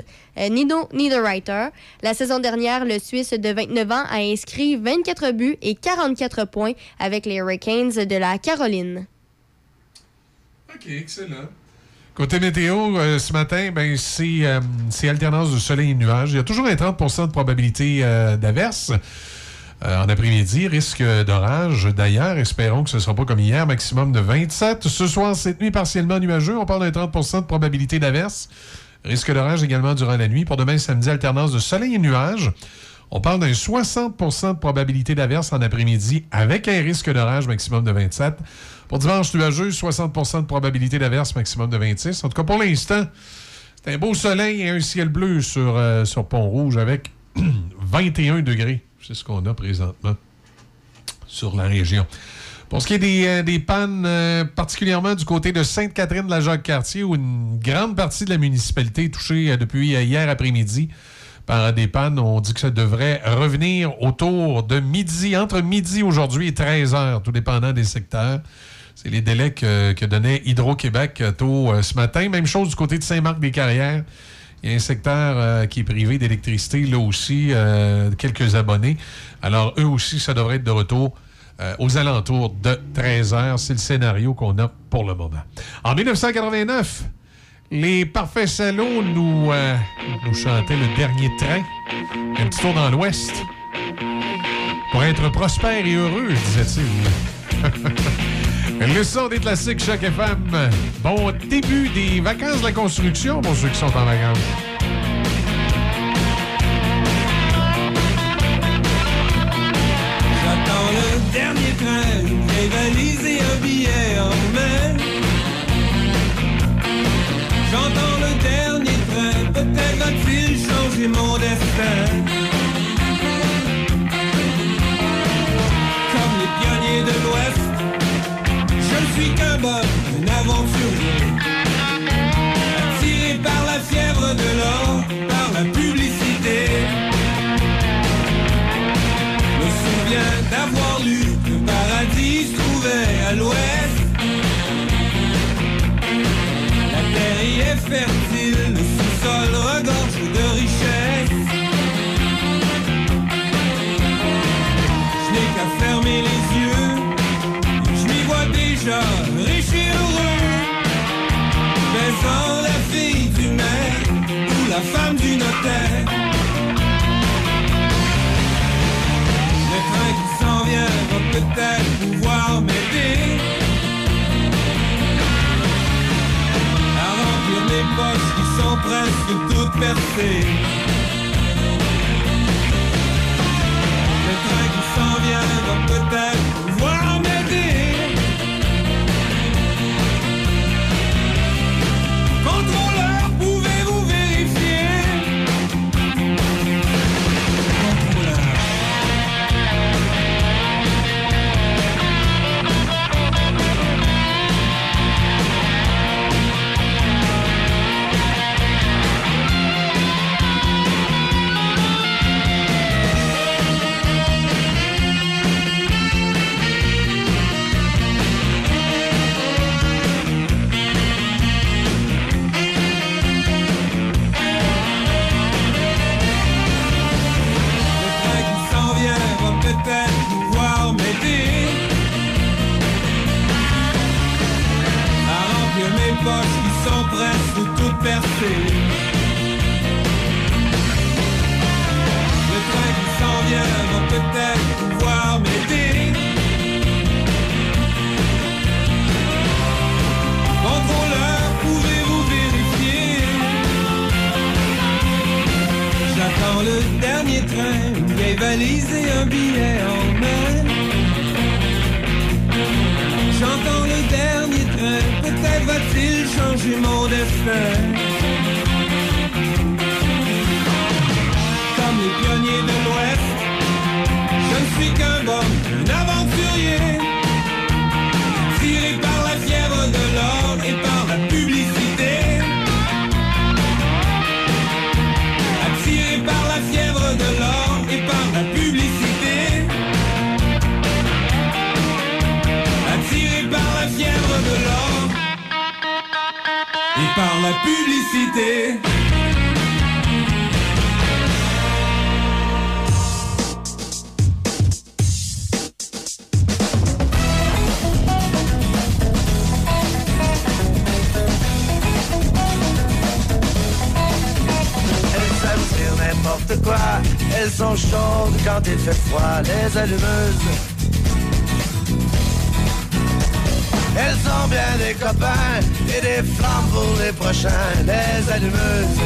La saison dernière, le Suisse de 29 ans a inscrit 24 buts et 44 points avec les Hurricanes de la Caroline. OK, excellent. Côté météo, ce matin, c'est alternance de soleil et nuages. Il y a toujours un 30 de probabilité d'averse. En après-midi, risque d'orage. D'ailleurs, espérons que ce ne sera pas comme hier, maximum de 27. Ce soir, cette nuit, partiellement nuageux. On parle d'un 30 de probabilité d'averse. Risque d'orage également durant la nuit. Pour demain, samedi, alternance de soleil et nuages. On parle d'un 60 de probabilité d'averse en après-midi avec un risque d'orage maximum de 27. Pour dimanche nuageux, 60 de probabilité d'averse maximum de 26. En tout cas, pour l'instant, c'est un beau soleil et un ciel bleu sur Pont-Rouge avec 21 degrés. C'est ce qu'on a présentement sur la région. Pour ce qui est des pannes, particulièrement du côté de Sainte-Catherine de la Jacques-Cartier, où une grande partie de la municipalité est touchée depuis hier après-midi par des pannes, on dit que ça devrait revenir autour de midi, entre midi aujourd'hui et 13h, tout dépendant des secteurs. C'est les délais que donnait Hydro-Québec tôt ce matin. Même chose du côté de Saint-Marc-des-Carrières. Il y a un secteur qui est privé d'électricité, là aussi, quelques abonnés. Alors, eux aussi, ça devrait être de retour aux alentours de 13h. C'est le scénario qu'on a pour le moment. En 1989, Les Parfaits Salauds nous chantaient Le Dernier Train. Un petit tour dans l'Ouest. Pour être prospère et heureux, disait-il. Le son des classiques Choc FM. Bon début des vacances de la construction pour ceux qui sont en vacances. J'attends le dernier train, une vieille valise et un billet en main. J'entends le dernier train, peut-être va-t-il changer mon destin. Comme les pionniers de l'Ouest, je ne suis qu'un bon, un aventurier. Attiré par la fièvre de l'or, par la publicité. Je me souviens d'avoir lu que le paradis se trouvait à l'Ouest. La terre y est fertile, le sous-sol regorge de richesses. Je n'ai qu'à fermer les yeux, je m'y vois déjà riche et heureux, baisant la fille du maire ou la femme du notaire. Le train qui s'en vient va peut-être pouvoir m'aider à remplir mes poches qui sont presque toutes percées. Le train qui s'en vient va peut-être pouvoir m'aider. Contrôleur, pouvez-vous vérifier? Peut-être pouvoir m'aider à remplir mes poches qui sont presque toutes percées. Le train qui s'en vient va peut-être pouvoir m'aider. Contrôleur, pouvez-vous vérifier? J'attends le dernier train, une vieille valise et un billet en main. J'entends le dernier train, peut-être va-t-il changer mon destin. Comme les pionniers de l'Ouest, je ne suis qu'un bon, un aventurier. Tiré par la fièvre de l'or et par la publicité. Attiré par la fièvre de l'or et par la publicité. Attiré par la fièvre de l'or et par la publicité. N'importe quoi, elles sont chaudes quand il fait froid, les allumeuses. Elles ont bien des copains et des flammes pour les prochains, les allumeuses.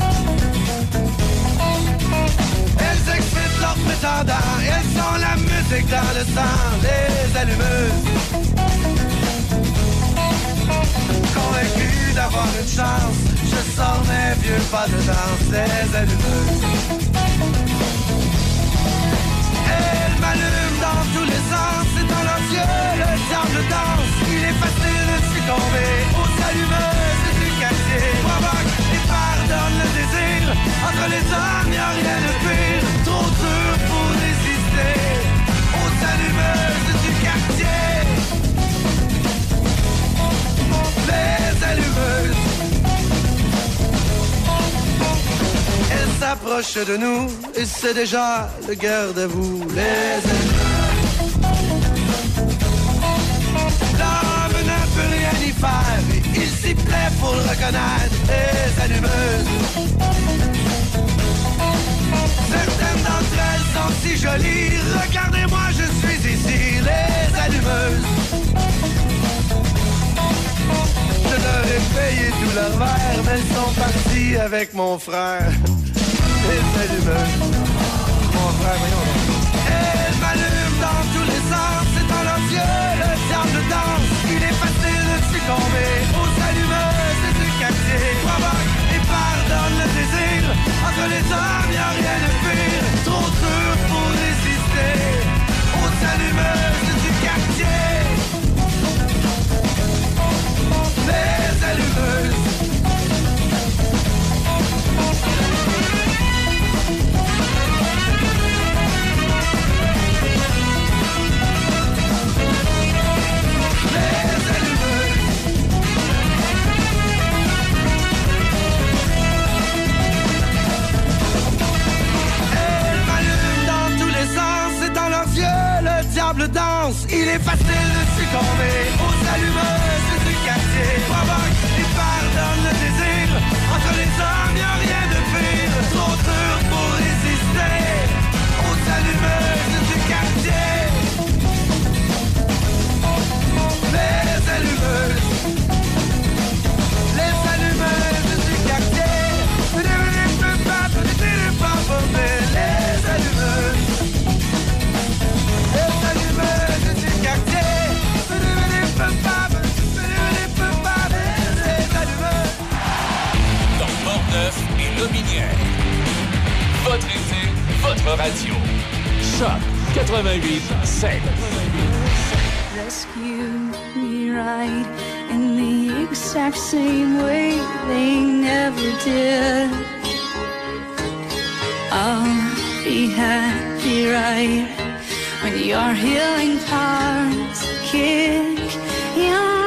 Elles excitent leurs prétendants, elles sont la musique dans le sang, les allumeuses. Convaincu d'avoir une chance, je sors mes vieux pas de danse, les allumeuses. Elles m'allument dans tous les sens, c'est dans leurs yeux le diable danse. Il est facile de succomber aux allumeuses du quartier. Provoque et pardonne le désir, entre les hommes y'a rien de pire. Trop dur pour résister aux allumeuses du quartier. Les allumeuses. Elles s'approchent de nous et c'est déjà le garde-à-vous. Les allumeuses. L'homme ne peut rien y faire, il s'y assez près pour le reconnaître, les allumeuses. Certaines d'entre elles sont si jolies, regardez-moi, je suis ici, les allumeuses. Je leur ai payé tout leur verre, mais elles sont parties avec mon frère. Les allumeuses. Mon frère, voyons donc. Elles m'allument dans tous les sens, c'est dans leurs yeux, le diable danse. Il est facile de succomber aux allumeuses du quartier. Provoque et pardonne le désir. Entre les hommes, y'a rien de pire. Trop dur pour résister aux allumeuses du quartier. Les allumeuses. Danse, il est facile de succomber aux allumeuses du quartier. Provoque et pardonne le désir. Entre les hommes, y'a rien de pire. Trop dur pour résister aux allumeuses du quartier. Les allumeuses. Les allumeuses du quartier. Les allumeuses. Dans Port-Neuf et Lotbinière. Votre été, votre radio. Choc 88.7. Rescue me right in the exact same way they never did. I'll be happy right when your healing parts kick in.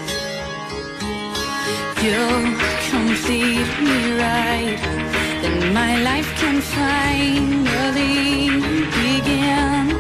You'll complete me right, then my life can finally begin.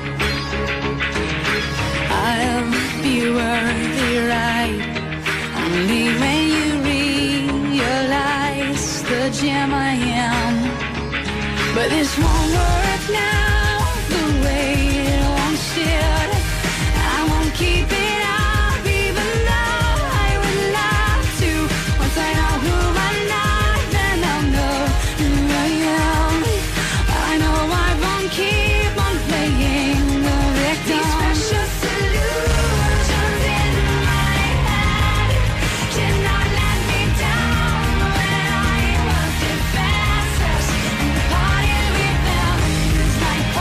I'll be worthy right, only when you realize the gem I am. But this won't work now the way it once did. I won't keep it up even though I would love to. Once I know who I'm not, then I'll know who I am. I know I won't keep on playing the victim. These precious illusions in my head did not let me down when I was defenseless and parted with them. It's like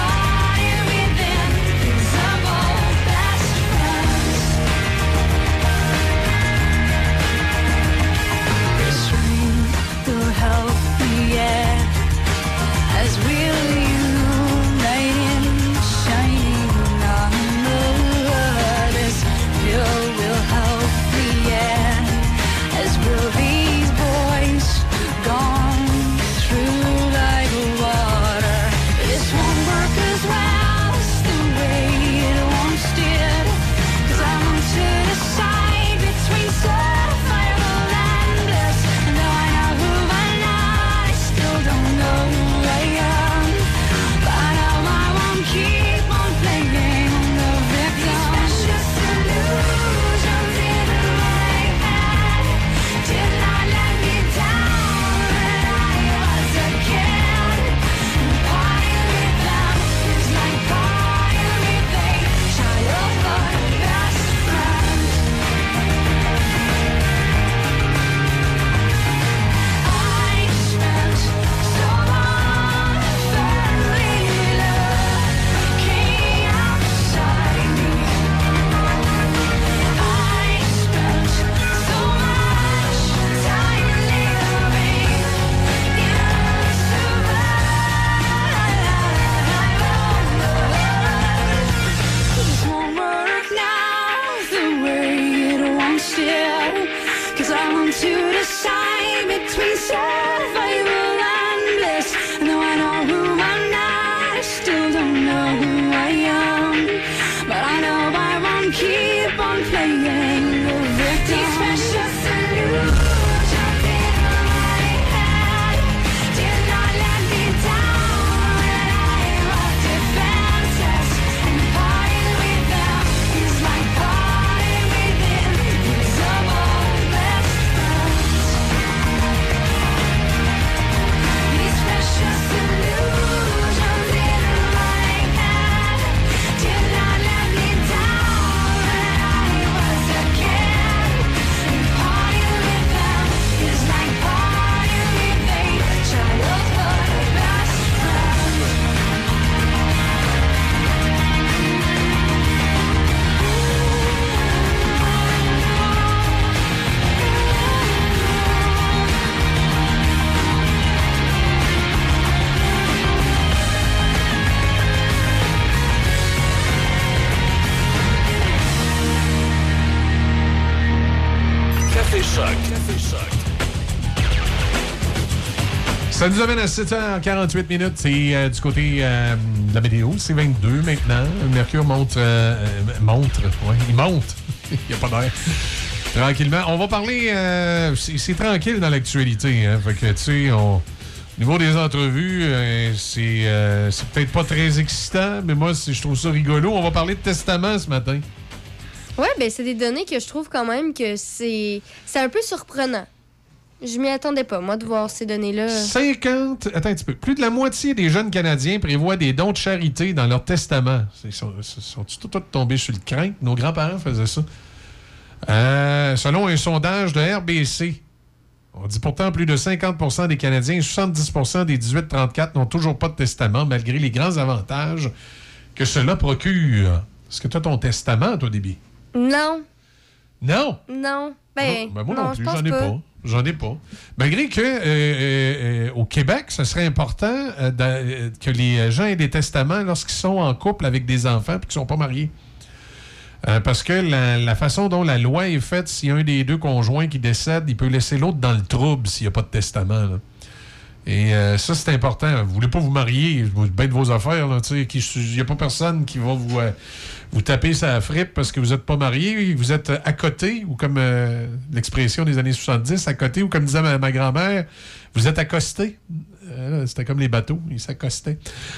Ça nous amène à 7h48 minutes. C'est du côté de la météo. C'est 22 maintenant. Le mercure monte. Ouais, il monte. Il n'y a pas d'air. Tranquillement. On va parler... c'est tranquille dans l'actualité. Hein? Fait que, tu sais, au niveau des entrevues, c'est peut-être pas très excitant, mais moi, je trouve ça rigolo. On va parler de testament ce matin. Ouais, ben c'est des données que je trouve quand même que c'est un peu surprenant. Je m'y attendais pas, moi, de voir ces données-là. Attends un petit peu. Plus de la moitié des jeunes Canadiens prévoient des dons de charité dans leur testament. Sont-ils tous tombés sur le crin? Nos grands-parents faisaient ça. Selon un sondage de RBC, on dit pourtant plus de 50% des Canadiens et 70% des 18-34 n'ont toujours pas de testament, malgré les grands avantages que cela procure. Est-ce que tu as ton testament, toi, Déby? Non. Non? Non. Ben, moi non plus, j'en ai pas. Malgré que au Québec, ce serait important que les gens aient des testaments lorsqu'ils sont en couple avec des enfants et qu'ils ne sont pas mariés. Parce que la façon dont la loi est faite, s'il y a un des deux conjoints qui décède, il peut laisser l'autre dans le trouble s'il n'y a pas de testament. Là. Et ça, c'est important. Vous ne voulez pas vous marier, bien de vos affaires. Il n'y a pas personne qui va vous taper sa frippe parce que vous n'êtes pas marié. Vous êtes à côté, ou comme l'expression des années 70, à côté, ou comme disait ma grand-mère, vous êtes accosté. C'était comme les bateaux, ils s'accostaient.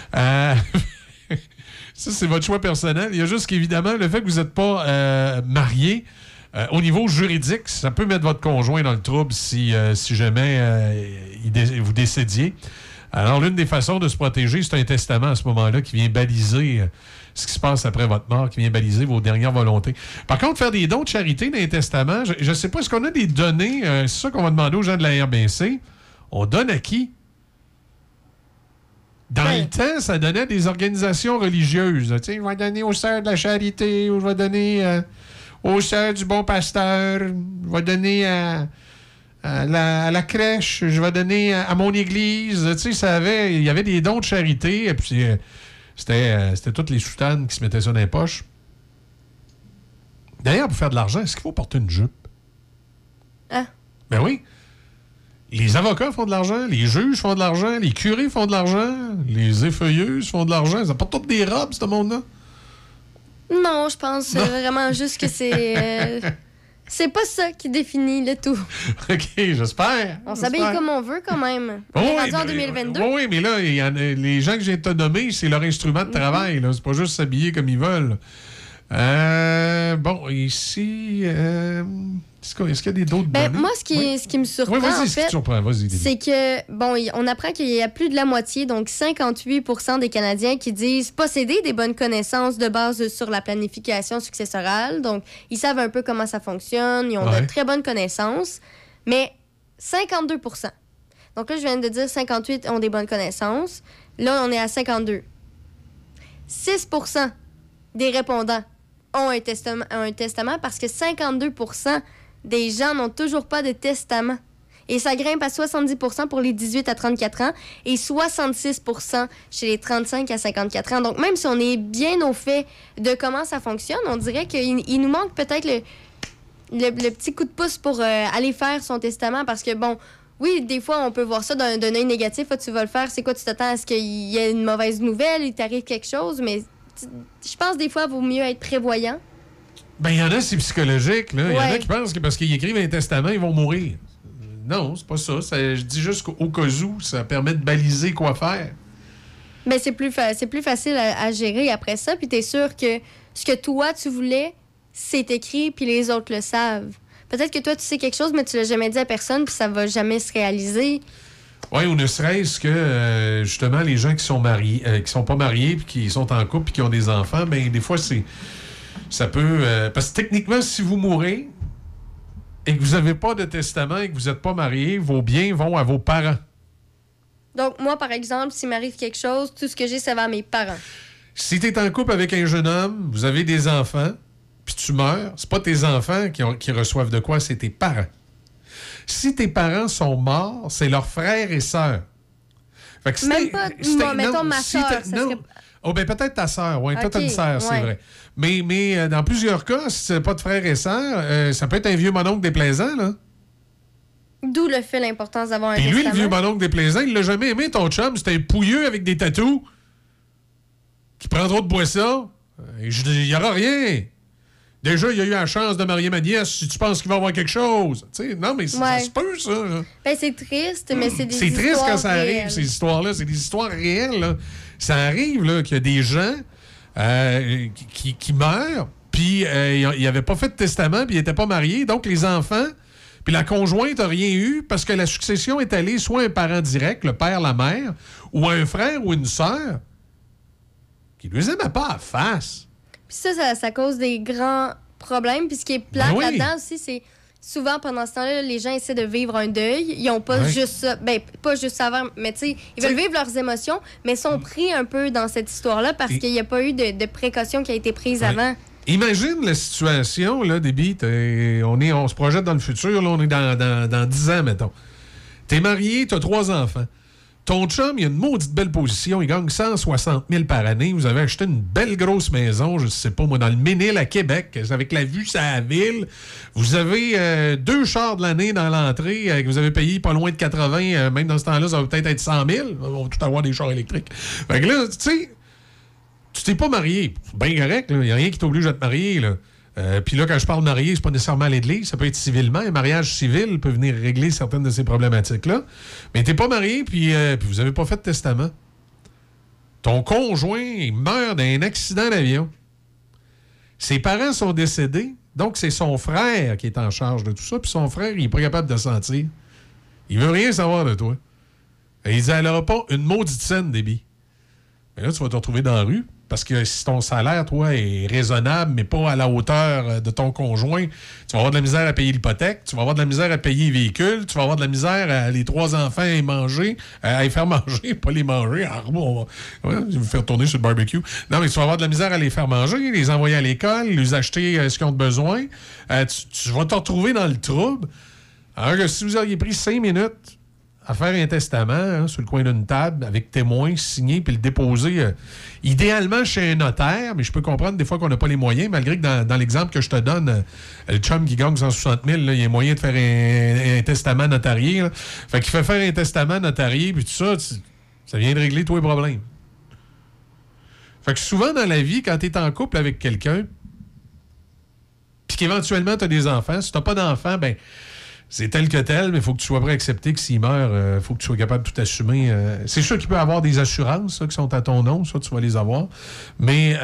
Ça, c'est votre choix personnel. Il y a juste qu'évidemment, le fait que vous n'êtes pas marié, au niveau juridique, ça peut mettre votre conjoint dans le trouble si jamais vous décédiez. Alors, l'une des façons de se protéger, c'est un testament à ce moment-là qui vient baliser ce qui se passe après votre mort, qui vient baliser vos dernières volontés. Par contre, faire des dons de charité dans les testaments, je ne sais pas, est-ce qu'on a des données? C'est ça qu'on va demander aux gens de la RBC. On donne à qui? Dans le temps, ça donnait à des organisations religieuses. Tu sais, je vais donner aux Sœurs de la Charité, ou je vais donner aux Sœurs du Bon Pasteur, je vais donner à la crèche, je vais donner à mon église. Tu sais, il y avait des dons de charité, et puis c'était toutes les soutanes qui se mettaient ça dans les poches. D'ailleurs, pour faire de l'argent, est-ce qu'il faut porter une jupe? Ah. Ben oui. Les avocats font de l'argent, les juges font de l'argent, les curés font de l'argent, les effeuilleuses font de l'argent. Ça porte toutes des robes, ce monde-là? Non, je pense vraiment juste que c'est... c'est pas ça qui définit le tout. OK, j'espère. On s'habille comme on veut, quand même. On est rendu en 2022. Oui, mais là, les gens que j'ai te nommés, c'est leur instrument de travail. Là. C'est pas juste s'habiller comme ils veulent. Bon, ici... Est-ce qu'il y a d'autres données? Moi, ce qui me surprend, en fait, c'est que, bon, on apprend qu'il y a plus de la moitié, donc 58% des Canadiens qui disent posséder des bonnes connaissances de base sur la planification successorale. Donc, ils savent un peu comment ça fonctionne, ils ont de très bonnes connaissances, mais 52%. Donc là, je viens de dire 58 ont des bonnes connaissances. Là, on est à 52. 6% des répondants ont un testament parce que 52% des gens n'ont toujours pas de testament. Et ça grimpe à 70% pour les 18 à 34 ans et 66% chez les 35 à 54 ans. Donc, même si on est bien au fait de comment ça fonctionne, on dirait qu'il nous manque peut-être le petit coup de pouce pour aller faire son testament parce que, bon, oui, des fois, on peut voir ça d'un œil négatif. Tu vas le faire, c'est quoi? Tu t'attends à ce qu'il y ait une mauvaise nouvelle, il t'arrive quelque chose, mais je pense des fois, il vaut mieux être prévoyant. Ben, il y en a, c'est psychologique. Là. Il y en a qui pensent que parce qu'ils écrivent un testament, ils vont mourir. Non, c'est pas ça. Je dis juste qu'au cas où, ça permet de baliser quoi faire. Ben, c'est plus facile à gérer après ça. Puis t'es sûr que ce que toi, tu voulais, c'est écrit, puis les autres le savent. Peut-être que toi, tu sais quelque chose, mais tu l'as jamais dit à personne, puis ça va jamais se réaliser. Oui, ou ne serait-ce que, justement, les gens qui sont mariés, qui sont pas mariés, puis qui sont en couple, puis qui ont des enfants, ben des fois, ça peut... parce que techniquement, si vous mourrez et que vous n'avez pas de testament et que vous n'êtes pas marié, vos biens vont à vos parents. Donc, moi, par exemple, s'il m'arrive quelque chose, tout ce que j'ai, ça va à mes parents. Si tu es en couple avec un jeune homme, vous avez des enfants, puis tu meurs, c'est pas tes enfants qui reçoivent de quoi, c'est tes parents. Si tes parents sont morts, c'est leurs frères et sœurs. Fait que même pas, mettons ma sœur, ça serait... Oh, ben peut-être ta sœur, oui. Toi, t'as une sœur, c'est vrai. Mais dans plusieurs cas, si c'est pas de frères et sœurs, ça peut être un vieux mononcle déplaisant, là. D'où le fait l'importance d'avoir un Et lui, testament. le vieux mononcle déplaisant, il l'a jamais aimé, ton chum. C'était un pouilleux avec des tatous qui prend trop de boissons. Il n'y aura rien. Déjà, il a eu la chance de marier ma nièce. Si tu penses qu'il va y avoir quelque chose. T'sais, non, mais ça se peut, ça. Ben, c'est triste, mais c'est des C'est histoires triste quand ça réelles. arrive, ces histoires-là. C'est des histoires réelles. Là. Ça arrive là, qu'il y a des gens qui meurent, puis ils n'avaient pas fait de testament, puis ils n'étaient pas mariés. Donc, les enfants, puis la conjointe n'a rien eu parce que la succession est allée soit à un parent direct, le père, la mère, ou à un frère ou une sœur qui ne les aimait pas à face. Puis ça cause des grands problèmes. Puis ce qui est plate Ben oui. là-dedans aussi, c'est souvent pendant ce temps-là, les gens essaient de vivre un deuil. Ils n'ont pas juste ça. Ben, pas juste ça avant, mais tu sais, ils veulent vivre leurs émotions, mais sont pris un peu dans cette histoire-là parce qu'il n'y a pas eu de précaution qui a été prise avant. Imagine la situation, là, Déby. On se projette dans le futur. Là, on est dans 10 ans, mettons. T'es marié, t'as 3 enfants. Ton chum, il a une maudite belle position. Il gagne 160 000 par année. Vous avez acheté une belle grosse maison, je sais pas moi, dans le Ménil à Québec, avec la vue sur la ville. Vous avez 2 chars de l'année dans l'entrée que vous avez payé pas loin de 80. Même dans ce temps-là, ça va peut-être être 100 000. On va tout avoir des chars électriques. Fait que là, tu sais, tu t'es pas marié. C'est bien correct. Il n'y a rien qui t'oblige à te marier, là. Puis là, quand je parle marié, c'est pas nécessairement à l'Église, ça peut être civilement. Un mariage civil peut venir régler certaines de ces problématiques-là. Mais t'es pas marié, puis vous avez pas fait de testament. Ton conjoint il meurt d'un accident d'avion. Ses parents sont décédés, donc c'est son frère qui est en charge de tout ça, puis son frère, il est pas capable de sentir. Il veut rien savoir de toi. Et il dit, elle aura pas une maudite scène, Déby. Mais là, tu vas te retrouver dans la rue. Parce que si ton salaire, toi, est raisonnable, mais pas à la hauteur de ton conjoint, tu vas avoir de la misère à payer l'hypothèque, tu vas avoir de la misère à payer les véhicules, tu vas avoir de la misère à les 3 enfants à manger, à les faire manger, pas les manger. Je vais vous faire tourner sur le barbecue. Non, mais tu vas avoir de la misère à les faire manger, les envoyer à l'école, les acheter ce qu'ils ont besoin. Tu vas te retrouver dans le trouble. Alors que si vous auriez pris 5 minutes à faire un testament sur le coin d'une table avec témoin, signé, puis le déposer idéalement chez un notaire, mais je peux comprendre des fois qu'on n'a pas les moyens, malgré que dans l'exemple que je te donne, le chum qui gagne 160 000, là, il y a moyen de faire un testament notarié. Là. Fait qu'il fait faire un testament notarié, puis tout ça, ça vient de régler tous les problèmes. Fait que souvent dans la vie, quand tu es en couple avec quelqu'un, puis qu'éventuellement tu as des enfants, si tu n'as pas d'enfants, ben c'est tel que tel, mais il faut que tu sois prêt à accepter que s'il meurt, il faut que tu sois capable de tout assumer. C'est sûr qu'il peut y avoir des assurances qui sont à ton nom, ça, tu vas les avoir. Mais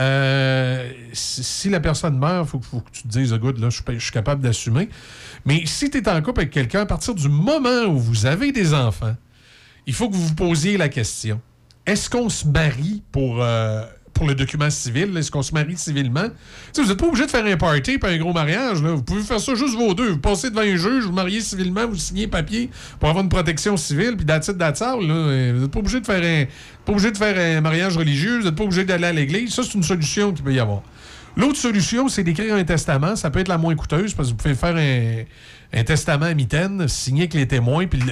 si la personne meurt, il faut que tu te dises, good, là, je suis capable d'assumer. Mais si tu es en couple avec quelqu'un, à partir du moment où vous avez des enfants, il faut que vous vous posiez la question. Est-ce qu'on se marie pour le document civil? Est-ce qu'on se marie civilement? T'sais, vous n'êtes pas obligé de faire un party et un gros mariage. Là. Vous pouvez faire ça juste vos deux. Vous passez devant un juge, vous mariez civilement, vous signez papier pour avoir une protection civile, puis that's it, that's all, là. Vous n'êtes pas obligé de faire un mariage religieux, vous n'êtes pas obligé d'aller à l'église. Ça, c'est une solution qu'il peut y avoir. L'autre solution, c'est d'écrire un testament. Ça peut être la moins coûteuse parce que vous pouvez faire un testament à mitaine, signer avec les témoins, puis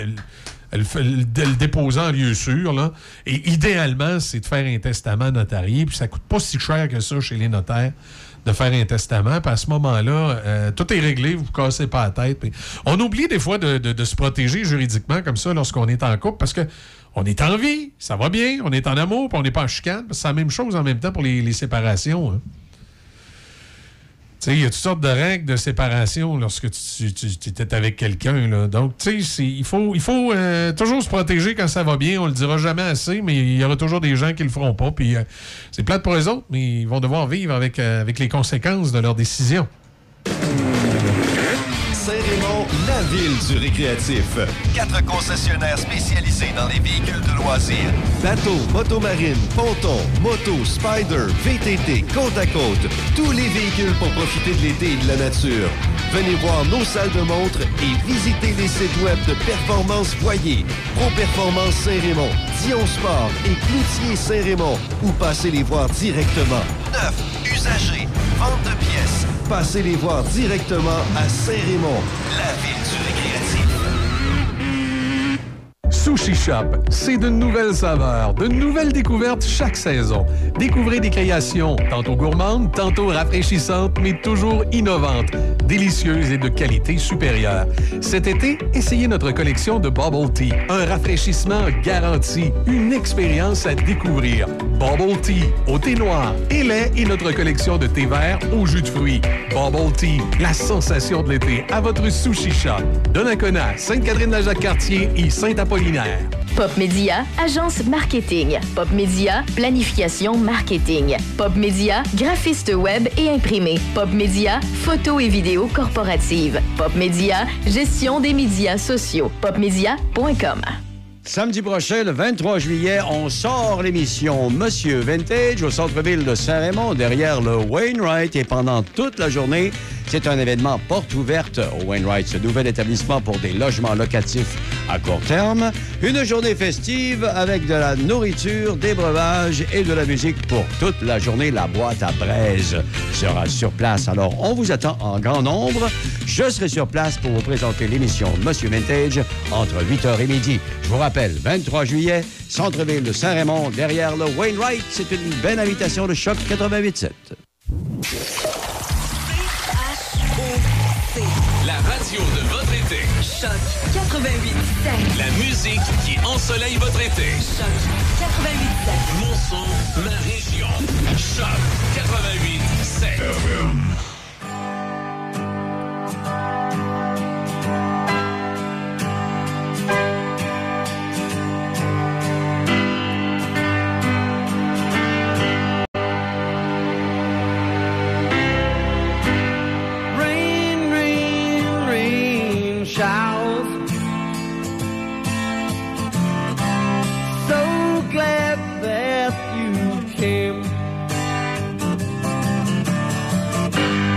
le déposer en lieu sûr. Là. Et idéalement, c'est de faire un testament notarié. Puis ça coûte pas si cher que ça chez les notaires de faire un testament. Puis à ce moment-là, tout est réglé, vous ne vous cassez pas la tête. Puis on oublie des fois de se protéger juridiquement comme ça lorsqu'on est en couple parce que on est en vie, ça va bien, on est en amour, puis on n'est pas en chicane. C'est la même chose en même temps pour les séparations. Hein. Il y a toutes sortes de règles de séparation lorsque tu es avec quelqu'un. Là. Donc, il faut toujours se protéger quand ça va bien. On le dira jamais assez, mais il y aura toujours des gens qui le feront pas. Puis c'est plate pour eux autres, mais ils vont devoir vivre avec les conséquences de leurs décisions. Saint-Raymond, la ville du récréatif. 4 concessionnaires spécialisés dans les véhicules de loisirs. Bateaux, motomarine, pontons, moto, spider, VTT, côte à côte. Tous les véhicules pour profiter de l'été et de la nature. Venez voir nos salles de montre et visitez les sites web de Performance Voyer, Pro Performance Saint-Raymond, Dion Sport et Cloutier Saint-Raymond. Ou passez les voir directement. Neuf, usagers, vente de pièces. Passez les voir directement à Saint-Raymond, la ville du récréatif. Sushi Shop, c'est de nouvelles saveurs, de nouvelles découvertes chaque saison. Découvrez des créations, tantôt gourmandes, tantôt rafraîchissantes, mais toujours innovantes, délicieuses et de qualité supérieure. Cet été, essayez notre collection de Bubble Tea. Un rafraîchissement garanti, une expérience à découvrir. Bubble Tea, au thé noir et lait et notre collection de thé vert au jus de fruits. Bubble Tea, la sensation de l'été à votre Sushi Shop. Donnacona, Sainte-Catherine-la-Jacques-Cartier et Saint-Apollinaire. Pop Média, agence marketing. Pop Média, planification marketing. Pop Média, graphiste web et imprimé. Pop Média, photo et vidéo corporative. Pop Média, gestion des médias sociaux. popmedia.com. Samedi prochain, le 23 juillet, on sort l'émission Monsieur Vintage au centre-ville de Saint-Raymond, derrière le Wainwright. Et pendant toute la journée, c'est un événement porte ouverte au Wainwright, ce nouvel établissement pour des logements locatifs à court terme. Une journée festive avec de la nourriture, des breuvages et de la musique pour toute la journée. La boîte à braise sera sur place. Alors, on vous attend en grand nombre. Je serai sur place pour vous présenter l'émission Monsieur Vintage entre 8h et midi. Je vous rappelle, 23 juillet, centre-ville de Saint-Raymond, derrière le Wainwright. C'est une belle invitation de Choc 88.7. La radio de votre été. Choc 88.7. La musique qui ensoleille votre été. Choc 88.7. Mon son, ma région. Choc 88.7. Showers. So glad that you came.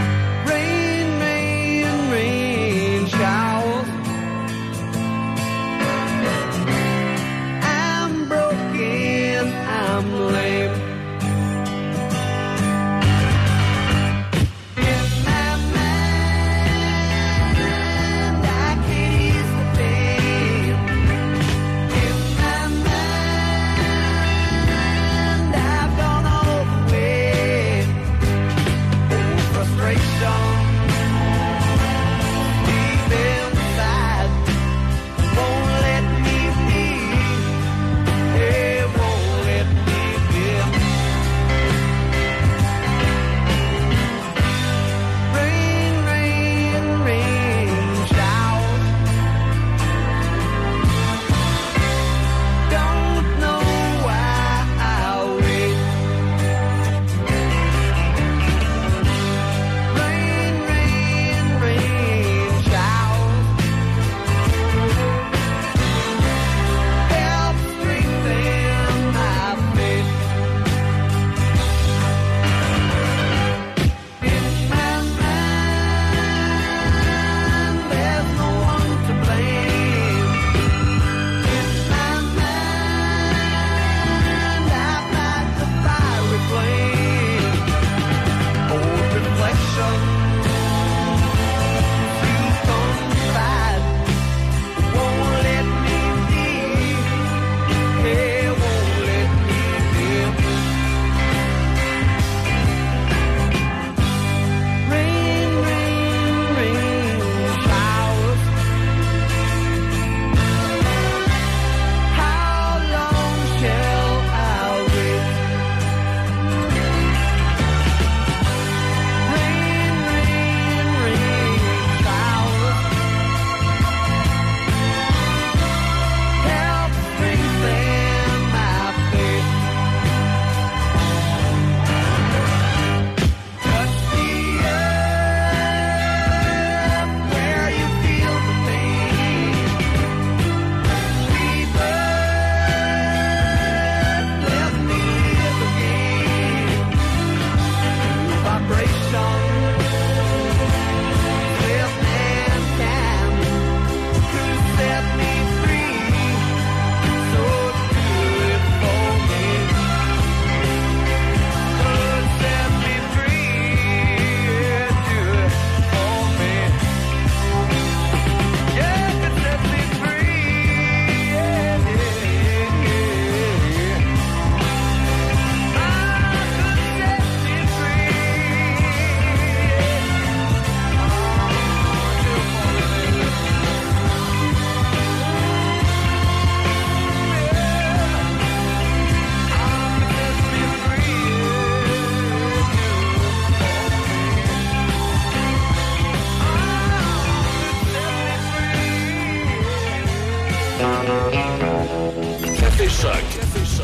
Café Choc. Café Choc.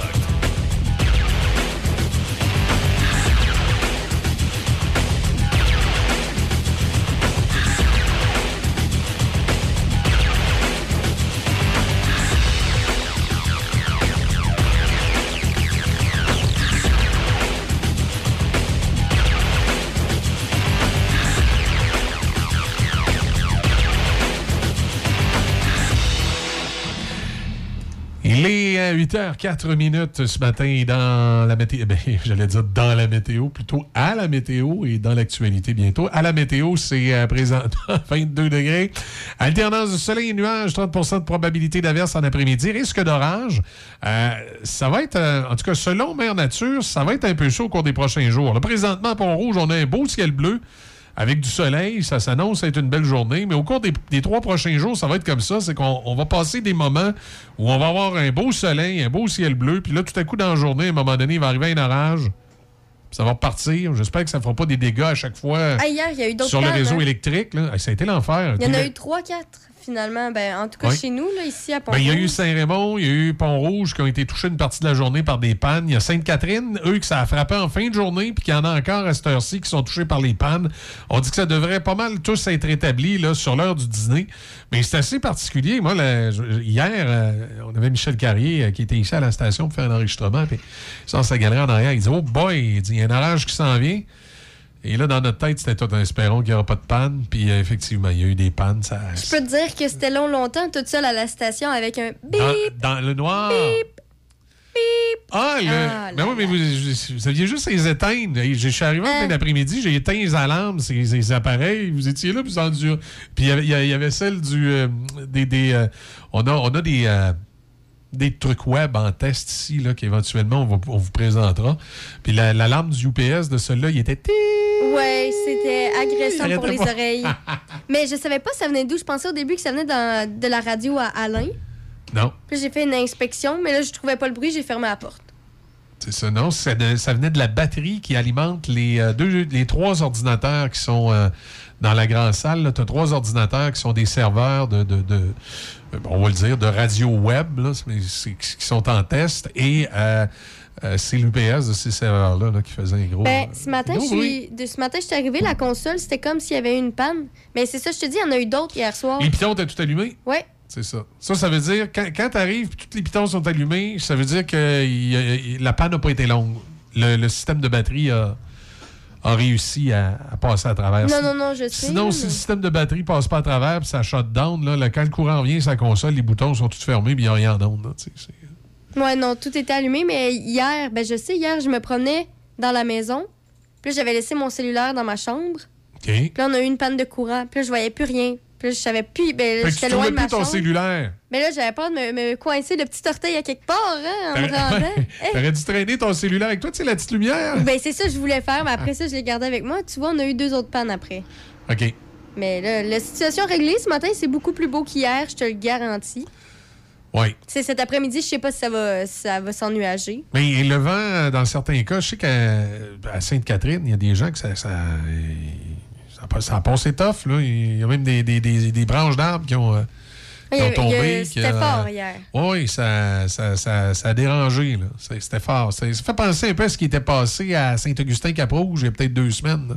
Il est 8h04 ce matin dans la météo. J'allais dire dans la météo, plutôt à la météo et dans l'actualité bientôt. À la météo, c'est présentement 22 degrés. Alternance de soleil et nuages, 30% de probabilité d'averse en après-midi. Risque d'orage. Ça va être, en tout cas, selon Mère Nature, ça va être un peu chaud au cours des prochains jours. Là, présentement, à Pont-Rouge, on a un beau ciel bleu. Avec du soleil, ça s'annonce être une belle journée. Mais au cours des 3 prochains jours, ça va être comme ça. C'est qu'on va passer des moments où on va avoir un beau soleil, un beau ciel bleu. Puis là, tout à coup, dans la journée, à un moment donné, il va arriver un orage. Puis ça va repartir. J'espère que ça ne fera pas des dégâts à chaque fois hier, il y a eu d'autres sur le réseau hein? électrique. Là. Ça a été l'enfer. Il y en a eu 3-4, finalement. En tout cas, chez nous, là, ici à Pont-Rouge. Il y a eu Saint-Raymond, il y a eu Pont-Rouge qui ont été touchés une partie de la journée par des pannes. Il y a Sainte-Catherine, eux, que ça a frappé en fin de journée, puis qu'il y en a encore à cette heure-ci qui sont touchés par les pannes. On dit que ça devrait pas mal tous être rétabli là, sur l'heure du dîner. Mais c'est assez particulier. Moi, hier, on avait Michel Carrier qui était ici à la station pour faire un enregistrement. Puis, sans sa galerie en arrière, il dit « Oh boy, il y a un orage qui s'en vient. » Et là, dans notre tête, c'était tout un espérons qu'il n'y aura pas de panne. Puis effectivement, il y a eu des pannes. Je peux te dire que c'était longtemps, toute seule à la station avec un bip. Dans le noir. Bip. Bip. Ben oui, mais vous aviez juste à les éteindre. Je suis arrivé en fin d'après-midi, j'ai éteint les alarmes, ces appareils. Vous étiez là, puis vous en durez. Puis il y avait celle on a des trucs web en test ici, là, qu'éventuellement, on vous présentera. Puis l'alarme du UPS de celui-là, il était... Ouais, c'était agressant pour les oreilles. Mais je savais pas ça venait d'où. Je pensais au début que ça venait de la radio à Alain. Non. Puis j'ai fait une inspection, mais là, je trouvais pas le bruit, j'ai fermé la porte. C'est ça, non? Ça venait de la batterie qui alimente les 3 ordinateurs qui sont dans la grande salle. Tu as 3 ordinateurs qui sont des serveurs on va le dire, de radio web, là, qui sont en test. Et c'est l'UPS de ces serveurs-là qui faisait un gros... ce matin, je suis arrivé, la console, c'était comme s'il y avait eu une panne. Mais c'est ça, je te dis, il y en a eu d'autres hier soir. Les pitons, t'as tout allumé? Oui. C'est ça. Ça veut dire, quand tu arrives et tous les pitons sont allumés, ça veut dire que la panne n'a pas été longue. Le système de batterie a réussi à passer à travers. Non, je sais. Sinon, si le système de batterie passe pas à travers puis ça shut down, là, quand le courant vient sur la console, les boutons sont tous fermés puis il n'y a rien d'onde. Ouais, non, tout était allumé, mais hier, hier, je me promenais dans la maison. Puis j'avais laissé mon cellulaire dans ma chambre. OK. Puis là, on a eu une panne de courant. Puis là, je voyais plus rien. Puis là, je savais plus. J'étais loin de ma chambre. Tu trouvais plus ton cellulaire. Mais là, j'avais peur de me coincer le petit orteil à quelque part, hein, en me rendant. T'aurais dû traîner ton cellulaire avec toi, tu sais, la petite lumière. C'est ça que je voulais faire, mais après ça, je l'ai gardé avec moi. Tu vois, on a eu 2 autres pannes après. OK. Mais là, la situation réglée ce matin, c'est beaucoup plus beau qu'hier, je te le garantis. Oui. C'est cet après-midi, je sais pas si ça va s'ennuager. Mais le vent, dans certains cas, je sais qu'à Sainte-Catherine, il y a des gens que ça a passé tough, là. Il y a même des branches d'arbres qui ont tombé. C'était fort hier. Oui, ça a dérangé, là. C'était fort. Ça fait penser un peu à ce qui était passé à Saint-Augustin-Cap-Rouge il y a peut-être 2 semaines, là.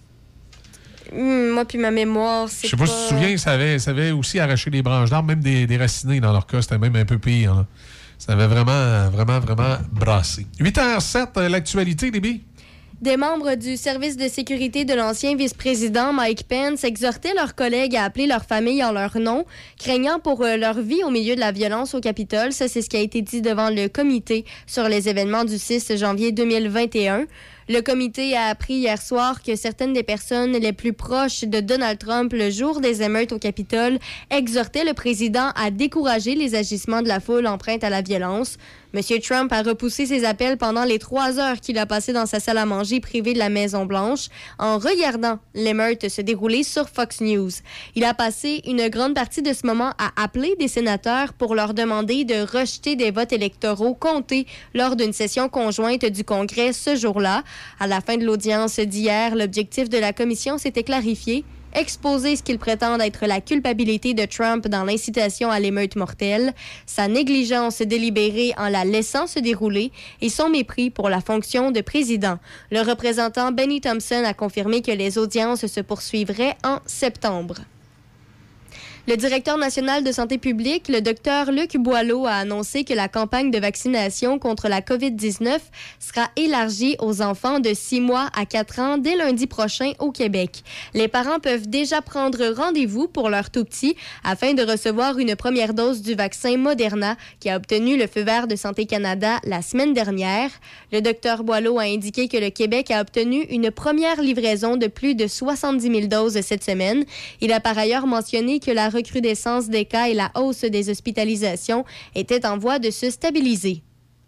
Moi puis ma mémoire, c'est je sais pas si tu te souviens, ça avait aussi arraché des branches d'arbres, même des racinés dans leur cas. C'était même un peu pire, là. Ça avait vraiment, vraiment, vraiment brassé. 8h07, l'actualité, Déby? Des membres du service de sécurité de l'ancien vice-président Mike Pence exhortaient leurs collègues à appeler leur famille en leur nom, craignant pour leur vie au milieu de la violence au Capitole. Ça, c'est ce qui a été dit devant le comité sur les événements du 6 janvier 2021. Le comité a appris hier soir que certaines des personnes les plus proches de Donald Trump le jour des émeutes au Capitole exhortaient le président à décourager les agissements de la foule empreinte à la violence. M. Trump a repoussé ses appels pendant les 3 heures qu'il a passées dans sa salle à manger privée de la Maison-Blanche en regardant l'émeute se dérouler sur Fox News. Il a passé une grande partie de ce moment à appeler des sénateurs pour leur demander de rejeter des votes électoraux comptés lors d'une session conjointe du Congrès ce jour-là. À la fin de l'audience d'hier, l'objectif de la commission s'était clarifié. exposer ce qu'ils prétendent être la culpabilité de Trump dans l'incitation à l'émeute mortelle, sa négligence délibérée en la laissant se dérouler et son mépris pour la fonction de président. Le représentant Benny Thompson a confirmé que les audiences se poursuivraient en septembre. Le directeur national de santé publique, le Dr Luc Boileau, a annoncé que la campagne de vaccination contre la COVID-19 sera élargie aux enfants de 6 mois à 4 ans dès lundi prochain au Québec. Les parents peuvent déjà prendre rendez-vous pour leurs tout-petits afin de recevoir une première dose du vaccin Moderna qui a obtenu le feu vert de Santé Canada la semaine dernière. Le Dr Boileau a indiqué que le Québec a obtenu une première livraison de plus de 70 000 doses cette semaine. Il a par ailleurs mentionné que la recrudescence des cas et la hausse des hospitalisations étaient en voie de se stabiliser.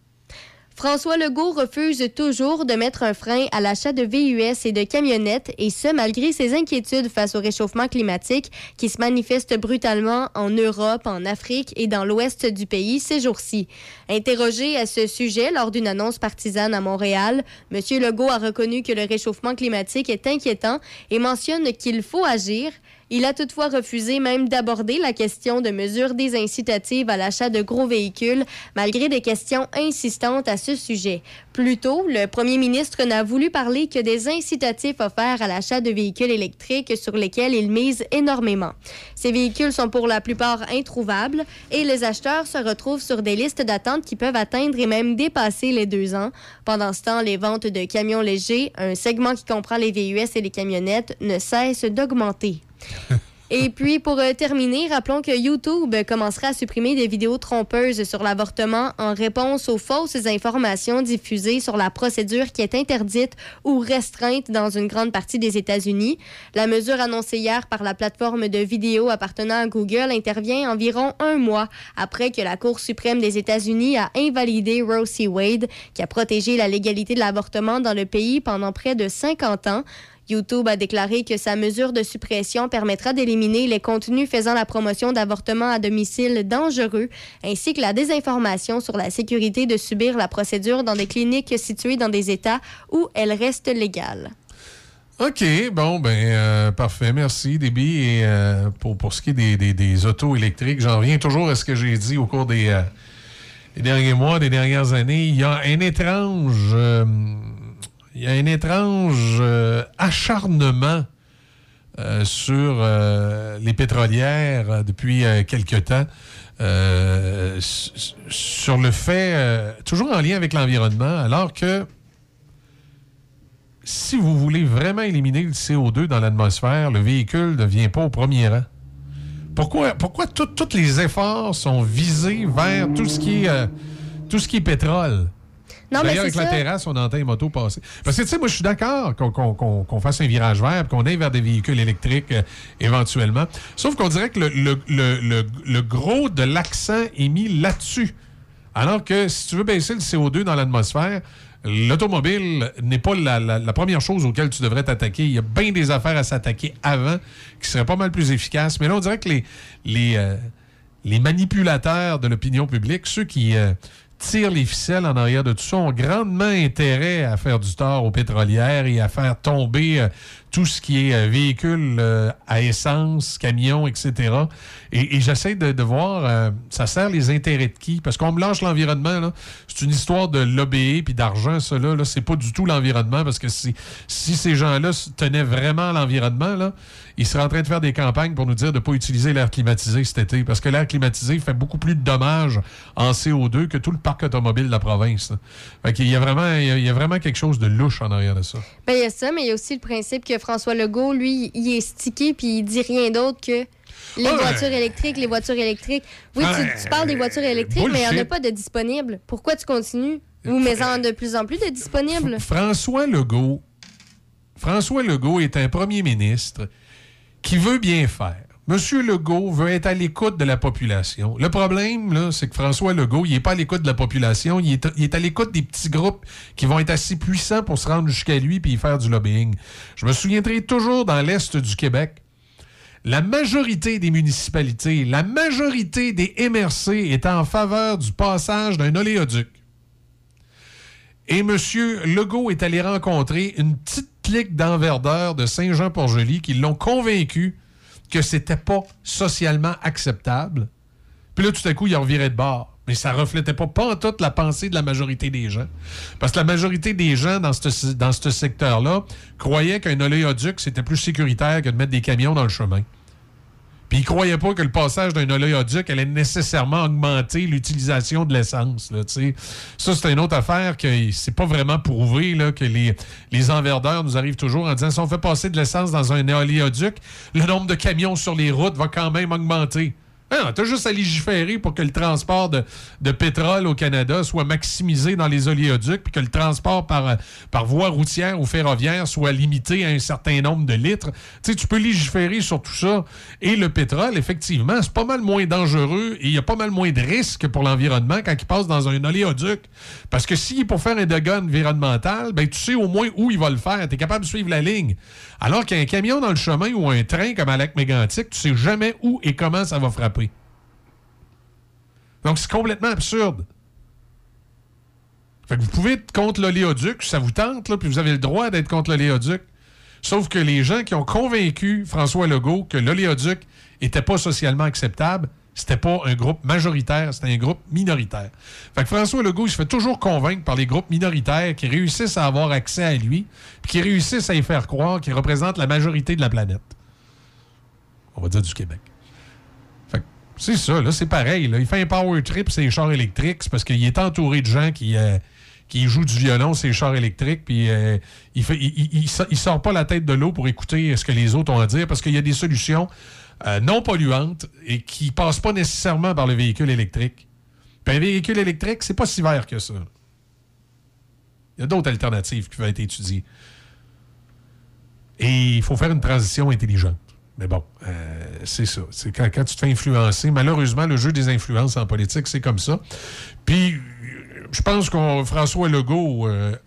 François Legault refuse toujours de mettre un frein à l'achat de VUS et de camionnettes, et ce, malgré ses inquiétudes face au réchauffement climatique qui se manifeste brutalement en Europe, en Afrique et dans l'ouest du pays ces jours-ci. Interrogé à ce sujet lors d'une annonce partisane à Montréal, M. Legault a reconnu que le réchauffement climatique est inquiétant et mentionne qu'il faut agir. Il a toutefois refusé même d'aborder la question de mesures désincitatives à l'achat de gros véhicules, malgré des questions insistantes à ce sujet. Plus tôt, le premier ministre n'a voulu parler que des incitatifs offerts à l'achat de véhicules électriques sur lesquels il mise énormément. Ces véhicules sont pour la plupart introuvables et les acheteurs se retrouvent sur des listes d'attente qui peuvent atteindre et même dépasser les 2 ans. Pendant ce temps, les ventes de camions légers, un segment qui comprend les VUS et les camionnettes, ne cessent d'augmenter. Et puis, pour terminer, rappelons que YouTube commencera à supprimer des vidéos trompeuses sur l'avortement en réponse aux fausses informations diffusées sur la procédure qui est interdite ou restreinte dans une grande partie des États-Unis. La mesure annoncée hier par la plateforme de vidéos appartenant à Google intervient environ 1 mois après que la Cour suprême des États-Unis a invalidé Roe v. Wade, qui a protégé la légalité de l'avortement dans le pays pendant près de 50 ans. YouTube a déclaré que sa mesure de suppression permettra d'éliminer les contenus faisant la promotion d'avortements à domicile dangereux, ainsi que la désinformation sur la sécurité de subir la procédure dans des cliniques situées dans des États où elle reste légale. OK, bon, parfait. Merci, Déby. Et pour ce qui est des autos électriques, j'en reviens toujours à ce que j'ai dit au cours des derniers mois, des dernières années. Il y a un étrange... acharnement sur les pétrolières depuis quelque temps, sur le fait, toujours en lien avec l'environnement, alors que si vous voulez vraiment éliminer le CO2 dans l'atmosphère, le véhicule ne vient pas au premier rang. Pourquoi tous les efforts sont visés vers tout ce qui est pétrole? Non, d'ailleurs, avec ça. la terrasse, on entend les motos passer. Parce que, tu sais, moi, je suis d'accord qu'on fasse un virage vert, qu'on aille vers des véhicules électriques éventuellement. Sauf qu'on dirait que le gros de l'accent est mis là-dessus. Alors que si tu veux baisser le CO2 dans l'atmosphère, l'automobile n'est pas la première chose auquel tu devrais t'attaquer. Il y a bien des affaires à s'attaquer avant qui seraient pas mal plus efficaces. Mais là, on dirait que les manipulateurs de l'opinion publique, ceux qui... tirent les ficelles en arrière de tout ça, ont grandement intérêt à faire du tort aux pétrolières et à faire tomber tout ce qui est véhicule à essence, camions, etc. Et j'essaie de voir, ça sert les intérêts de qui? Parce qu'on me lâche l'environnement, là. C'est une histoire de lobby puis d'argent, ça, là. C'est pas du tout l'environnement, parce que si ces gens-là tenaient vraiment l'environnement, là, ils seraient en train de faire des campagnes pour nous dire de ne pas utiliser l'air climatisé cet été, parce que l'air climatisé fait beaucoup plus de dommages en CO2 que tout le parc automobile de la province, là. Fait qu'il y a vraiment quelque chose de louche en arrière de ça. Bien, il y a ça, mais il y a aussi le principe que François Legault, lui, il est stické puis il dit rien d'autre que les voitures électriques. Oui, tu parles des voitures électriques, bullshit. Mais il n'y en a pas de disponibles. Pourquoi tu continues? Ou mais-en de plus en plus de disponibles? François Legault est un premier ministre qui veut bien faire. Monsieur Legault veut être à l'écoute de la population. Le problème, là, c'est que François Legault, il n'est pas à l'écoute de la population, il est à l'écoute des petits groupes qui vont être assez puissants pour se rendre jusqu'à lui et y faire du lobbying. Je me souviendrai toujours, dans l'Est du Québec, la majorité des municipalités, la majorité des MRC est en faveur du passage d'un oléoduc. Et M. Legault est allé rencontrer une petite clique d'enverdeur de Saint-Jean-Port-Joli qui l'ont convaincu que c'était pas socialement acceptable. Puis là, tout à coup, il a reviré de bord. Mais ça reflétait pas en toute la pensée de la majorité des gens. Parce que la majorité des gens dans ce secteur-là croyaient qu'un oléoduc, c'était plus sécuritaire que de mettre des camions dans le chemin. Puis ils croyaient pas que le passage d'un oléoduc allait nécessairement augmenter l'utilisation de l'essence. Là, ça, c'est une autre affaire que c'est pas vraiment prouvé là, que les enverdeurs nous arrivent toujours en disant si on fait passer de l'essence dans un oléoduc, le nombre de camions sur les routes va quand même augmenter. Non, t'as juste à légiférer pour que le transport de pétrole au Canada soit maximisé dans les oléoducs puis que le transport par voie routière ou ferroviaire soit limité à un certain nombre de litres. Tu sais, tu peux légiférer sur tout ça. Et le pétrole, effectivement, c'est pas mal moins dangereux et il y a pas mal moins de risques pour l'environnement quand il passe dans un oléoduc. Parce que s'il est pour faire un dégât environnemental, ben tu sais au moins où il va le faire. T'es capable de suivre la ligne. Alors qu'un camion dans le chemin ou un train comme à Lac-Mégantic, tu sais jamais où et comment ça va frapper. Donc, c'est complètement absurde. Fait que vous pouvez être contre l'oléoduc, ça vous tente, là, puis vous avez le droit d'être contre l'oléoduc. Sauf que les gens qui ont convaincu François Legault que l'oléoduc n'était pas socialement acceptable, c'était pas un groupe majoritaire, c'était un groupe minoritaire. Fait que François Legault, il se fait toujours convaincre par les groupes minoritaires qui réussissent à avoir accès à lui, puis qui réussissent à y faire croire qu'ils représentent la majorité de la planète. On va dire du Québec. C'est ça, là, c'est pareil. Là. Il fait un power trip, c'est les chars électriques, c'est parce qu'il est entouré de gens qui jouent du violon, ces chars électriques, puis il sort pas la tête de l'eau pour écouter ce que les autres ont à dire, parce qu'il y a des solutions non polluantes et qui passent pas nécessairement par le véhicule électrique. Puis un véhicule électrique, c'est pas si vert que ça. Il y a d'autres alternatives qui peuvent être étudiées. Et il faut faire une transition intelligente. Mais bon, c'est ça. C'est quand tu te fais influencer, malheureusement, le jeu des influences en politique, c'est comme ça. Puis, je pense que François Legault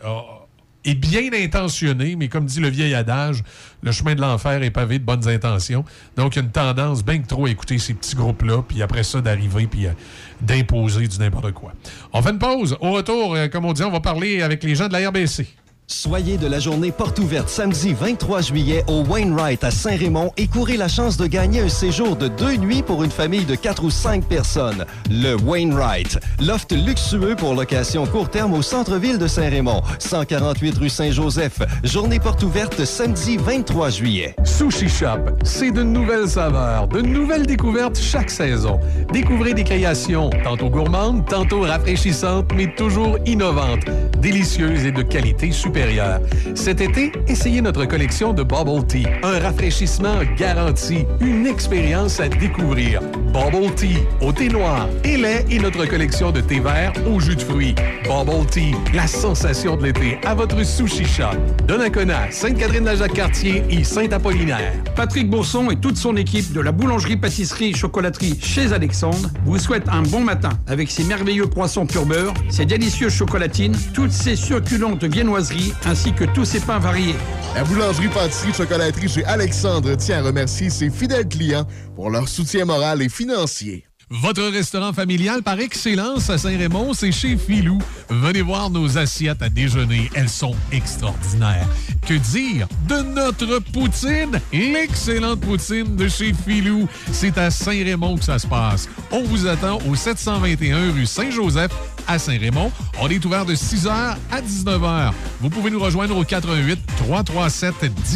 est bien intentionné, mais comme dit le vieil adage, le chemin de l'enfer est pavé de bonnes intentions. Donc, il y a une tendance bien que trop à écouter ces petits groupes-là, puis après ça, d'arriver puis d'imposer du n'importe quoi. On fait une pause. Au retour, comme on dit, on va parler avec les gens de la RBC. Soyez de la journée porte ouverte samedi 23 juillet au Wainwright à Saint-Raymond et courez la chance de gagner un séjour de 2 nuits pour une famille de 4 ou 5 personnes. Le Wainwright, loft luxueux pour location court terme au centre-ville de Saint-Raymond, 148 rue Saint-Joseph. Journée porte ouverte samedi 23 juillet. Sushi Shop, c'est de nouvelles saveurs, de nouvelles découvertes chaque saison. Découvrez des créations, tantôt gourmandes, tantôt rafraîchissantes, mais toujours innovantes, délicieuses et de qualité supérieure. Cet été, essayez notre collection de Bubble Tea. Un rafraîchissement garanti, une expérience à découvrir. Bubble Tea au thé noir et lait et notre collection de thé vert au jus de fruits. Bubble Tea, la sensation de l'été à votre Sushi Shop. Donnacona, Sainte-Catherine-la-Jacques-Cartier et Saint-Apollinaire. Patrick Bourson et toute son équipe de la boulangerie-pâtisserie-chocolaterie chez Alexandre vous souhaitent un bon matin avec ses merveilleux croissants pur beurre, ses délicieuses chocolatines, toutes ses succulentes viennoiseries ainsi que tous ses pains variés. La boulangerie-pâtisserie-chocolaterie chez Alexandre tient à remercier ses fidèles clients pour leur soutien moral et financier. Votre restaurant familial par excellence à Saint-Raymond, c'est chez Filou. Venez voir nos assiettes à déjeuner. Elles sont extraordinaires. Que dire de notre poutine? L'excellente poutine de chez Filou. C'est à Saint-Raymond que ça se passe. On vous attend au 721 rue Saint-Joseph à Saint-Raymond. On est ouvert de 6h à 19h. Vous pouvez nous rejoindre au 88 337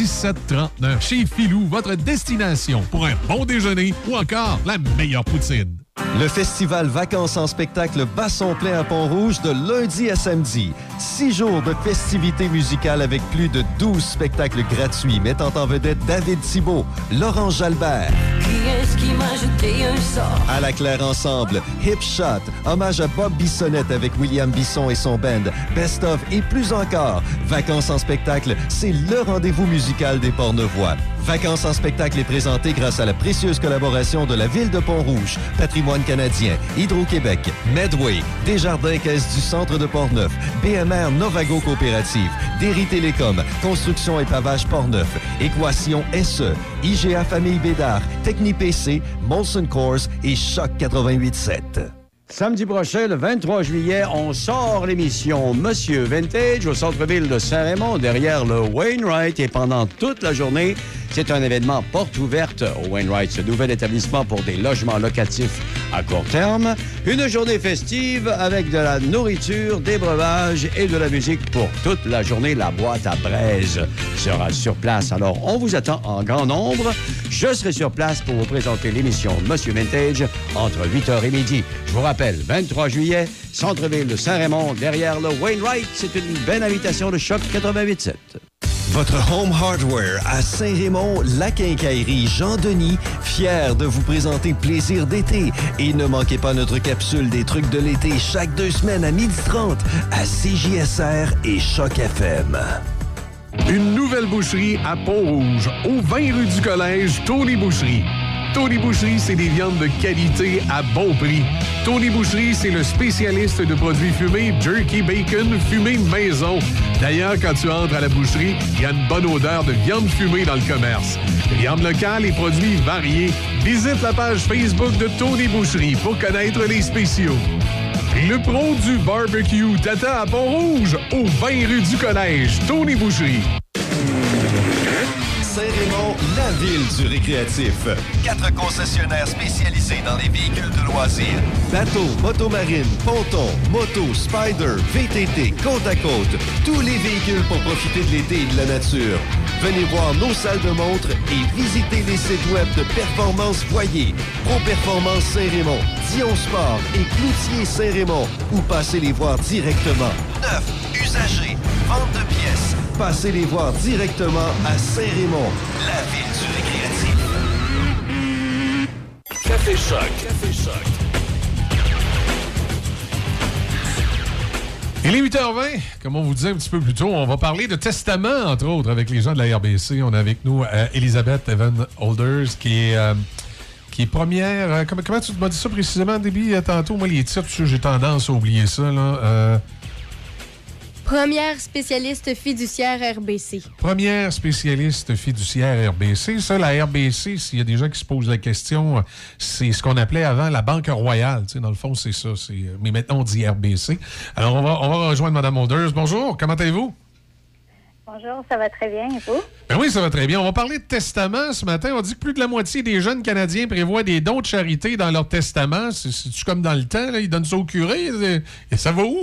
1739. Chez Filou, votre destination pour un bon déjeuner ou encore la meilleure poutine. Le festival Vacances en spectacle Basson plein à Pont-Rouge de lundi à samedi. 6 jours de festivités musicales avec plus de 12 spectacles gratuits mettant en vedette David Thibault, Laurent Jalbert. Qui est-ce qui m'a jeté un sort? À la Claire Ensemble, Hip Shot, hommage à Bob Bissonnette avec William Bisson et son band, Best of et plus encore. Vacances en spectacle, c'est le rendez-vous musical des Portnevois. Vacances en spectacle est présenté grâce à la précieuse collaboration de la Ville de Pont-Rouge, Patrimoine canadien, Hydro-Québec, Medway, Desjardins Caisse du Centre de Portneuf, BMR Novago Coopérative, Derry Télécom, Construction et Pavage Portneuf, Équation SE, IGA Famille Bédard, Techni-PC, Molson Coors et Choc 88.7. Samedi prochain, le 23 juillet, on sort l'émission Monsieur Vintage au centre-ville de Saint-Raymond, derrière le Wainwright. Et pendant toute la journée, c'est un événement porte ouverte au Wainwright, ce nouvel étabraissement pour des logements locatifs à court terme. Une journée festive avec de la nourriture, des breuvages et de la musique pour toute la journée. La boîte à braise sera sur place. Alors, on vous attend en grand nombre. Je serai sur place pour vous présenter l'émission Monsieur Vintage entre 8h et midi. Je vous rappelle, 23 juillet, centre-ville de Saint-Raymond, derrière le Wainwright. C'est une belle invitation de Choc 88.7. Votre Home Hardware à Saint-Raymond, la quincaillerie Jean-Denis, fier de vous présenter Plaisir d'été. Et ne manquez pas notre capsule des trucs de l'été chaque 2 semaines à 12h30 à CJSR et Choc FM. Une nouvelle boucherie à Pont-Rouge, au 20 rue du Collège, Tony Boucherie. Tony Boucherie, c'est des viandes de qualité à bon prix. Tony Boucherie, c'est le spécialiste de produits fumés, jerky, bacon, fumé maison. D'ailleurs, quand tu entres à la boucherie, il y a une bonne odeur de viande fumée dans le commerce. Viande locale et produits variés. Visite la page Facebook de Tony Boucherie pour connaître les spéciaux. Le pro du barbecue t'attend à Pont-Rouge, au 20 rue du Collège, Tony Boucherie. Saint-Raymond, la ville du récréatif. 4 concessionnaires spécialisés dans les véhicules de loisirs. Bateaux, motomarine, pontons, motos, Spider, VTT, côte à côte. Tous les véhicules pour profiter de l'été et de la nature. Venez voir nos salles de montre et visitez les sites web de Performance Voyer, Pro Performance Saint-Raymond, Dion Sport et Cloutier Saint-Raymond. Ou passez les voir directement. Neuf, usagers, vente de pièces. Passez les voir directement à Saint-Raymond, la ville du récréatif. Café Choc. Café Choc. Il est 8h20. Comme on vous disait un petit peu plus tôt, on va parler de testament, entre autres, avec les gens de la RBC. On a avec nous Elisabeth Evan Holders, qui est première... comment tu m'as dit ça précisément, Déby, tantôt? Moi, les titres, j'ai tendance à oublier ça, là. Première spécialiste fiduciaire RBC. Première spécialiste fiduciaire RBC. Ça, la RBC, s'il y a des gens qui se posent la question, c'est ce qu'on appelait avant la Banque Royale. Tu sais, dans le fond, c'est ça. Mais maintenant, on dit RBC. Alors, on va rejoindre Mme Holders. Bonjour, comment allez-vous? Bonjour, ça va très bien, et vous? Ben oui, ça va très bien. On va parler de testament ce matin. On dit que plus de la moitié des jeunes Canadiens prévoient des dons de charité dans leur testament. C'est-tu comme dans le temps, là? Ils donnent ça au curé? Et ça va où?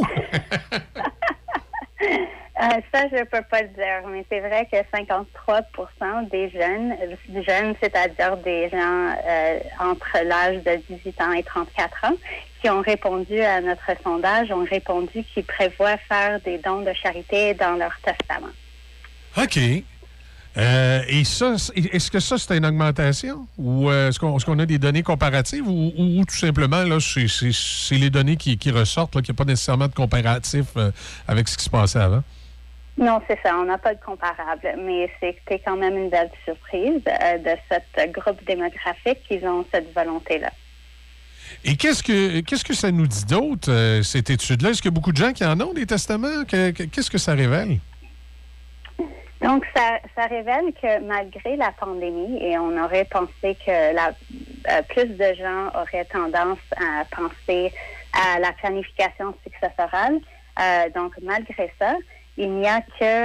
Ça, je ne peux pas le dire, mais c'est vrai que 53% des jeunes, c'est-à-dire des gens entre l'âge de 18 ans et 34 ans, qui ont répondu à notre sondage, ont répondu qu'ils prévoient faire des dons de charité dans leur testament. OK. Et ça, est-ce que ça, c'est une augmentation? Ou est-ce qu'on a des données comparatives? Ou tout simplement, là, c'est les données qui ressortent, là, qu'il n'y a pas nécessairement de comparatif avec ce qui se passait avant? Non, c'est ça. On n'a pas de comparable. Mais c'était quand même une belle surprise de ce groupe démographique qu'ils ont cette volonté-là. Et qu'est-ce que ça nous dit d'autre, cette étude-là? Est-ce qu'il y a beaucoup de gens qui en ont des testaments? Qu'est-ce que ça révèle? Donc, ça révèle que malgré la pandémie, et on aurait pensé que plus de gens auraient tendance à penser à la planification successorale. Donc, malgré ça, il y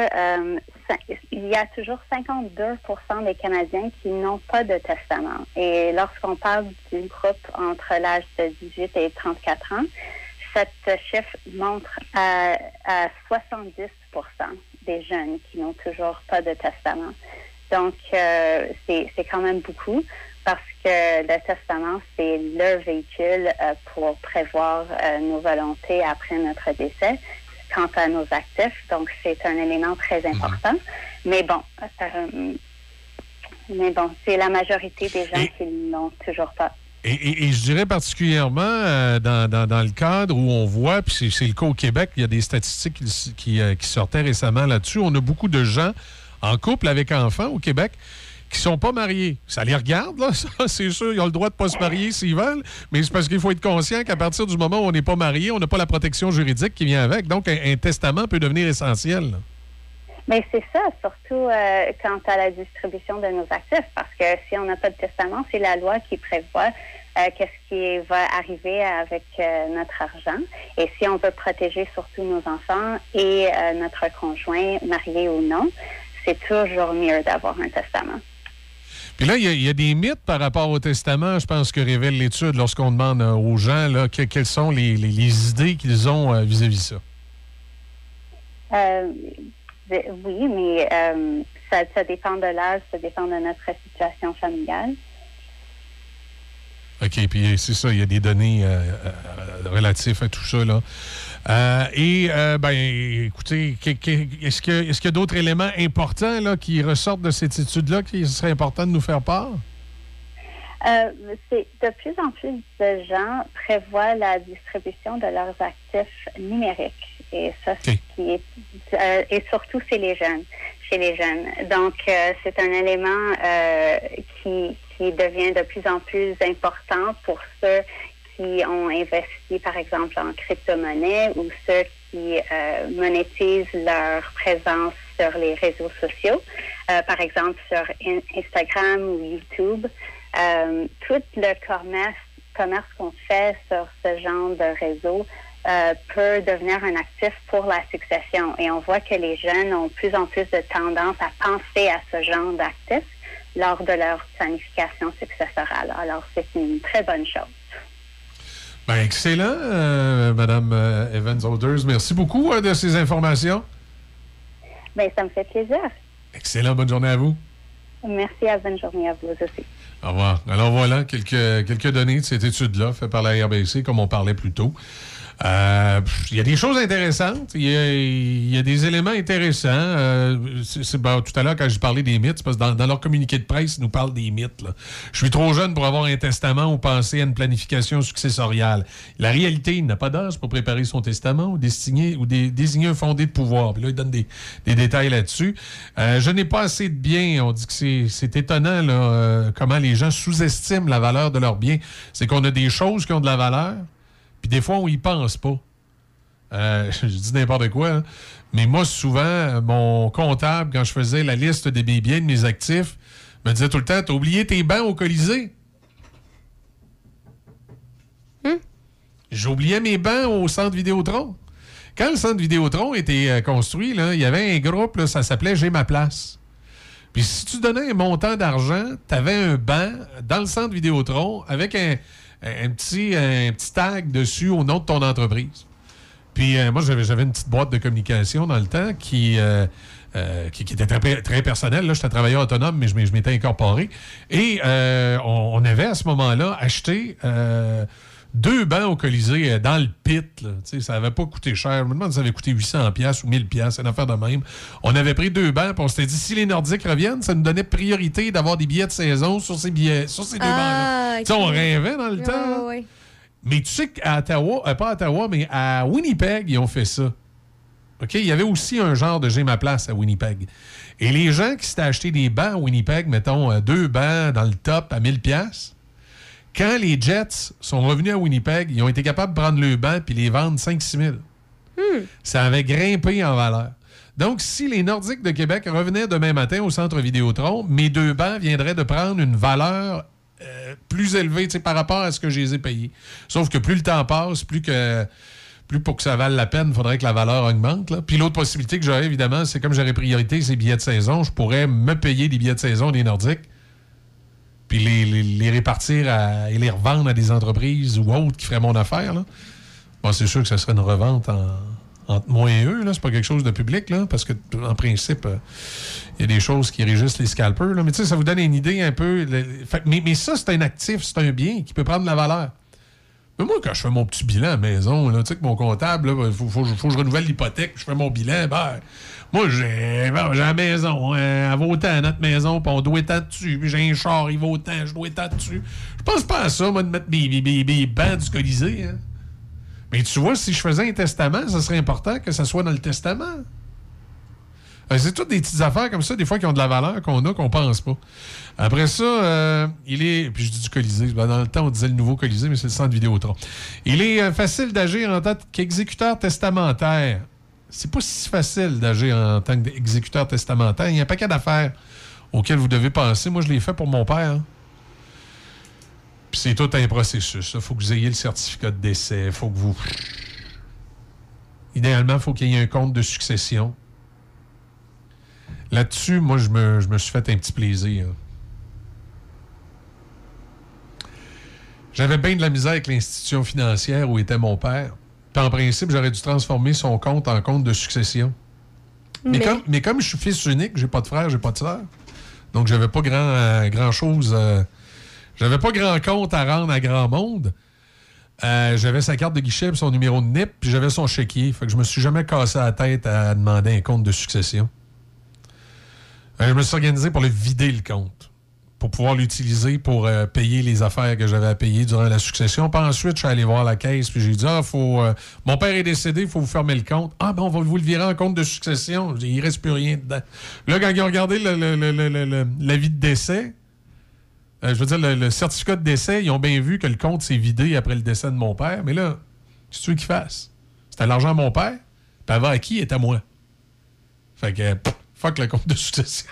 a toujours 52% des Canadiens qui n'ont pas de testament. Et lorsqu'on parle du groupe entre l'âge de 18 et 34 ans, cet chiffre montre à 70% des jeunes qui n'ont toujours pas de testament. Donc, c'est quand même beaucoup parce que le testament, c'est le véhicule pour prévoir nos volontés après notre décès quant à nos actifs. Donc, c'est un élément très important. Mais bon, c'est la majorité des gens qui n'ont toujours pas. Et je dirais particulièrement dans le cadre où on voit, puis c'est le cas au Québec, il y a des statistiques qui sortaient récemment là-dessus. On a beaucoup de gens en couple avec enfants au Québec qui sont pas mariés. Ça les regarde, là, ça, c'est sûr. Ils ont le droit de pas se marier s'ils veulent, mais c'est parce qu'il faut être conscient qu'à partir du moment où on n'est pas marié, on n'a pas la protection juridique qui vient avec. Donc, un testament peut devenir essentiel, là. Mais c'est ça, surtout quant à la distribution de nos actifs, parce que si on n'a pas de testament, c'est la loi qui prévoit qu'est-ce qui va arriver avec notre argent. Et si on veut protéger surtout nos enfants et notre conjoint, marié ou non, c'est toujours mieux d'avoir un testament. Puis là, il y a des mythes par rapport au testament, je pense, que révèle l'étude lorsqu'on demande aux gens là, quelles sont les idées qu'ils ont vis-à-vis de ça. Oui, mais ça dépend de l'âge, ça dépend de notre situation familiale. OK, puis c'est ça, il y a des données relatives à tout ça, là. Écoutez, est-ce qu'il y a d'autres éléments importants là, qui ressortent de cette étude-là qu'il serait important de nous faire part? C'est de plus en plus de gens prévoient la distribution de leurs actifs numériques. Et ça, c'est ce qui est... et surtout, c'est chez les jeunes. Donc, c'est un élément qui devient de plus en plus important pour ceux qui ont investi, par exemple, en crypto-monnaie ou ceux qui monétisent leur présence sur les réseaux sociaux, par exemple sur Instagram ou YouTube. Tout le commerce qu'on fait sur ce genre de réseau peut devenir un actif pour la succession. Et on voit que les jeunes ont de plus en plus de tendance à penser à ce genre d'actifs lors de leur planification successorale. Alors, c'est une très bonne chose. Ben, excellent, Mme Evans-Olders. Merci beaucoup de ces informations. Ben, ça me fait plaisir. Excellent. Bonne journée à vous. Merci, bonne journée à vous aussi. Au revoir. Alors voilà, quelques données de cette étude-là faite par la RBC, comme on parlait plus tôt. Il y a des choses intéressantes. Il y a des éléments intéressants. Tout à l'heure, quand j'ai parlé des mythes, c'est parce que dans leur communiqué de presse, ils nous parlent des mythes. Là. Je suis trop jeune pour avoir un testament ou penser à une planification successoriale. La réalité, il n'a pas d'âge pour préparer son testament ou désigner un fondé de pouvoir. Puis là, il donne des détails là-dessus. Je n'ai pas assez de biens. On dit que c'est étonnant là, comment les gens sous-estiment la valeur de leurs biens. C'est qu'on a des choses qui ont de la valeur, puis des fois, on y pense pas. Je dis n'importe quoi, hein. Mais moi, souvent, mon comptable, quand je faisais la liste de mes biens, de mes actifs, me disait tout le temps, t'as oublié tes bancs au Colisée. J'oubliais mes bancs au Centre Vidéotron. Quand le Centre Vidéotron était construit, là, il y avait un groupe, là, ça s'appelait « J'ai ma place ». Puis si tu donnais un montant d'argent, t'avais un banc dans le Centre Vidéotron avec un petit tag dessus au nom de ton entreprise. Puis moi, j'avais une petite boîte de communication dans le temps qui était très, très personnelle. Là, j'étais travailleur autonome, mais je m'étais incorporé. Et on avait à ce moment-là acheté 2 bancs au Colisée dans le pit. Là. Ça n'avait pas coûté cher. Je me demande si ça avait coûté 800$ ou 1000$. Une affaire de même. On avait pris 2 bancs et on s'était dit, si les Nordiques reviennent, ça nous donnait priorité d'avoir des billets de saison sur ces 2 bancs-là. Okay. On rêvait dans le temps. Ouais. Mais tu sais qu'à Ottawa, pas à Ottawa, mais à Winnipeg, ils ont fait ça. OK? Il y avait aussi un genre de « J'ai ma place » à Winnipeg. Et les gens qui s'étaient achetés des bancs à Winnipeg, mettons 2 bancs dans le top à 1000$, quand les Jets sont revenus à Winnipeg, ils ont été capables de prendre le banc et les vendre 5-6 000. Ça avait grimpé en valeur. Donc, si les Nordiques de Québec revenaient demain matin au Centre Vidéotron, mes 2 bancs viendraient de prendre une valeur plus élevée par rapport à ce que je les ai payés. Sauf que plus le temps passe, plus pour que ça vale la peine, il faudrait que la valeur augmente. Là. Puis l'autre possibilité que j'aurais, évidemment, c'est comme j'aurais priorité ces billets de saison, je pourrais me payer des billets de saison des Nordiques puis les répartir et les revendre à des entreprises ou autres qui feraient mon affaire. Là. Bon, c'est sûr que ça serait une revente entre moi et eux. Là. C'est pas quelque chose de public, là, parce que en principe, il y a des choses qui régissent les scalpers. Là. Mais tu sais, ça vous donne une idée un peu. Mais ça, c'est un actif, c'est un bien qui peut prendre de la valeur. Mais moi, quand je fais mon petit bilan à la maison, tu sais que mon comptable, il faut que je renouvelle l'hypothèque, je fais mon bilan, moi, j'ai la maison, elle vaut autant, notre maison, puis on doit être dessus, puis j'ai un char, il vaut autant, je dois être dessus. Je pense pas à ça, moi, de mettre mes bancs du Colisée. Hein. Mais tu vois, si je faisais un testament, ça serait important que ça soit dans le testament. C'est toutes des petites affaires comme ça, des fois, qui ont de la valeur qu'on pense pas. Après ça, puis je dis du Colisée. Dans le temps, on disait le nouveau Colisée, mais c'est le Centre Vidéotron. Il est facile d'agir en tant qu'exécuteur testamentaire. C'est pas si facile d'agir en tant qu'exécuteur testamentaire. Il y a un paquet d'affaires auxquelles vous devez penser. Moi, je l'ai fait pour mon père. Hein. Puis Puis c'est tout un processus. Il faut que vous ayez le certificat de décès. Il faut que vous... Idéalement, il faut qu'il y ait un compte de succession. Là-dessus, moi, je me suis fait un petit plaisir. J'avais bien de la misère avec l'institution financière où était mon père. Puis en principe, j'aurais dû transformer son compte en compte de succession. Mais comme je suis fils unique, j'ai pas de frère, j'ai pas de sœur. Donc, j'avais pas grand-chose... j'avais pas grand compte à rendre à grand monde. J'avais sa carte de guichet et son numéro de NIP, puis j'avais son chéquier. Fait que je me suis jamais cassé la tête à demander un compte de succession. Je me suis organisé pour le vider, le compte, pour pouvoir l'utiliser pour payer les affaires que j'avais à payer durant la succession. Puis ensuite, je suis allé voir la caisse, puis j'ai dit, mon père est décédé, il faut vous fermer le compte. Ah, ben on va vous le virer en compte de succession. Il ne reste plus rien dedans. Là, quand ils ont regardé l'avis de décès, je veux dire, le certificat de décès, ils ont bien vu que le compte s'est vidé après le décès de mon père. Mais là, qu'est-ce que tu veux qu'ils fassent? C'était l'argent de mon père, puis avant à qui il est à moi. Fait que... fuck le compte de succession.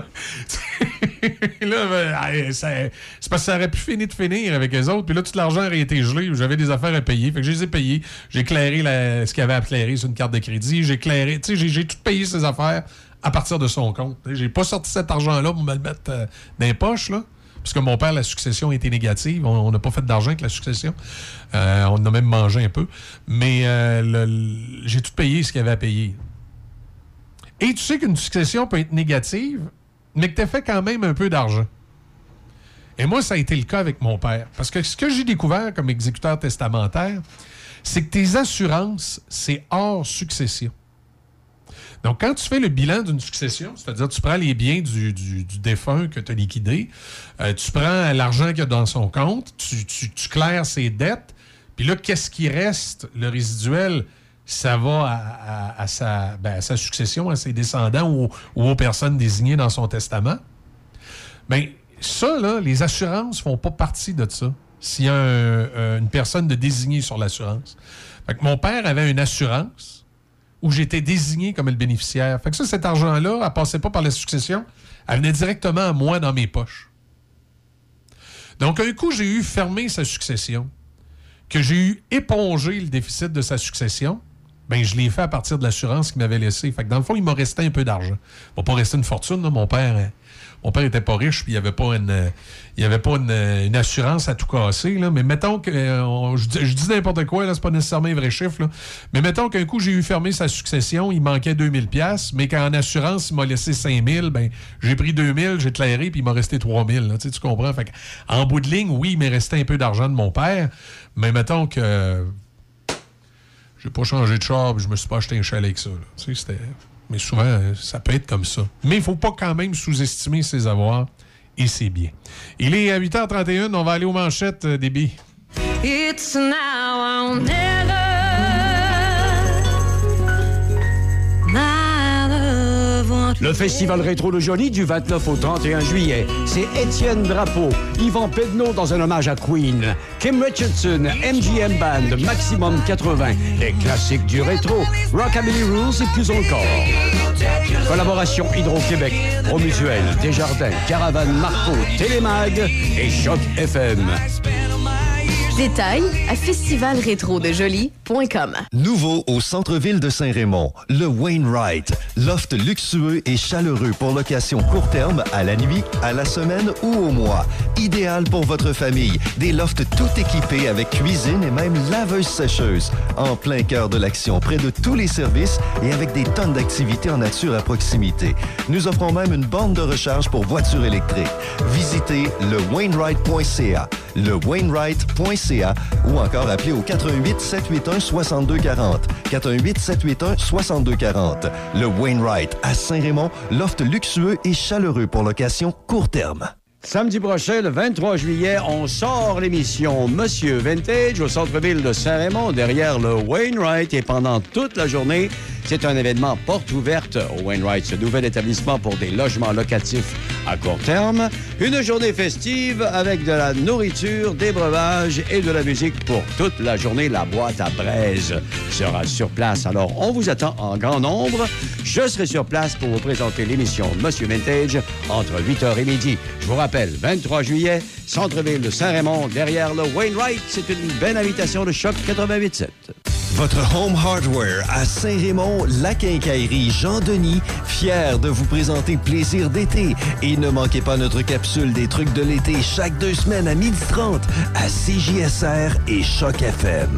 Là, c'est parce que ça aurait pu finir avec les autres. Puis là, tout l'argent aurait été gelé. J'avais des affaires à payer. Fait que je les ai payés. J'ai éclairé ce qu'il y avait à éclairer sur une carte de crédit. J'ai éclairé. Tu sais, j'ai tout payé ces affaires à partir de son compte. J'ai pas sorti cet argent-là pour me le mettre dans les poches, là. Parce que mon père, la succession était négative. On n'a pas fait d'argent avec la succession. On a même mangé un peu. Mais j'ai tout payé ce qu'il y avait à payer. Et tu sais qu'une succession peut être négative, mais que tu as fait quand même un peu d'argent. Et moi, ça a été le cas avec mon père. Parce que ce que j'ai découvert comme exécuteur testamentaire, c'est que tes assurances, c'est hors succession. Donc, quand tu fais le bilan d'une succession, c'est-à-dire tu prends les biens du défunt que tu as liquidé, tu prends l'argent qu'il y a dans son compte, tu claires ses dettes, puis là, qu'est-ce qui reste, le résiduel? Ça va à sa succession, à ses descendants ou aux personnes désignées dans son testament. Bien, ça, là, les assurances ne font pas partie de ça s'il y a une personne de désignée sur l'assurance. Fait que mon père avait une assurance où j'étais désigné comme le bénéficiaire. Fait que ça, cet argent-là, elle ne passait pas par la succession. Elle venait directement à moi dans mes poches. Donc, un coup, j'ai eu fermé sa succession, que j'ai eu épongé le déficit de sa succession, ben je l'ai fait à partir de l'assurance qu'il m'avait laissée. Fait que dans le fond, il m'a resté un peu d'argent. Il m'a pas resté une fortune, là. Mon père était pas riche, puis il n'y avait pas une assurance à tout casser, là. Mais mettons que... je dis n'importe quoi, là, c'est pas nécessairement un vrai chiffre, là. Mais mettons qu'un coup, j'ai eu fermé sa succession, il manquait 2000 $, mais qu'en assurance, il m'a laissé 5000, ben j'ai pris 2000, j'ai éclairé, puis il m'a resté 3000, là. Tu comprends? Fait en bout de ligne, oui, il m'est resté un peu d'argent de mon père, mais mettons que... j'ai pas changé de char, puis je me suis pas acheté un chalet avec ça, là. Tu sais, c'était... Mais souvent, ça peut être comme ça. Mais il ne faut pas quand même sous-estimer ses avoirs et ses biens. Il est à 8h31, on va aller aux manchettes, Déby. It's now or never. Le Festival Rétro de Jolie du 29 au 31 juillet. C'est Étienne Drapeau, Yvan Pedneau dans un hommage à Queen, Kim Richardson, MGM Band, Maximum 80, les classiques du rétro, Rockabilly Rules et plus encore. Collaboration Hydro-Québec, Promutuel, Desjardins, Caravane Marco, Télémag et Choc FM. Détails à festivalrétrodejolie.com. Nouveau au centre-ville de Saint-Raymond, le Wainwright. Loft luxueux et chaleureux pour location court terme, à la nuit, à la semaine ou au mois. Idéal pour votre famille. Des lofts tout équipés avec cuisine et même laveuse-sécheuse. En plein cœur de l'action, près de tous les services et avec des tonnes d'activités en nature à proximité. Nous offrons même une borne de recharge pour voitures électriques. Visitez le Wainwright.ca. Le Wainwright.ca ou encore appelez au 88 781 62 40. 88 781 62 40. Le Wainwright à Saint-Raymond, loft luxueux et chaleureux pour location court terme. Samedi prochain, le 23 juillet, on sort l'émission Monsieur Vintage au centre-ville de Saint-Raymond, derrière le Wainwright. Et pendant toute la journée, C'est un événement porte ouverte au Wainwright, ce nouvel établissement pour des logements locatifs à court terme. Une journée festive avec de la nourriture, des breuvages et de la musique pour toute la journée. La boîte à braise sera sur place. Alors, on vous attend en grand nombre. Je serai sur place pour vous présenter l'émission Monsieur Vintage entre 8h et midi. Je vous rappelle, 23 juillet, centre-ville de Saint-Raymond, derrière le Wainwright. C'est une belle invitation de Choc 88.7. Votre Home Hardware à Saint-Raymond, la quincaillerie Jean-Denis, fier de vous présenter Plaisir d'été. Et ne manquez pas notre capsule des trucs de l'été chaque 2 semaines à 12h30 à CJSR et Choc FM.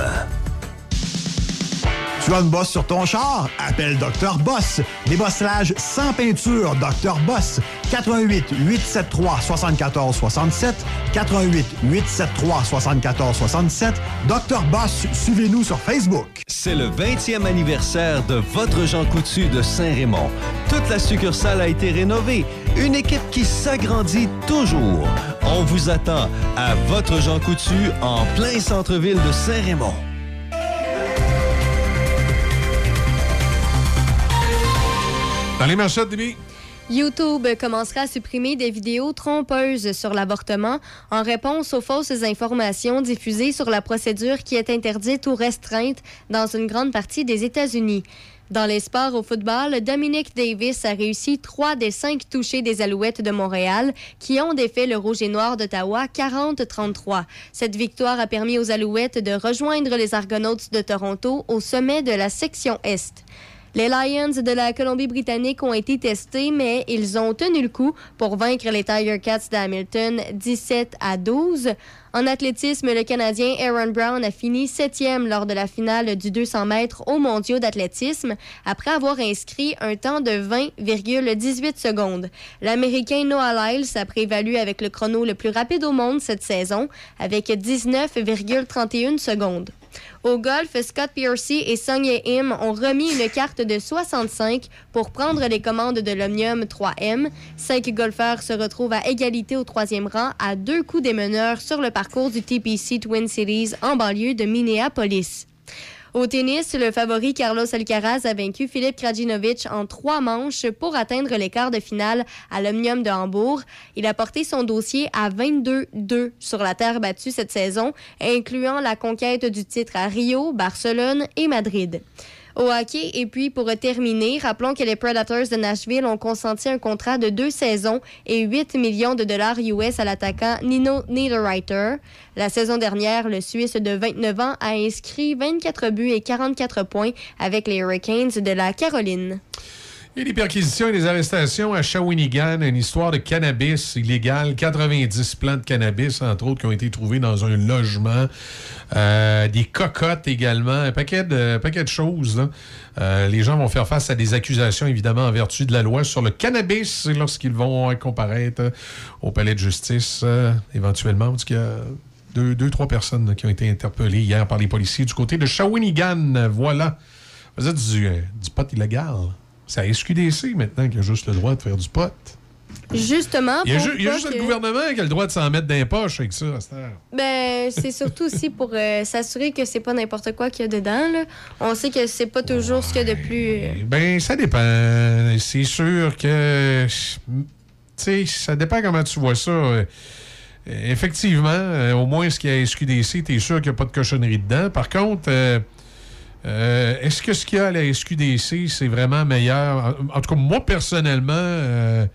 Tu as une bosse sur ton char? Appelle Dr. Boss. Débossage sans peinture, Dr. Boss. 88 873 74 67. 88 873 74 67. Dr. Boss, suivez-nous sur Facebook. C'est le 20e anniversaire de votre Jean Coutu de Saint-Raymond. Toute la succursale a été rénovée. Une équipe qui s'agrandit toujours. On vous attend à votre Jean Coutu en plein centre-ville de Saint-Raymond. Dans les manchettes, Déby. YouTube commencera à supprimer des vidéos trompeuses sur l'avortement en réponse aux fausses informations diffusées sur la procédure qui est interdite ou restreinte dans une grande partie des États-Unis. Dans les sports au football, Dominic Davis a réussi 3 des 5 touchés des Alouettes de Montréal qui ont défait le Rouge et Noir d'Ottawa 40-33. Cette victoire a permis aux Alouettes de rejoindre les Argonauts de Toronto au sommet de la section Est. Les Lions de la Colombie-Britannique ont été testés, mais ils ont tenu le coup pour vaincre les Tiger Cats d'Hamilton 17-12. En athlétisme, le Canadien Aaron Brown a fini 7e lors de la finale du 200 mètres aux mondiaux d'athlétisme après avoir inscrit un temps de 20,18 secondes. L'Américain Noah Lyles a prévalu avec le chrono le plus rapide au monde cette saison avec 19,31 secondes. Au golf, Scott Piercy et Sung Jae Im ont remis une carte de 65 pour prendre les commandes de l'Omnium 3M. 5 golfeurs se retrouvent à égalité au 3e rang à 2 coups des meneurs sur le parcours du TPC Twin Cities en banlieue de Minneapolis. Au tennis, le favori Carlos Alcaraz a vaincu Filip Krajinovic en 3 manches pour atteindre les quarts de finale à l'Omnium de Hambourg. Il a porté son dossier à 22-2 sur la terre battue cette saison, incluant la conquête du titre à Rio, Barcelone et Madrid. Au hockey, et puis pour terminer, rappelons que les Predators de Nashville ont consenti un contrat de 2 saisons et 8 millions de dollars US à l'attaquant Nino Niederreiter. La saison dernière, le Suisse de 29 ans a inscrit 24 buts et 44 points avec les Hurricanes de la Caroline. Il y a des perquisitions et des arrestations à Shawinigan, une histoire de cannabis illégal, 90 plants de cannabis, entre autres, qui ont été trouvés dans un logement, des cocottes également, un paquet de choses. Là. Les gens vont faire face à des accusations, évidemment, en vertu de la loi sur le cannabis lorsqu'ils vont comparaître au palais de justice, éventuellement, parce qu'il y a 2-3 personnes qui ont été interpellées hier par les policiers du côté de Shawinigan. Voilà. Vous êtes du pot illégal. C'est à SQDC maintenant qu'il a juste le droit de faire du pot. Justement, il y a juste le gouvernement qui a le droit de s'en mettre dans les poches avec ça. Ben, c'est surtout aussi pour s'assurer que c'est pas n'importe quoi qu'il y a dedans. Là. On sait que c'est pas toujours ce qu'il y a de plus... Ben, ça dépend. C'est sûr que... Tu sais, ça dépend comment tu vois ça. Effectivement, au moins, ce qu'il y a à SQDC, t'es sûr qu'il n'y a pas de cochonnerie dedans. Par contre... est-ce que ce qu'il y a à la SQDC, c'est vraiment meilleur? En tout cas, moi, personnellement,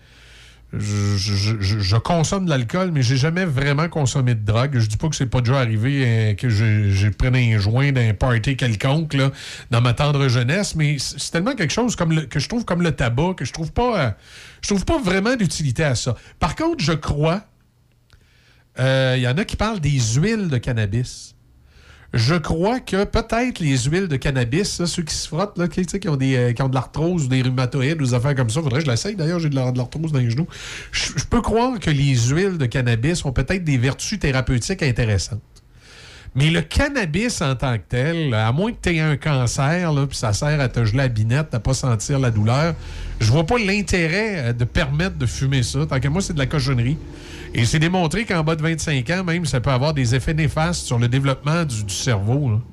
je consomme de l'alcool, mais j'ai jamais vraiment consommé de drogue. Je dis pas que c'est pas déjà arrivé que j'ai pris un joint d'un party quelconque là, dans ma tendre jeunesse, mais c'est tellement quelque chose que je trouve comme le tabac, que je trouve pas vraiment d'utilité à ça. Par contre, je crois, il y en a qui parlent des huiles de cannabis. Je crois que peut-être les huiles de cannabis, là, ceux qui se frottent, là, qui ont de l'arthrose ou des rhumatoïdes ou des affaires comme ça, faudrait que je l'essaye. D'ailleurs, j'ai de l'arthrose dans les genoux. Je peux croire que les huiles de cannabis ont peut-être des vertus thérapeutiques intéressantes. Mais le cannabis en tant que tel, à moins que tu aies un cancer, puis ça sert à te geler la binette, à pas sentir la douleur, je vois pas l'intérêt de permettre de fumer ça. Tant que moi, c'est de la cochonnerie. Et c'est démontré qu'en bas de 25 ans, même, ça peut avoir des effets néfastes sur le développement du cerveau. Là.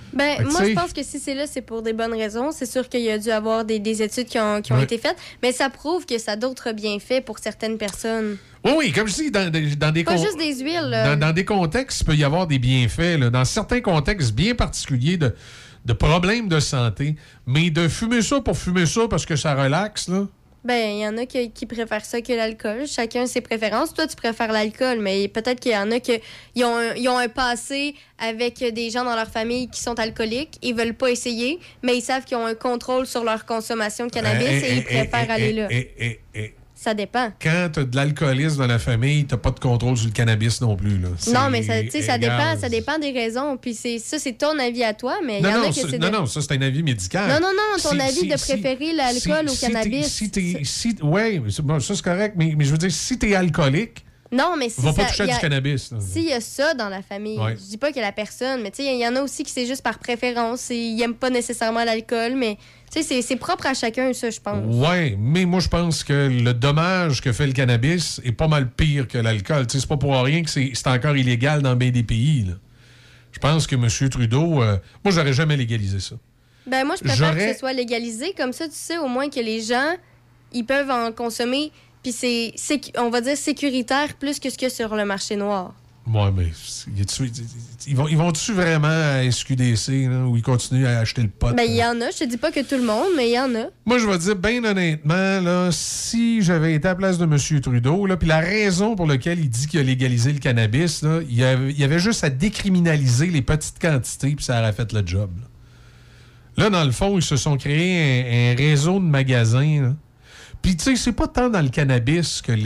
Ben, moi, je pense que si c'est là, c'est pour des bonnes raisons. C'est sûr qu'il y a dû avoir des études qui ont été faites, mais ça prouve que ça a d'autres bienfaits pour certaines personnes. Oui, comme je dis, dans des Pas juste des huiles. Là. Dans des contextes, il peut y avoir des bienfaits. Là. Dans certains contextes bien particuliers de problèmes de santé, mais de fumer ça pour fumer ça parce que ça relaxe, là. Ben, il y en a qui préfèrent ça que l'alcool. Chacun ses préférences. Toi, tu préfères l'alcool, mais peut-être qu'il y en a qui ont un passé avec des gens dans leur famille qui sont alcooliques. Ils veulent pas essayer, mais ils savent qu'ils ont un contrôle sur leur consommation de cannabis et ils préfèrent aller là. Ça dépend. Quand tu as de l'alcoolisme dans la famille, tu n'as pas de contrôle sur le cannabis non plus. Là. Non, mais ça dépend des raisons. Puis c'est ton avis à toi, mais il y en a qui c'est... Non, ça, c'est un avis médical. Non, ton avis de préférer l'alcool au cannabis. Oui, ça, c'est correct, mais je veux dire, si tu es alcoolique, non, mais si va pas toucher du cannabis. S'il y a ça dans la famille, je dis pas que la personne, mais tu sais, il y en a aussi qui c'est juste par préférence. Ils n'aiment pas nécessairement l'alcool, mais... Tu sais, c'est propre à chacun, ça, je pense. Oui, mais moi, je pense que le dommage que fait le cannabis est pas mal pire que l'alcool. Tu sais, c'est pas pour rien que c'est encore illégal dans bien des pays. Là. Je pense que M. Trudeau... moi, j'aurais jamais légalisé ça. Ben moi, je préfère que ce soit légalisé. Comme ça, tu sais, au moins que les gens, ils peuvent en consommer. Puis c'est, on va dire, sécuritaire plus que ce qu'il y a sur le marché noir. Oui, mais ils vont-tu vraiment à SQDC là, où ils continuent à acheter le pot? Ben, il y en a. Je te dis pas que tout le monde, mais il y en a. Moi, je vais te dire, bien honnêtement, là, si j'avais été à la place de M. Trudeau, puis la raison pour laquelle il dit qu'il a légalisé le cannabis, là, il y avait juste à décriminaliser les petites quantités, puis ça aurait fait le job. Là, dans le fond, ils se sont créés un réseau de magasins, là. Puis, tu sais, c'est pas tant dans le cannabis que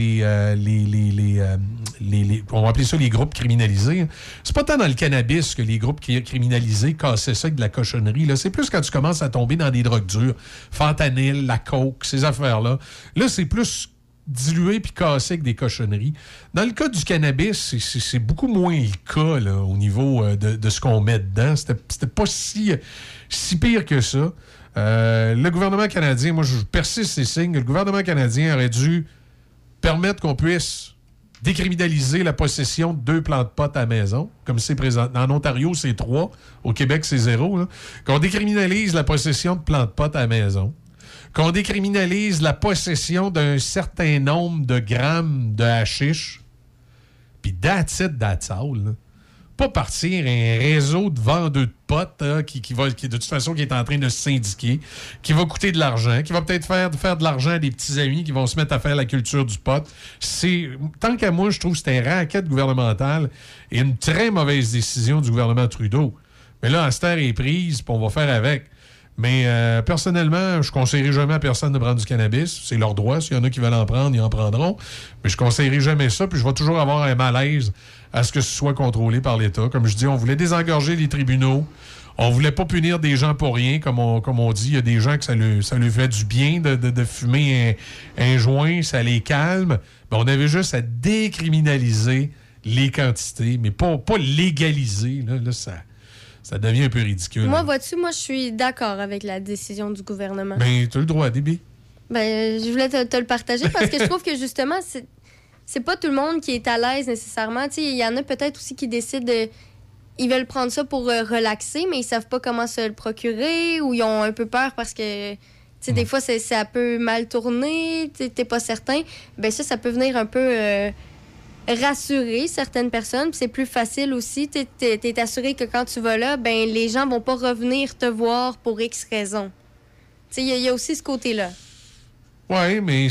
on va appeler ça les groupes criminalisés. Hein. C'est pas tant dans le cannabis que les groupes criminalisés cassaient ça avec de la cochonnerie. Là. C'est plus quand tu commences à tomber dans des drogues dures. Fentanyl, la coke, ces affaires-là. Là, c'est plus dilué puis cassé avec des cochonneries. Dans le cas du cannabis, c'est beaucoup moins le cas là, au niveau de ce qu'on met dedans. C'était pas si pire que ça. Le gouvernement canadien, moi je persiste ces signes, le gouvernement canadien aurait dû permettre qu'on puisse décriminaliser la possession de 2 plants de pot à la maison, comme c'est présent. En Ontario, c'est 3. Au Québec, c'est 0. Là. Qu'on décriminalise la possession de plants de pot à la maison. Qu'on décriminalise la possession d'un certain nombre de grammes de hashish. Puis that's it, that's all. Là. Pas partir un réseau de vendeurs de potes qui de toute façon qui est en train de se syndiquer, qui va coûter de l'argent, qui va peut-être faire de l'argent à des petits amis qui vont se mettre à faire la culture du pot. Tant qu'à moi, je trouve que c'est un racket gouvernemental et une très mauvaise décision du gouvernement Trudeau. Mais là, cette terre est prise, puis on va faire avec. Mais personnellement, je ne conseillerais jamais à personne de prendre du cannabis. C'est leur droit. S'il y en a qui veulent en prendre, ils en prendront. Mais je ne conseillerais jamais ça. Puis je vais toujours avoir un malaise à ce que ce soit contrôlé par l'État. Comme je dis, on voulait désengorger les tribunaux. On voulait pas punir des gens pour rien. Comme on dit, il y a des gens que ça lui fait du bien de fumer un joint. Ça les calme. Ben, on avait juste à décriminaliser les quantités, mais pas légaliser. Là ça devient un peu ridicule. Moi, vois-tu, je suis d'accord avec la décision du gouvernement. Ben, tu as le droit, Déby. Ben, je voulais te le partager parce que je trouve que, justement, c'est pas tout le monde qui est à l'aise nécessairement. Tu sais, il y en a peut-être aussi qui décident ils veulent prendre ça pour relaxer, mais ils savent pas comment se le procurer ou ils ont un peu peur parce que, tu sais, des fois, ça peut mal tourner, t'es pas certain. Ben ça peut venir un peu... rassurer certaines personnes, puis c'est plus facile aussi. T'es assuré que quand tu vas là, ben les gens vont pas revenir te voir pour X raison. Tu sais, il y a aussi ce côté-là. Oui, mais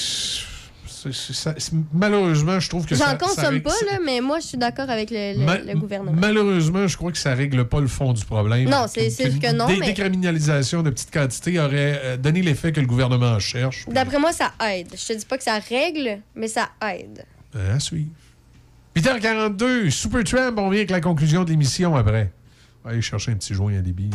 malheureusement, je trouve que J'en consomme pas, là, mais moi, je suis d'accord avec le gouvernement. Malheureusement, je crois que ça règle pas le fond du problème. Non, c'est sûr que non, mais... Décriminalisation de petites quantités aurait donné l'effet que le gouvernement cherche. D'après moi, ça aide. Je te dis pas que ça règle, mais ça aide. À suivre. 8h42, Supertramp, on vient avec la conclusion de l'émission après. On va aller chercher un petit joint à débit.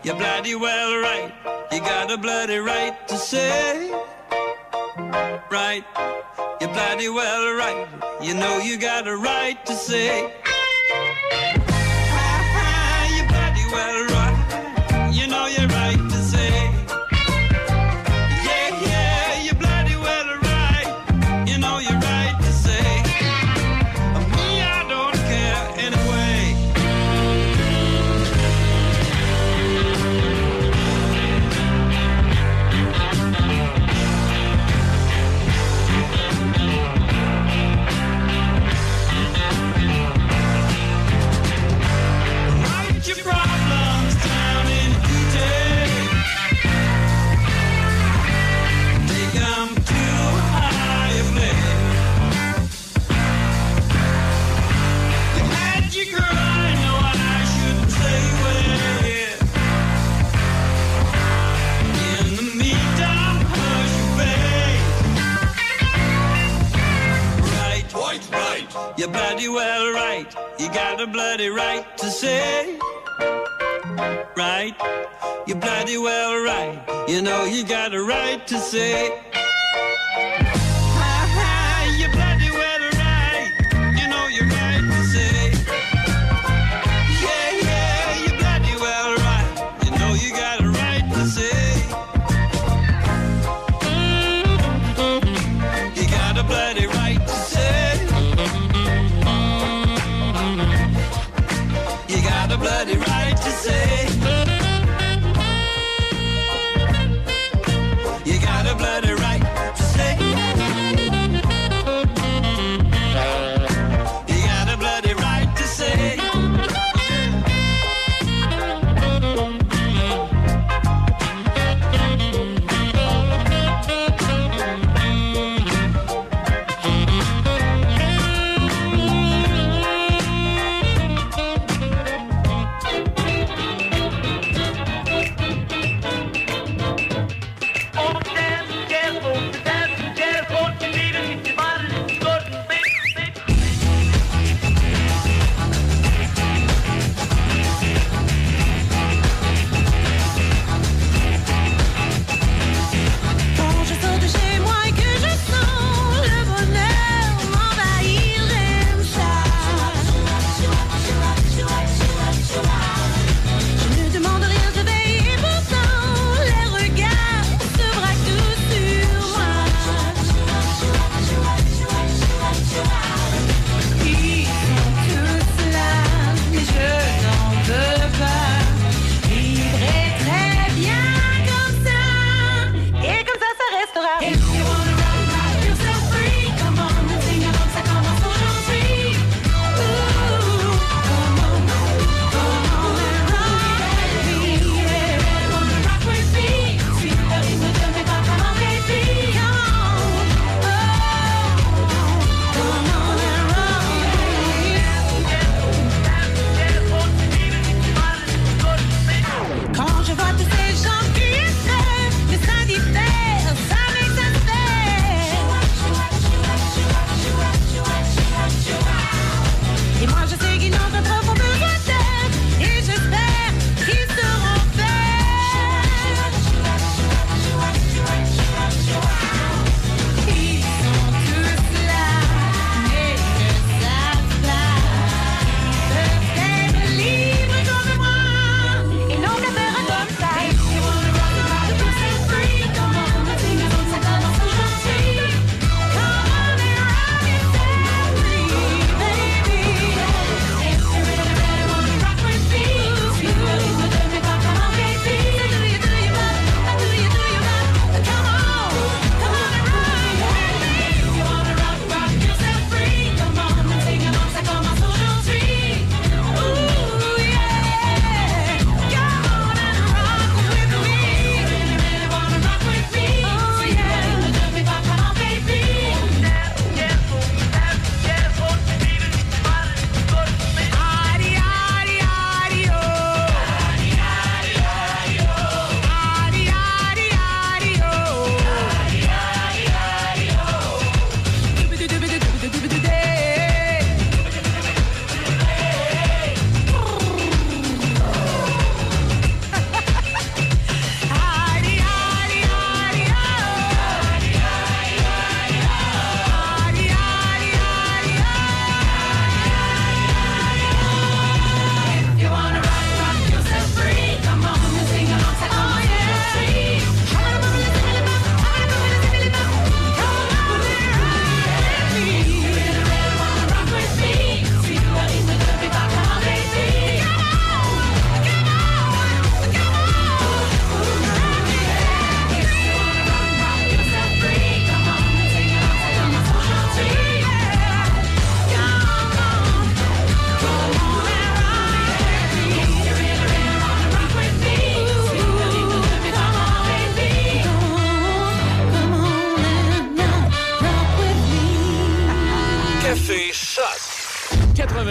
You're bloody well right. You got a bloody right to say. Right. You're bloody well right. You know you got a right to say. You're bloody well right. You know you're right to say. Yeah, yeah, you're bloody well right. You know you're right to say. Me, I don't care anyway. Write your problems down in detail. Take 'em too high a place. You had your girl, I know I shouldn't say where. In the meantime, hush your face. Right, quite right. You're bloody well right. You got a bloody right to say. Right, you're bloody well right. You know you got a right to say. You're bloody well right. You know you're right to say. Yeah, yeah, you're bloody well right. You know you got a right to say. You got a bloody right to say. You got a bloody right to say. You got a bloody right to say. You got a bloody right to say.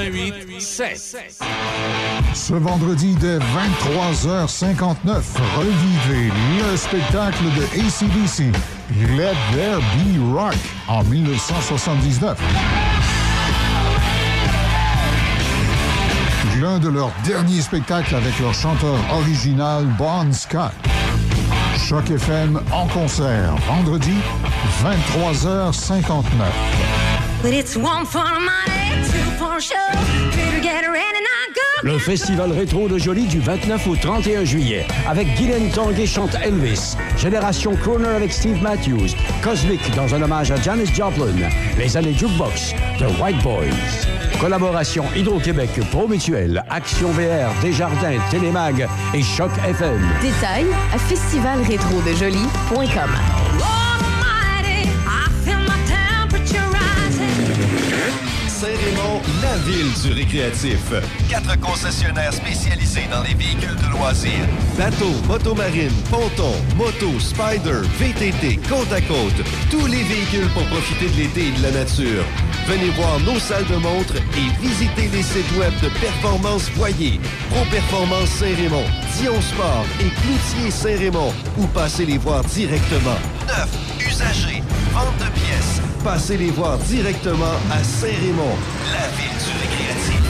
88.7. Ce vendredi dès 23h59, revivez le spectacle de AC/DC, Let There Be Rock, en 1979. L'un de leurs derniers spectacles avec leur chanteur original Bon Scott. Choc FM en concert, vendredi, 23h59. But it's one for money, two for show. Better get ready now, go. Le Festival rétro de Jolie du 29 au 31 juillet avec Guylaine Tanguay chante Elvis, Génération Crooner avec Steve Matthews, Cosmic dans un hommage à Janis Joplin, Les années Jukebox, The White Boys. Collaboration Hydro-Québec, Pro Mutuel, Action VR, Desjardins, Télémag et Choc FM. Détails à festivalretrodejolie.com. Saint-Raymond, la ville du récréatif. 4 concessionnaires spécialisés dans les véhicules de loisirs. Bateaux, motomarine, ponton, moto, spider, VTT, côte à côte. Tous les véhicules pour profiter de l'été et de la nature. Venez voir nos salles de montre et visitez les sites web de Performance Voyer, Pro Performance Saint-Raymond, Dion Sport et Cloutier Saint-Raymond. Ou passez les voir directement. Neuf, usagers, vente de pièces. Passez les voir directement à Saint-Raymond, la ville du récréatif.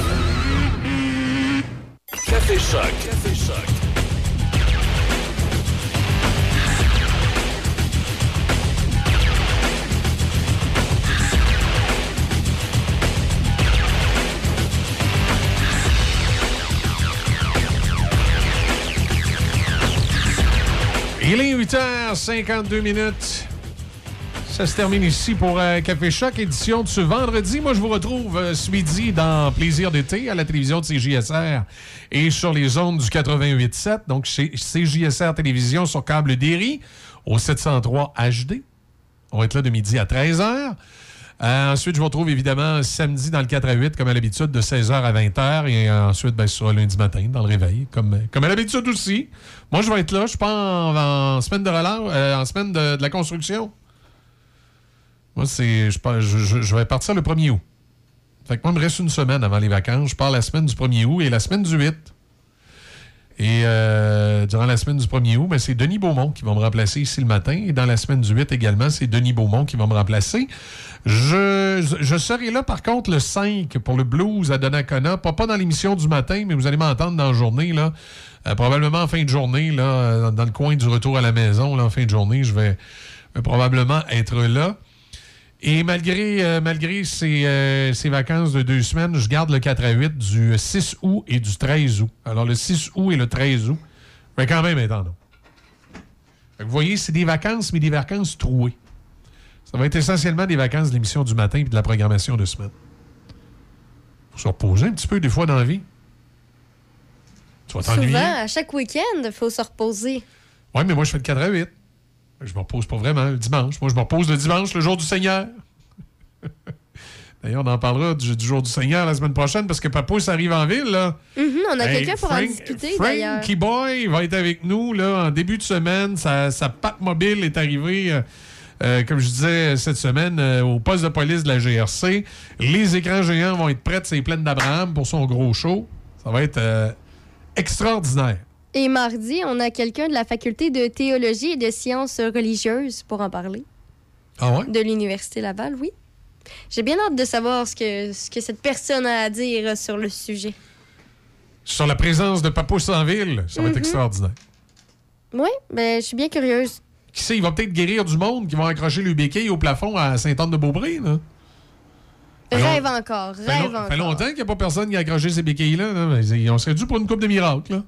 Café Choc. Café Choc. Il est 8h52. Ça se termine ici pour Café Choc, édition de ce vendredi. Moi, je vous retrouve ce midi dans Plaisir d'été à la télévision de CJSR et sur les ondes du 88.7. Donc, chez CJSR Télévision sur câble Derry au 703 HD. On va être là de midi à 13h. Ensuite, je vous retrouve évidemment samedi dans le 4 à 8, comme à l'habitude, de 16h à 20h. Et ensuite, bien sûr, lundi matin, dans le réveil, comme à l'habitude aussi. Moi, je vais être là. Je pars en semaine de relâche, en semaine de la construction. Moi, je vais partir le 1er août. Fait que moi, il me reste une semaine avant les vacances. Je pars la semaine du 1er août et la semaine du 8. Et durant la semaine du 1er août, ben, c'est Denis Beaumont qui va me remplacer ici le matin. Et dans la semaine du 8 également, c'est Denis Beaumont qui va me remplacer. Je serai là, par contre, le 5 pour le blues à Donnacona. Pas dans l'émission du matin, mais vous allez m'entendre dans la journée, là. Probablement en fin de journée, là, dans le coin du retour à la maison, là, en fin de journée, je vais probablement être là. Et malgré ces vacances de 2 semaines, je garde le 4 à 8 du 6 août et du 13 août. Alors, le 6 août et le 13 août, je vais quand même être en nom. Vous voyez, c'est des vacances, mais des vacances trouées. Ça va être essentiellement des vacances de l'émission du matin et de la programmation de semaine. Faut se reposer un petit peu des fois dans la vie. Tu vas t'ennuyer. Souvent, à chaque week-end, il faut se reposer. Oui, mais moi, je fais le 4 à 8. Je me repose pas vraiment le dimanche. Moi, je me repose le dimanche, le jour du Seigneur. D'ailleurs, on en parlera du jour du Seigneur la semaine prochaine parce que Papousse arrive en ville, là. On a quelqu'un pour en discuter, d'ailleurs. Frankie Boy va être avec nous, là, en début de semaine. Sa patte mobile est arrivée, comme je disais, cette semaine, au poste de police de la GRC. Les écrans géants vont être prêts, c'est Plaine d'Abraham pour son gros show. Ça va être extraordinaire. Et mardi, on a quelqu'un de la faculté de théologie et de sciences religieuses pour en parler. Ah ouais? De l'Université Laval, oui. J'ai bien hâte de savoir ce que cette personne a à dire sur le sujet. Sur la présence de Papousse en ville, ça va être extraordinaire. Oui, ben je suis bien curieuse. Qui sait, il va peut-être guérir du monde qui va accrocher le béquille au plafond à Sainte-Anne-de-Beaupré, là. Rêve encore, rêve encore. Ça fait longtemps qu'il n'y a pas personne qui a accroché ces béquilles-là. Là. On serait dû pour une coupe de miracles, là.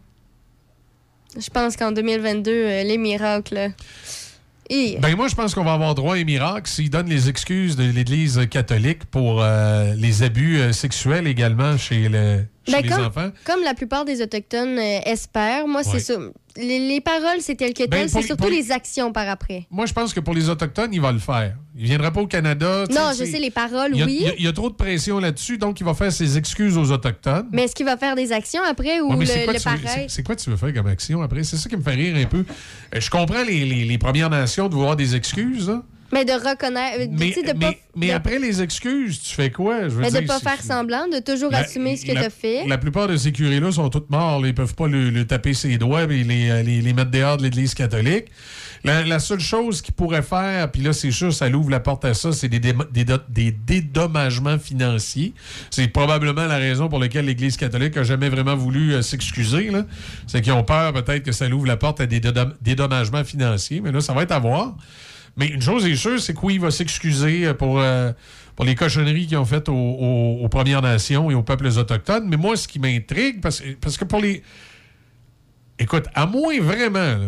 Je pense qu'en 2022, les miracles... Ben moi, je pense qu'on va avoir droit à un miracle s'ils donnent les excuses de l'Église catholique pour les abus sexuels également chez les enfants. Comme la plupart des Autochtones espèrent, moi, c'est ça. Les paroles, c'est tel que tel. C'est surtout les actions par après. Moi, je pense que pour les Autochtones, il va le faire. Il ne viendra pas au Canada. Non, je sais, les paroles, oui. Il y a trop de pression là-dessus, donc il va faire ses excuses aux Autochtones. Mais est-ce qu'il va faire des actions après ou le pareil? C'est quoi tu veux faire comme action après? C'est ça qui me fait rire un peu. Je comprends les Premières Nations de vouloir des excuses, hein? Mais de reconnaître... Mais après les excuses, tu fais quoi? Mais de ne pas faire semblant, de toujours assumer ce que tu as fait. La plupart de ces curés-là sont tous morts. Ils ne peuvent pas le taper ses doigts et les mettre dehors de l'Église catholique. La seule chose qu'ils pourraient faire, puis là, c'est sûr, ça l'ouvre la porte à ça, c'est des dédommagements financiers. C'est probablement la raison pour laquelle l'Église catholique n'a jamais vraiment voulu s'excuser. Là. C'est qu'ils ont peur peut-être que ça l'ouvre la porte à des dédommagements financiers. Mais là, ça va être à voir. Mais une chose est sûre, c'est que oui, il va s'excuser pour les cochonneries qu'ils ont faites aux Premières Nations et aux peuples autochtones. Mais moi, ce qui m'intrigue, parce que pour les... Écoute, à moins vraiment là,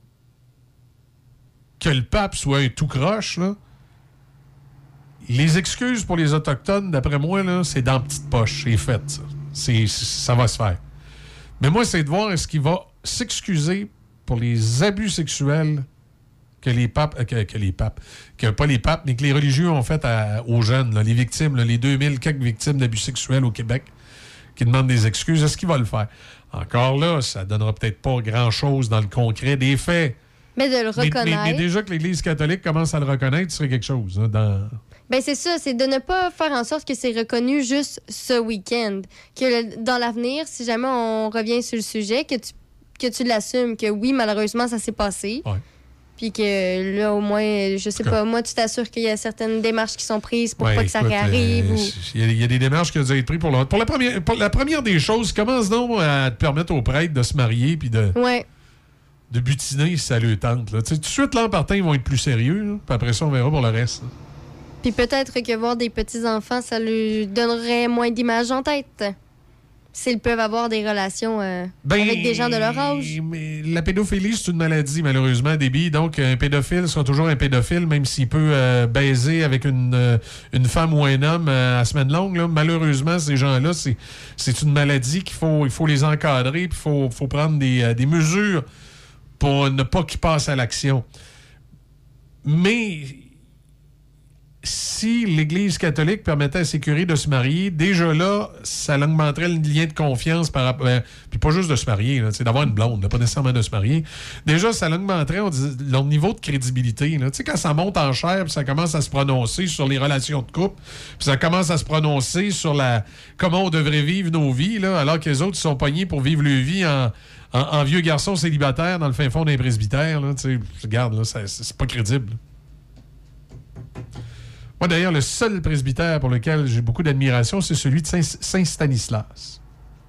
que le pape soit un tout croche, là, les excuses pour les Autochtones, d'après moi, là, c'est dans la petite poche. C'est fait, ça. Ça va se faire. Mais moi, c'est de voir est-ce qu'il va s'excuser pour les abus sexuels que les papes, pas les papes, mais que les religieux ont fait aux jeunes, là, les victimes, là, les 2000 quelques victimes d'abus sexuels au Québec qui demandent des excuses. Est-ce qu'il va le faire? Encore là, ça donnera peut-être pas grand-chose dans le concret des faits. Mais de le reconnaître. Mais déjà que l'Église catholique commence à le reconnaître, ce serait quelque chose. Hein, Ben c'est ça, c'est de ne pas faire en sorte que c'est reconnu juste ce week-end. Que dans l'avenir, si jamais on revient sur le sujet, que tu l'assumes, que oui, malheureusement, ça s'est passé. Ouais. Puis que là, au moins, je sais pas, moi, tu t'assures qu'il y a certaines démarches qui sont prises pour pas que ça réarrive. Il y a des démarches qui ont été prises pour la première des choses, commence donc à te permettre aux prêtres de se marier puis de butiner si ça le tente. Là. Tout de suite, là, en partant, ils vont être plus sérieux. Là. Puis après ça, on verra pour le reste. Là. Puis peut-être que voir des petits-enfants, ça lui donnerait moins d'images en tête. S'ils peuvent avoir des relations avec des gens de leur âge. Mais la pédophilie, c'est une maladie, malheureusement, Déby. Donc, un pédophile sera toujours un pédophile, même s'il peut baiser avec une femme ou un homme à semaine longue. Là. Malheureusement, ces gens-là, c'est une maladie qu'il faut les encadrer, puis il faut prendre des mesures pour ne pas qu'ils passent à l'action. Mais si l'Église catholique permettait à ses curés de se marier, déjà là, ça augmenterait le lien de confiance par rapport... puis pas juste de se marier, là, d'avoir une blonde, là, pas nécessairement de se marier. Déjà, ça augmenterait leur niveau de crédibilité. Tu sais, quand ça monte en chair, puis ça commence à se prononcer sur les relations de couple, puis ça commence à se prononcer sur comment on devrait vivre nos vies, là, alors que les autres sont pognés pour vivre leur vie en vieux garçon célibataire dans le fin fond d'un presbytère. Là, regarde, là, c'est pas crédible. Moi, d'ailleurs, le seul presbytère pour lequel j'ai beaucoup d'admiration, c'est celui de Saint-Stanislas.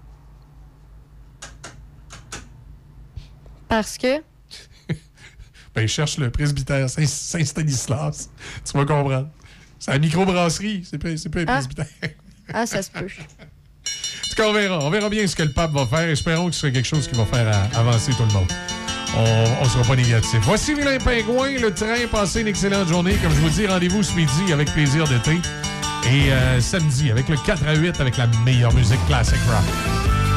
Parce que? Ben, cherche le presbytère Saint-Stanislas. Tu vas comprendre. C'est la microbrasserie. C'est pas un presbytère. Ah, ça se peut. En tout cas, on verra bien ce que le pape va faire. Espérons que ce soit quelque chose qui va faire avancer tout le monde. On ne sera pas négatif. Voici Vilain Pingouin, le train. Passez une excellente journée. Comme je vous dis, rendez-vous ce midi avec Plaisir d'été. Et samedi avec le 4 à 8 avec la meilleure musique classic rock.